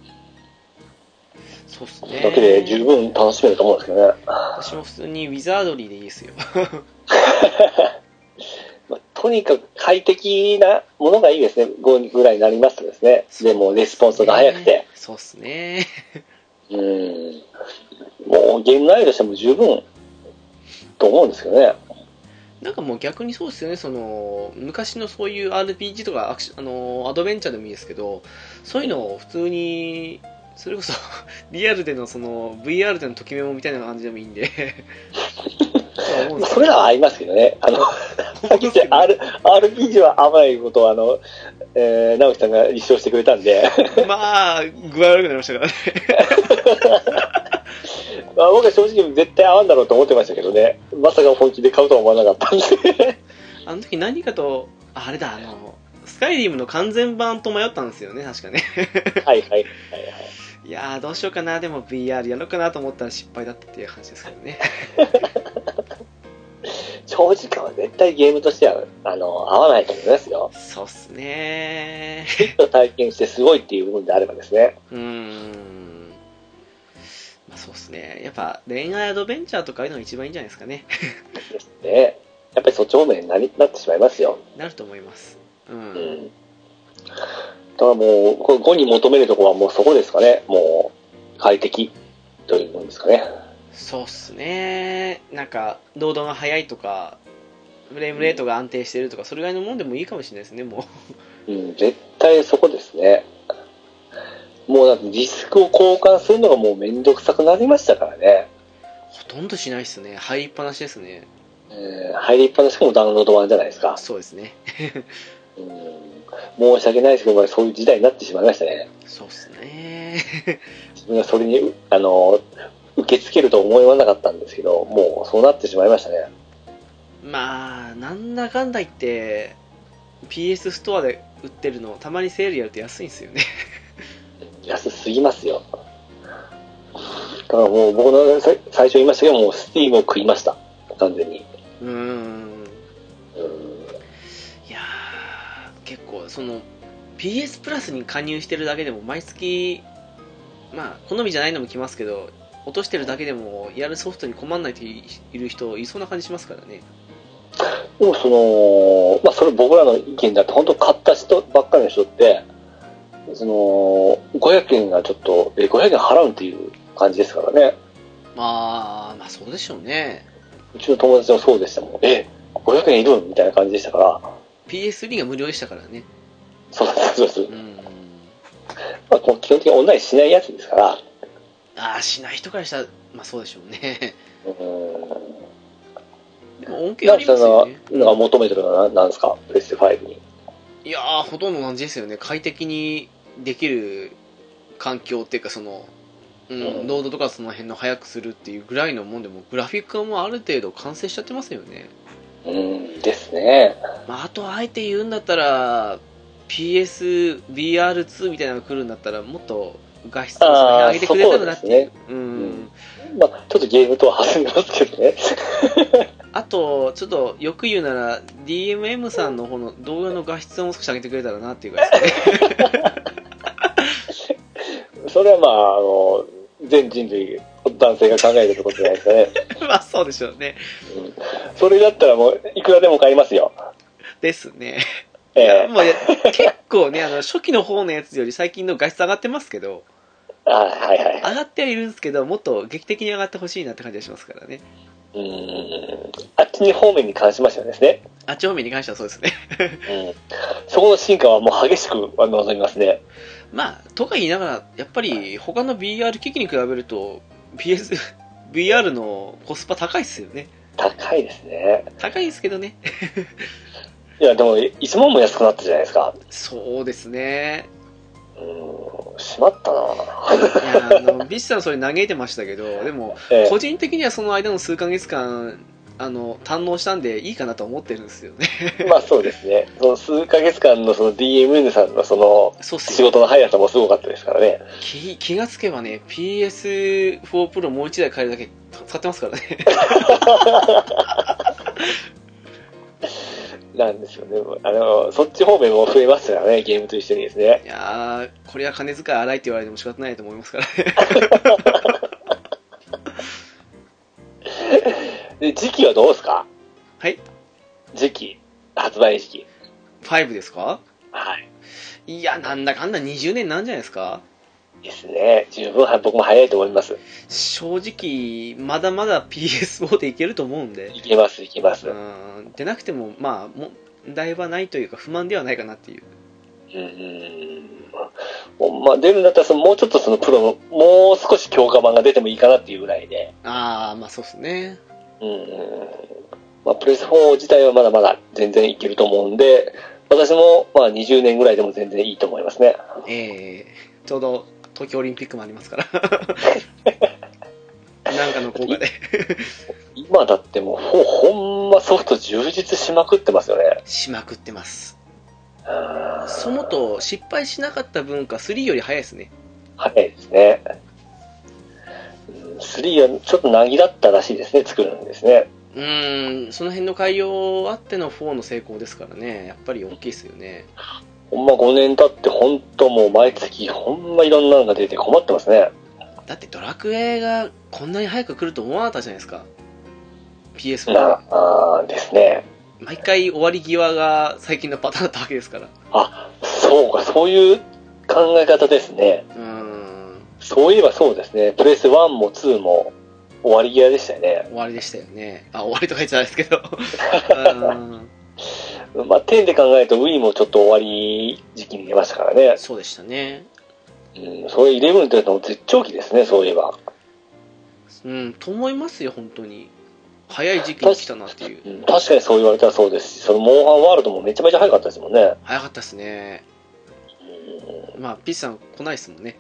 そうっすね。 だけで十分楽しめると思うんですけどね。 私も普通にウィザードリーでいいですよ。 まあ、とにかく快適なものがいいですね。ごぐらいになりますとですね。でもレスポンスが早くて。 そうっすね。 うん。もうゲーム内容としても十分と思うんですけどね。 なんかもう逆にそうですよね。その昔のそういう アールピージー とかアクシあのアドベンチャーでもいいですけど、そういうのを普通にそれこそリアルでのその ブイアール でのときメモみたいな感じでもいいんで。 それらは合いますけどね。あの、さっき言って R、アールピージー は合わないことを、あの、えー、直樹さんが立証してくれたんで。 まあ、具合悪くなりましたからね。 まあ僕は正直絶対合わんだろうと思ってましたけどね。まさか本気で買うとは思わなかったんで。 あの時何かと、あれだ、あの、スカイリムの完全版と迷ったんですよね、確かね。 はいはいはいはい。 いやーどうしようかな、でも ブイアール やろうかなと思ったら失敗だったっていう話ですけどね。 長時間は絶対ゲームとしてはあの合わないと思いますよ。 そうっすねー。体験してすごいっていう部分であればですね。 うーん。まあそうっすね。やっぱ恋愛アドベンチャーとかああいうのが一番いいんじゃないですかね。 ですね。やっぱりそっち方面になりなってしまいますよ。 なると思います。うん。うん、 だからもう、これごに求めるところはもうそこですかね。もう、快適というものですかね。 そうっすね。なんか、ロードが速いとか、フレームレートが安定してるとか、それぐらいのもんでもいいかもしれないですね、もう。うん、絶対そこですね。もうだってディスクを交換するのがもうめんどくさくなりましたからね。 ほとんどしないっすね。入りっぱなしですね。 えー、入りっぱなしもダウンロード版じゃないですか。 そうですね。 うん、申し訳ないですけど、そういう時代になってしまいましたね。 そうっすね。 自分がそれに、あの、受け付けると思わなかったんですけど、もうそうなってしまいましたね。 まあ、なんだかんだ言って、ピーエス ストアで売ってるの、たまにセールやると安いんですよね。 安すぎますよ。だからもう僕の最初言いましたけど、もうスティームを食いました。完全に。 うーん。いやー、結構、その、ピーエス プラスに加入してるだけでも毎月、まあ、好みじゃないのも来ますけど、落としてるだけでもやるソフトに困んないといる人いそうな感じしますからね。 でもその、まあそれ僕らの意見だって本当買った人ばっかりの人って、その、ごひゃくえんがちょっと、え、ごひゃくえん払うっていう感じですからね。 まあ、まあそうでしょうね。 うちの友達もそうでしたもん。え、ごひゃくえんいるみたいな感じでしたから。 ピーエススリー が無料でしたからね。 そうそうそう。 うん。 まあ基本的にオンラインしないやつですから。 ああ、しない人からしたら、まあそうでしょうね。 うん。 でも恩恵ありますよね。 なんか求めてるのは何ですか、プレステファイブに。 いやー、ほとんど同じですよね。快適にできる環境っていうか、その、うん、うん、ロードとかその辺の速くするっていうぐらいのもんでも、グラフィックはもうある程度完成しちゃってますよね。 うんですね。 まあ、あとあえて言うんだったら ピーエスビーアールツー みたいなのが来るんだったらもっと画質を上げてくれたらなっていう、 ね、 うん、うん、 まあちょっとゲームとは外れますけどね。 あとちょっとよく言うなら ディーエムエム さんの方の動画の画質をもう少し上げてくれたらなっていうかですね。それはまああの全人類男性が考えることじゃないですかね。 まあそうでしょうね、 うん、それだったらもういくらでも買いますよ。 ですね。 えー、 いやもう結構ねあの初期の方のやつより最近の画質上がってますけど、 あ、はいはい、 上がってはいるんですけどもっと劇的に上がってほしいなって感じがしますからね。 うーん、あっちに方面に関しましてはですね。 あっち方面に関してはそうですね。 うん、そこの進化はもう激しく望みますね。 まあとか言いながらやっぱり他の ビーアール 機器に比べると ピーエス ブイアール のコスパ高いっすよね。 高いですね。 高いですけどね。 いやでもいちまんも安くなったじゃないですか。 そうですね。 うん、しまったな。 いやあのビッシさんそれ嘆いてましたけど、でも、ええ、個人的にはその間の数ヶ月間あの堪能したんでいいかなと思ってるんですよね。 まあそうですね。その数ヶ月間のその ディーエムエヌ さんのその仕事の速さもすごかったですからね。 気, 気がつけばね ピーエスフォー Pro もう一台買えるだけ使ってますからね。 なんですよね。あのそっち方面も増えますからね、ゲームと一緒にですね。 いやー、これは金遣い荒いって言われても仕方ないと思いますからね。 で時期はどうですか？ はい。 時期、発売時期。 ごですか？ はい。 いや、なんだかんだにじゅうねんなんじゃないですか？ ですね。十分僕も早いと思います。 正直、まだまだ ピーエスフォー でいけると思うんで。 いけます、いけます。 うん。でなくても、まあ、問題はないというか、不満ではないかなっていう。 うん。まあ、出るんだったらその、もうちょっとそのプロの、もう少し強化版が出てもいいかなっていうぐらいで。 ああ、まあそうですね。 うん。まあ、プレスフォー自体はまだまだ全然いけると思うんで、私もまあにじゅうねんぐらいでも全然いいと思いますね。 ええー、ちょうど東京オリンピックもありますから。なんかの効果で。 今だってもうほ、ほんまソフト充実しまくってますよね。 しまくってます。そのと失敗しなかった分かスリーより早いですね。 早いですね。スリーはちょっとなぎだったらしいですね、作るんですね。 うーん、その辺の改良あってのフォーの成功ですからね、やっぱり大きいですよね。 ほんまごねん経って本当もう毎月ほんまいろんなのが出て困ってますね。 だってドラクエがこんなに早く来ると思わなかったじゃないですか。ピーエスフォー は。 ああですね。 毎回終わり際が最近のパターンだったわけですから。 あ、そうか、そういう考え方ですね。 うーん。 そういえばそうですね。プレスワンもツーも終わり際でしたよね。 終わりでしたよね。あ、終わりとか言っちゃないですけど。 うん。まあ、点で考えると Wii もちょっと終わり時期に出ましたからね。 そうでしたね。 うん、それじゅういちってのも絶頂期ですね、そういえば。 うん、と思いますよ、本当に。早い時期に来たなっていう。 うん、確かにそう言われたらそうですし、そのモンハンワールドもめちゃめちゃ早かったですもんね。 早かったですね。うん、まあ、ピッチさん来ないですもんね。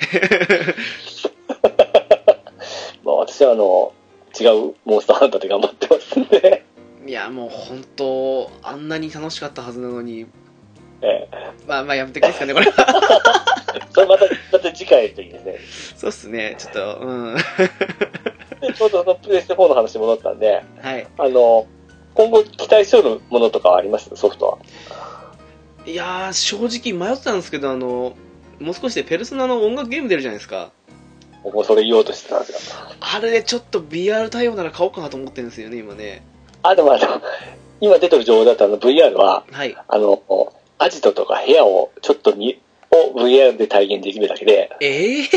まあ私はあの、違うモンスターハンターで頑張ってますんで。 いや、もう本当、あんなに楽しかったはずなのに。 ええ、 まあまあやめてくださいね、これ。 それまた、また次回といいですね。 そうっすね、ちょっと、うん。 でちょうどそのプレステフォーの話戻ったんで、 はい。 あの、今後期待しておるものとかはありますソフトは。 いやー、正直迷ってたんですけど、あの、もう少しでペルソナの音楽ゲーム出るじゃないですか。 僕もそれ言おうとしてたんですよ。 あれでちょっと ビーアール 対応なら買おうかなと思ってるんですよね、今ね。 あ、でもあの、今出てる情報だとあの ブイアール は、 はい。 あの、アジトとか部屋をちょっとに、を ブイアール で体現できるだけで、 ええー、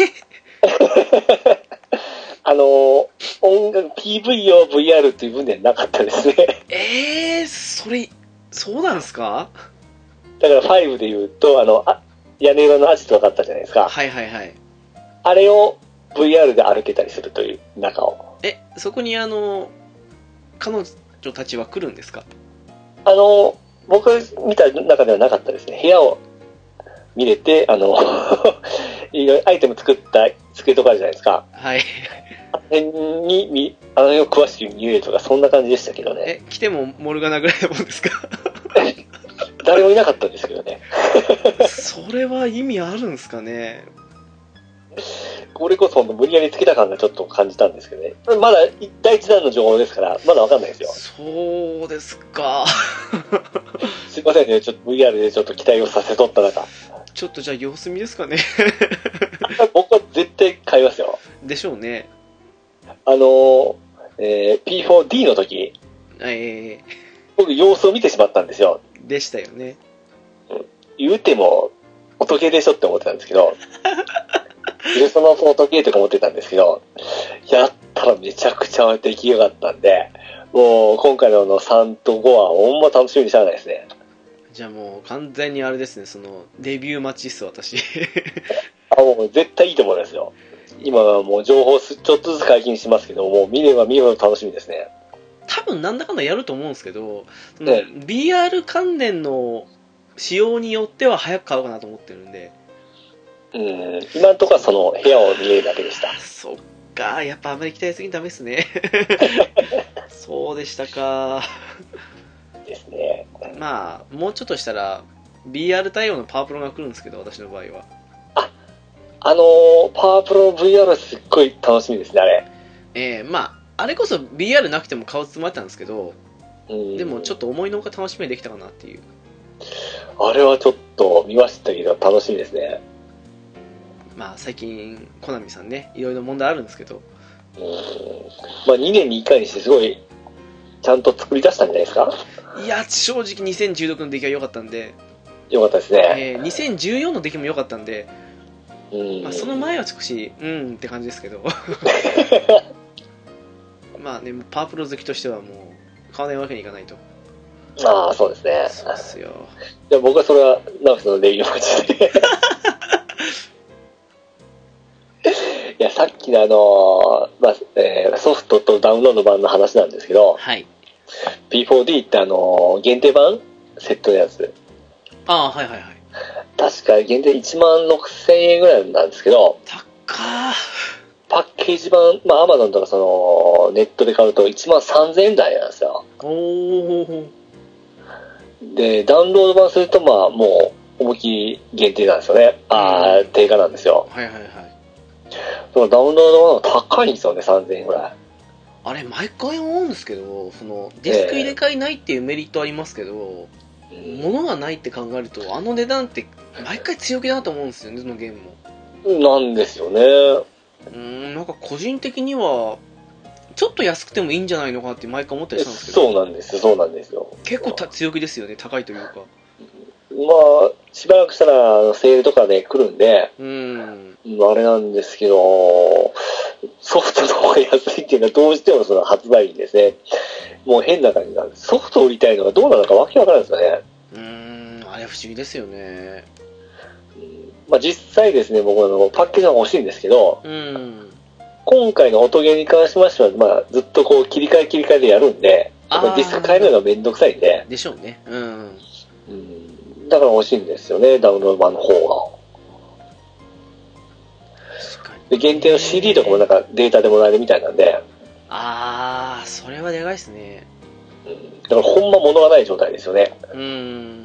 あの、音楽、ピーブイ を ブイアール っていう分ではなかったですね。 ええー、それ、そうなんすか？ だからファイブで言うと、あの、あ屋根裏のアジトがあったじゃないですか。 はいはいはい。 あれを ブイアール で歩けたりするという中を。 え、そこにあの、彼女たちは来るんですか？ あの、僕が見た中ではなかったですね。部屋を見れて、あの、いろいろアイテム作った机とかあるじゃないですか。 はい。 あの辺に見、あの辺を詳しく見れるとか、そんな感じでしたけどね。 え、来てもモルガナぐらいのもんですか？ 誰もいなかったんですけどね。 それは意味あるんですかね？ これこそ無理やりつけた感がちょっと感じたんですけどね。まだ第一弾の情報ですから、まだわかんないですよ。 そうですか。 すいませんね、ちょっと ブイアール でちょっと期待をさせとった中。 ちょっとじゃあ様子見ですかね。 僕は絶対買いますよ。 でしょうね。 あの、えー、ピーフォーディー の時、 え僕様子を見てしまったんですよ。 ー、でしたよね。 言うても、音ゲーでしょって思ってたんですけど、ペルソナフォー音ゲーとか思ってたんですけど、やったらめちゃくちゃ出来上がったんで、もう今回ののさんとごはほんま楽しみにしゃあないですね。 じゃあもう完全にあれですね、そのデビュー待ちっす私。 あ、もう絶対いいと思いますよ。今はもう情報ちょっとずつ解禁しますけど、もう見れば見るほど楽しみですね。 多分なんだかんだやると思うんですけど、その ビーアール 関連の仕様によっては早く買おうかなと思ってるんで。 うん、今のところはその部屋を見れるだけでした。 そっか、やっぱあんまり期待すぎダメですね。そうでしたか。 ですね。 まあ、もうちょっとしたら、ビーアール 対応のパワープロが来るんですけど、私の場合は。 あ、あのー、パワープロ ブイアール すっごい楽しみですね、あれ。 えー、まあ、あれこそ ビーアール なくても買うつもりだったんですけど、 うんでもちょっと思いのほか楽しみができたかなっていう。 あれはちょっと見ましたけど、楽しみですね。 まあ、最近、コナミさんね、いろいろ問題あるんですけど。 うん。まあ、にねんにいっかいにしてすごい、ちゃんと作り出したんじゃないですか。 いや、正直にせんじゅうろくの出来は良かったんで、 よかったですね。 えー、にせんじゅうよんの出来も良かったんで、 うんまあ、その前は少し、うんって感じですけど。まあね、パワープロ好きとしてはもう、買わないわけにいかないと。 ああ、そうですね。 そうっすよ。 いや、僕はそれは、ナウスのレビューの口で。いや、さっきのあの、まあえーソフトとダウンロード版の話なんですけど、 はい。 ピーフォーディー ってあの、限定版セットのやつ。 ああ、はいはいはい。 確か限定いちまんろくせんえんぐらいなんですけど、 たっかパッケージ版、まあ、Amazon とかその、ネットで買うといちまんさんぜんえん台なんですよ。 ー。おー。 で、ダウンロード版すると、まあ、もう、思いっきり限定なんですよね。ああ、定価なんですよ。 はいはいはい。 そのダウンロード版は高いんですよね、さんぜんえんぐらい。 あれ、毎回思うんですけど、その、ディスク入れ替えないっていうメリットありますけど、物がないって考えると、あの値段って、毎回強気だなと思うんですよね、そのゲームも。 なんですよね。 うーん、なんか個人的には、ちょっと安くてもいいんじゃないのかなって毎回思ったりしたんですけど。 そうなんですよ、そうなんですよ。 結構た強気ですよね、高いというか。 まあ、しばらくしたらセールとかで来るんで、 うーん。 あれなんですけど、ソフトの方が安いっていうのはどうしてもその発売日ですね。もう変な感じなんです。ソフトを売りたいのがどうなのかわけわからないですよね。 うーん、あれ不思議ですよね。 まあ実際ですね、僕はあのパッケージは欲しいんですけど、 うーん。 今回の音ゲーに関しましては、まあずっとこう切り替え切り替えでやるんで、やっぱりディスク変えるのがめんどくさいんで、 でしょうね。うん。 うんだから欲しいんですよね、ダウンロード版の方が。 確かに。 で、限定の シーディー とかもなんかデータでもらえるみたいなんで、 あー、それはでかいですね。 うんだからほんま物がない状態ですよね。 うーん。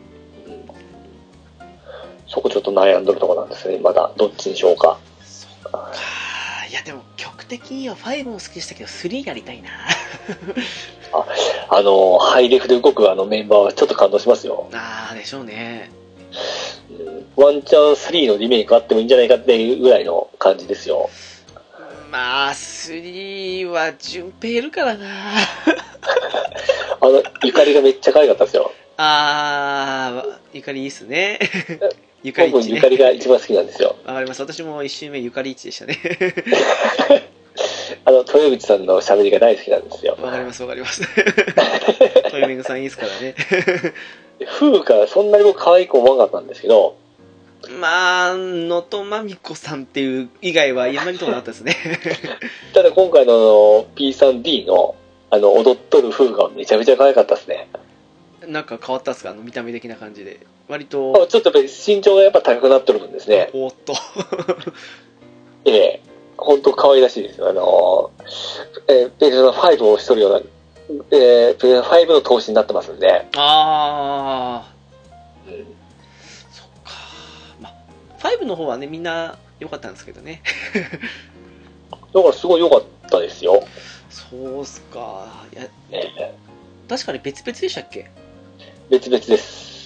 そこちょっと悩んどるところなんですね、まだ。どっちにしようか。 そっか。いやでも曲的にはごも好きでしたけどスリーやりたいな。 あ、あの、ハイレフで動くあのメンバーはちょっと感動しますよ。 あーでしょうね。 ワンチャンスリーのリメイクあってもいいんじゃないかっていうぐらいの感じですよ。 まあスリーは順平いるからな。 あの、ゆかりがめっちゃ可愛かったですよ。 あーゆかりいいっすね。ゆかり僕いちね。 ゆかりが一番好きなんですよ。 わかります。私も一周目ゆかりいちでしたね。 あの、豊口さんの喋りが大好きなんですよ。 わかりますわかります。豊めぐさんいいっすからね。 風花、そんなに僕可愛く思わなかったんですけど、 まあ能登まみこさんっていう以外は今見とこなかったですね。 ただ今回の ピースリーディー のあの踊っとる風花はめちゃめちゃ可愛かったですね。 なんか変わったっすか、あの見た目的な感じで。割あとちょっとやっぱり身長がやっぱ高くなってるんですね。 おーっと。 ええ本当可愛らしいですよ。あのー、えー、ペルソナファイブをしとるような、えー、ペルソナファイブの投資になってますんで。 あー、 うん、 そっか。まあごの方はねみんな良かったんですけどね。 だからすごい良かったですよ。 そうっすか。いや、 ええ確かに別々でしたっけ。 別々です。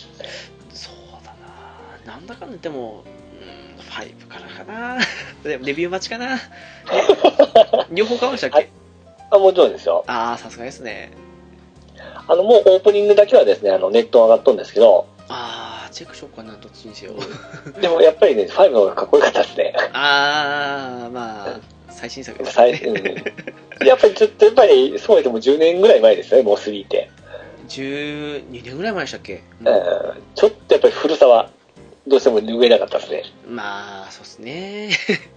そうだな。なんだかんだ言っても、うん、ごからかな。でもレビュー待ちかな。両方買うんでしたっけ、はい、 あ、もちろんですよ。 ああ、さすがですね。 あの、もうオープニングだけはですね、あの、ネット上がっとんですけど。 ああ、チェックしようかな、どっちにしよう。 でもやっぱりね、ごの方がかっこよかったですね。 ああ、まあ、最新作ですね。うん、やっぱりちょっと、やっぱり、そうでもじゅうねんぐらい前ですね、もうスリーって。 じゅうにねんぐらい前でしたっけ、 うん、ちょっとやっぱり古さは、どうしても拭えなかったですね。 まあ、そうですね。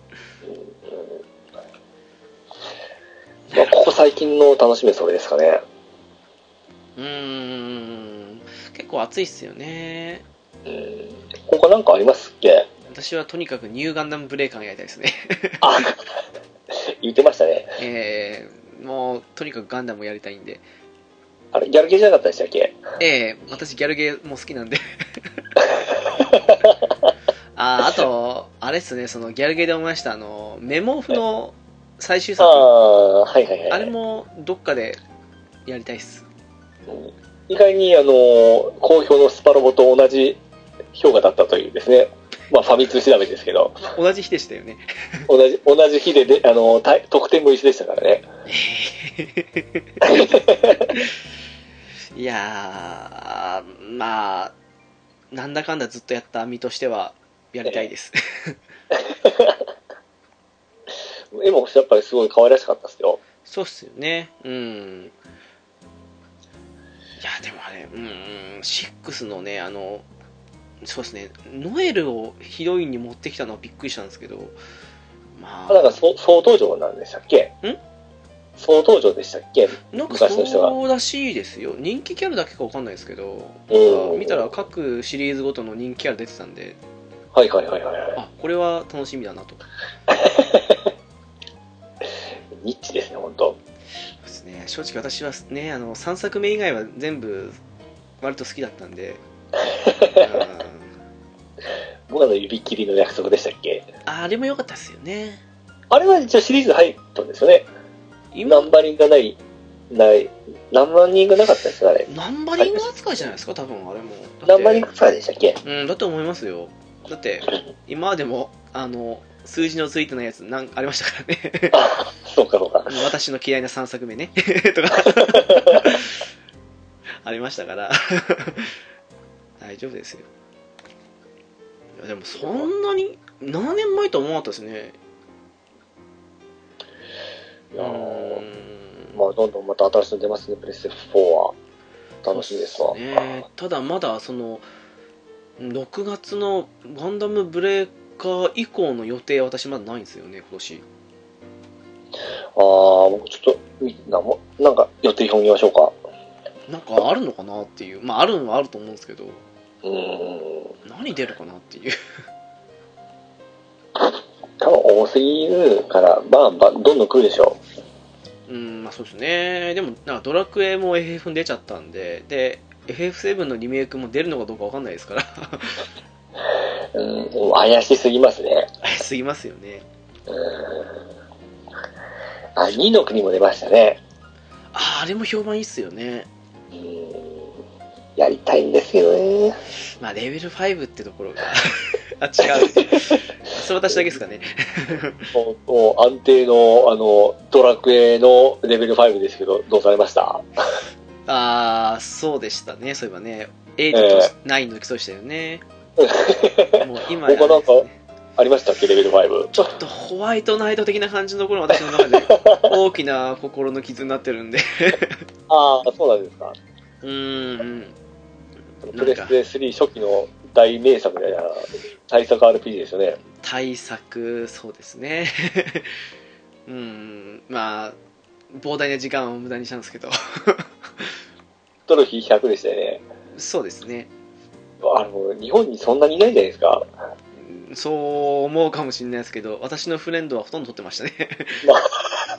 まあ、ここ最近の楽しみはそれですかね。 うーん、結構熱いっすよね。 うん、他なんかありますっけ？ 私はとにかくニューガンダムブレーカーがやりたいですね。 あ、 言ってましたね。 えー、もうとにかくガンダムやりたいんで。 あれギャルゲーじゃなかったでしたっけ？ ええー、私ギャルゲーも好きなんでああとあれっすね、そのギャルゲーで思いました、あのメモフの最終作、 ああ、はいはいはい。 あれもどっかでやりたいっす。 意外にあの好評のスパロボと同じ評価だったというですね。まあファミ通調べですけど。 同じ日でしたよね。 同じ同じ日でであの得点も一緒でしたからね。 いやー、まあなんだかんだずっとやった身としてはやりたいです。 絵もやっぱりすごい可愛らしかったですよ。 そうっすよね。うん。いやでもあれ、うん、シックスのね、あの、そうですね、ノエルをヒロインに持ってきたのはびっくりしたんですけど、まあ。 なんか総登場なんでしたっけ？ん総登場でしたっけ？ なんかそうらしいですよ。人気キャラだけかわかんないですけど、なんか見たら各シリーズごとの人気キャラ出てたんで、 はいはいはいはい。 あ、これは楽しみだなと。 ニッチですね、本当。 そうですね、正直私はね、あのさんさくめ以外は全部割と好きだったんで、 僕らの指切りの約束でしたっけ？ あれも良かったですよね。 あれは一応シリーズ入ったんですよね。ナンバリングがない、ない、ナンバリングがなかったですよ、あれ。 ナンバリング扱いじゃないですか、多分あれも。 ナンバリング扱いでしたっけ？ うん、だと思いますよ。だって、今までも、あの、数字のついてないやつなんありましたからね。 あ、そうかそうか。 私の嫌いなさんさくめね。とか。ありましたから。大丈夫ですよ。いやでもそんなにななねんまえとは思わなかったですね。 いやー、まあどんどんまた新しいの出ますね、プレステフォーは。楽しみですわ。 ね、ただまだそのろくがつのガンダムブレーカー以降の予定は私まだないんですよね、今年。 ああ、僕ちょっとなもなんか予定表見ましょうか。 なんかあるのかなっていう、まああるのはあると思うんですけど、 うーん、 何出るかなっていう。 多分多すぎるからバンバンどんどん来るでしょう。うん、まあそうですね。でもなんかドラクエも エフエフ 出ちゃったんで、で エフエフセブン のリメイクも出るのかどうかわかんないですから。 うん、怪しすぎますね。 怪しすぎますよね。 うん、あ、にの国も出ましたね。 あ、あれも評判いいっすよね。 うん、やりたいんですけどね。 まあレベルごってところがあ、違う。それ私だけですかね。 もう安定のあのドラクエのレベルごですけど、どうされました？ ああ、そうでしたね。そういえばね、はちときゅうの競いしたよね。もう今や、ね、 他なんかありましたっけ、レベルご？ ちょっとホワイトナイト的な感じのところが私の中で大きな心の傷になってるんで。 ああ、そうなんですか。 うーん。 プレステスリー初期の大名作で大作 アールピージー ですよね。 大作、そうですね。うん、まあ膨大な時間を無駄にしたんですけど。 トロフィーひゃくでしたよね。 そうですね。 あの日本にそんなにいないんじゃないですか。 そう思うかもしれないですけど、私のフレンドはほとんど取ってましたね。 まあ、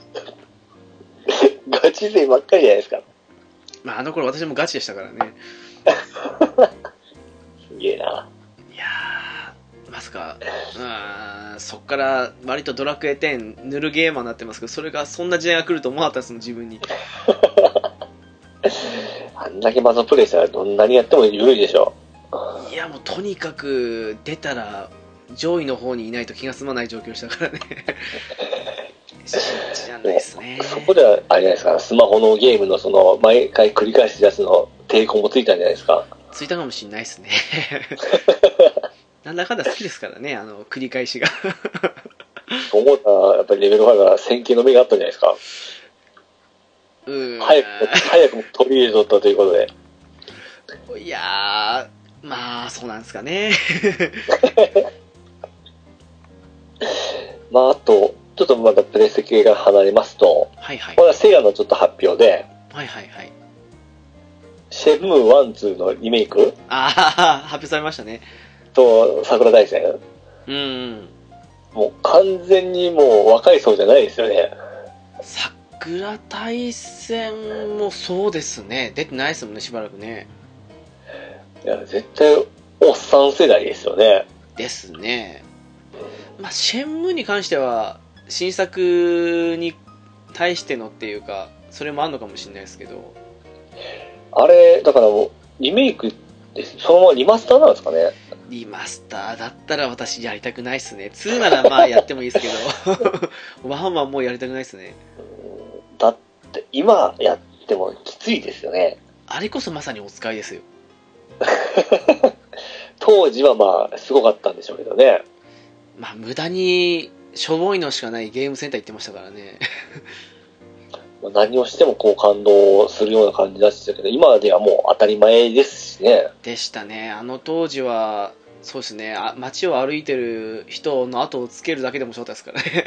ガチ勢ばっかりじゃないですか。 まああの頃私もガチでしたからね。 すげえな。 いやー、まさか、うん、そっから割とドラクエテン塗るゲーマーになってますけど、それがそんな時代が来ると思わなかったですもん、自分に。 あんだけマゾプレイしたらどんなにやっても有利でしょ。 いやもうとにかく出たら上位の方にいないと気が済まない状況でしたからね。信じらんないですね。 そこではあれじゃないですか、スマホのゲームのその毎回繰り返すやつの抵抗もついたんじゃないですか。 ついたかもしれないですね。なんだかんだ好きですからね、あの繰り返しが。 そう思ったらやっぱりレベルごは先見の目があったんじゃないですか。 うーん、 早く早くも取り入れとったということで。 いやー、まあそうなんですかね。 まああとちょっとまたプレステ系が離れますと、 はいはい、 これはセガのちょっと発表で、 はいはいはい、 シェンムーワン、ツーのリメイク、 ああ発表されましたね。 と桜大戦、 うん、 もう完全にもう若い層じゃないですよね。 桜大戦もそうですね。出てないですもんね、しばらくね。 いや、絶対おっさん世代ですよね。 ですね。まあ、シェンムーに関しては、新作に対してのっていうか、それもあるのかもしれないですけど。 あれ、だからもう、リメイクです。そのままリマスターなんですかね。 リマスターだったら私やりたくないっすね。ツーならまあやってもいいですけど、ワンはもうやりたくないっすね。 だって、今やってもきついですよね。 あれこそまさにお使いですよ。 当時はまあ、すごかったんでしょうけどね。 まあ、無駄にしょぼいのしかないゲームセンター行ってましたからね。 何をしてもこう感動するような感じでしたけど、今ではもう当たり前ですしね。 でしたね。あの当時は、そうですね、あ街を歩いてる人の後をつけるだけでもそうですからね。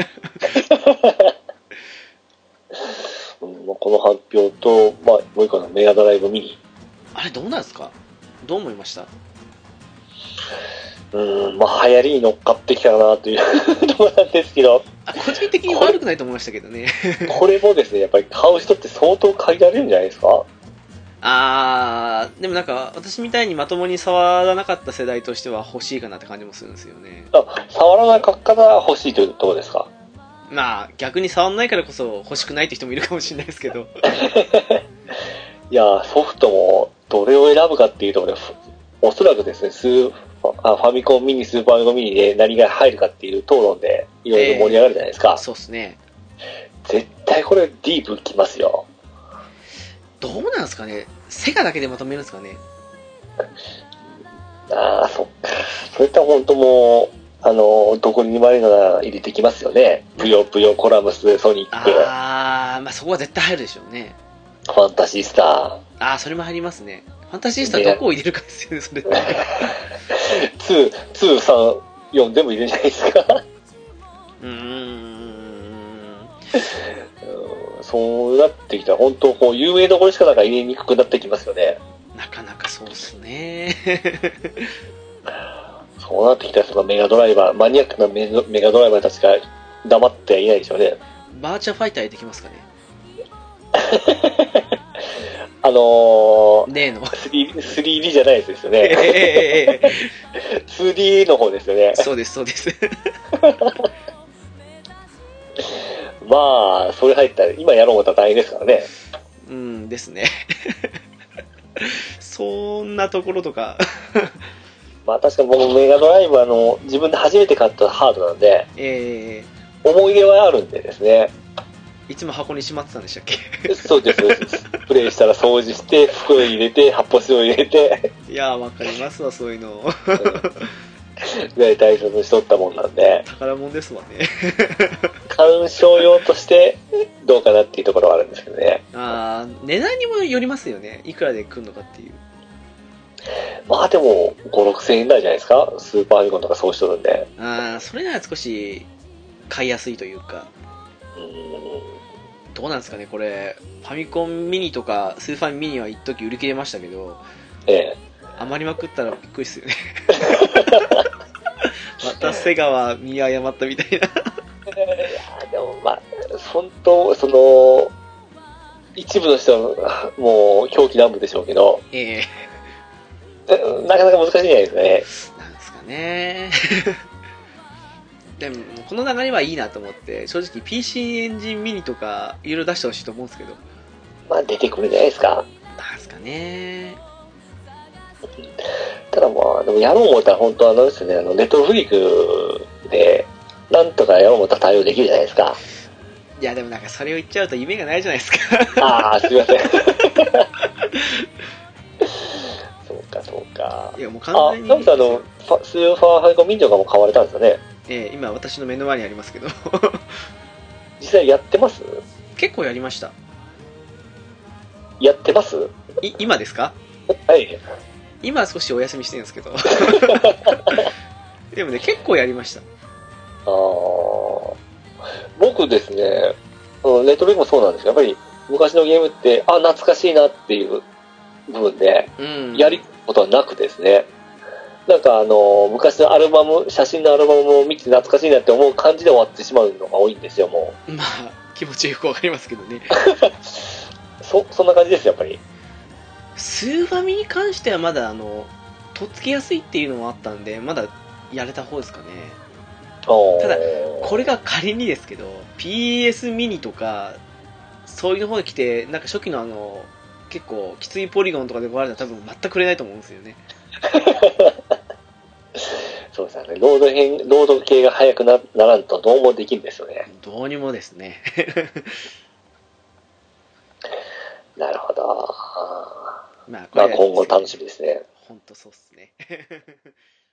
この発表と、まあ、もう一個のメガドライブミニ。 あれどうなんですか？どう思いました？ うーん、まあ流行りに乗っかってきたかなというところなんですけど。 あ、個人的に悪くないと思いましたけどね。 これもですね、やっぱり買う人って相当限られるんじゃないですか？ あー、でもなんか私みたいにまともに触らなかった世代としては欲しいかなって感じもするんですよね。 あ、触らなかったら欲しいというところですか？ まあ逆に触んないからこそ欲しくないって人もいるかもしれないですけど。 いや、ソフトもどれを選ぶかっていうところで、おそらくですね、スーあファミコンミニ、スーパーファミコンミニで何が入るかっていう討論でいろいろ盛り上がるじゃないですか。 えー、そうですね。 絶対これディープきますよ。 どうなんですかね。セガだけでまとめるんですかね。 ああ、そっか。それって本当もう、あの、どこにもあるのが入れてきますよね。ぷよぷよ、コラムス、ソニック。 ああ、まあそこは絶対入るでしょうね。 ファンタシースター。ああ、それも入りますね。ファンタシースターどこを入れるかですよね、それ。 ツー、ツー、さん、よん全部入れるんじゃないですか。 うーん。 そうなってきたら本当こう有名どころしかなんか入れにくくなってきますよね。 なかなかそうですね。 そうなってきたらそのメガドライバー、マニアックなメメガドライバーたちが黙ってはいないでしょうね。 バーチャファイターできますかね。 あのー、 例のスリーディー じゃないやつですよね。 えー、 ツーディー の方ですよね。 そうです、そうです。 まあ、それ入ったら、今やろうと大変ですからね。 うんですね。そんなところとか。 まあ確かに僕メガドライブあの、自分で初めて買ったハードなんで、 えー、思い出はあるんでですね。 いつも箱にしまってたんでしたっけ？ そうです、そうです。プレイしたら掃除して、袋に入れて、発泡酒を入れて。 いやー、わかりますわ、そういうの。 ぐらい大切にしとったもんなんで。 宝物ですわね。 鑑賞用としてどうかなっていうところはあるんですけどね。 あー、値段にもよりますよね。いくらで来るのかっていう。 まあでも、ご、ろくせんえん台じゃないですか。スーパーファミコンとかそうしとるんで。 あー、それなら少し買いやすいというか。 うーん、 どうなんですかね、これ。ファミコンミニとかスーファミミニは一時売り切れましたけど、 ええ。 余りまくったらびっくりっすよね。またセガは見誤ったみたいな。 いやでもまあ、本当、その、一部の人はもう狂気乱舞でしょうけど、 ええなかなか難しいんじゃないですかね。 なんですかね。でも、この流れはいいなと思って、正直 ピーシー エンジンミニとかいろいろ出してほしいと思うんですけど。 まあ出てくるんじゃないですか。 なんですかね。 ただまあ、でもやろう思ったら本当あのですね、あの、ネットフリックで、なんとかやろう思ったら対応できるじゃないですか。 いやでもなんかそれを言っちゃうと夢がないじゃないですか。 ああ、すいません。そうか、そうか。 いやもう完あ、 全に。 ナムさんあの、ファスーファーハイコンミニとかも買われたんですよね。 えー、今私の目の前にありますけど。 実際やってます？ 結構やりました。 やってます？ い、今ですか？ はい。 今は少しお休みしてるんですけど。でもね、結構やりました。 ああ、僕ですね、ネットフリもそうなんですけど、やっぱり昔のゲームって、あ、懐かしいなっていう部分で、 うん。 やりことはなくですね、 なんかあの、昔のアルバム、写真のアルバムを見て懐かしいなって思う感じで終わってしまうのが多いんですよ、もまあ気持ちよくわかりますけどね。 そそんな感じです、やっぱり。 スーファミに関してはまだあのとっつきやすいっていうのもあったんで、まだやれた方ですかね。ただこれが仮にですけど ピーエス ミニとかそういうの方に来て、なんか初期のあの結構きついポリゴンとかで壊れたら多分全くくれないと思うんですよね。 そうですね。ロード編、ロード系が速くなならんとどうもできるんですよね。 どうにもですね。 なるほど。 まあ、これまあ今後楽しみですね。 本当そうっすね。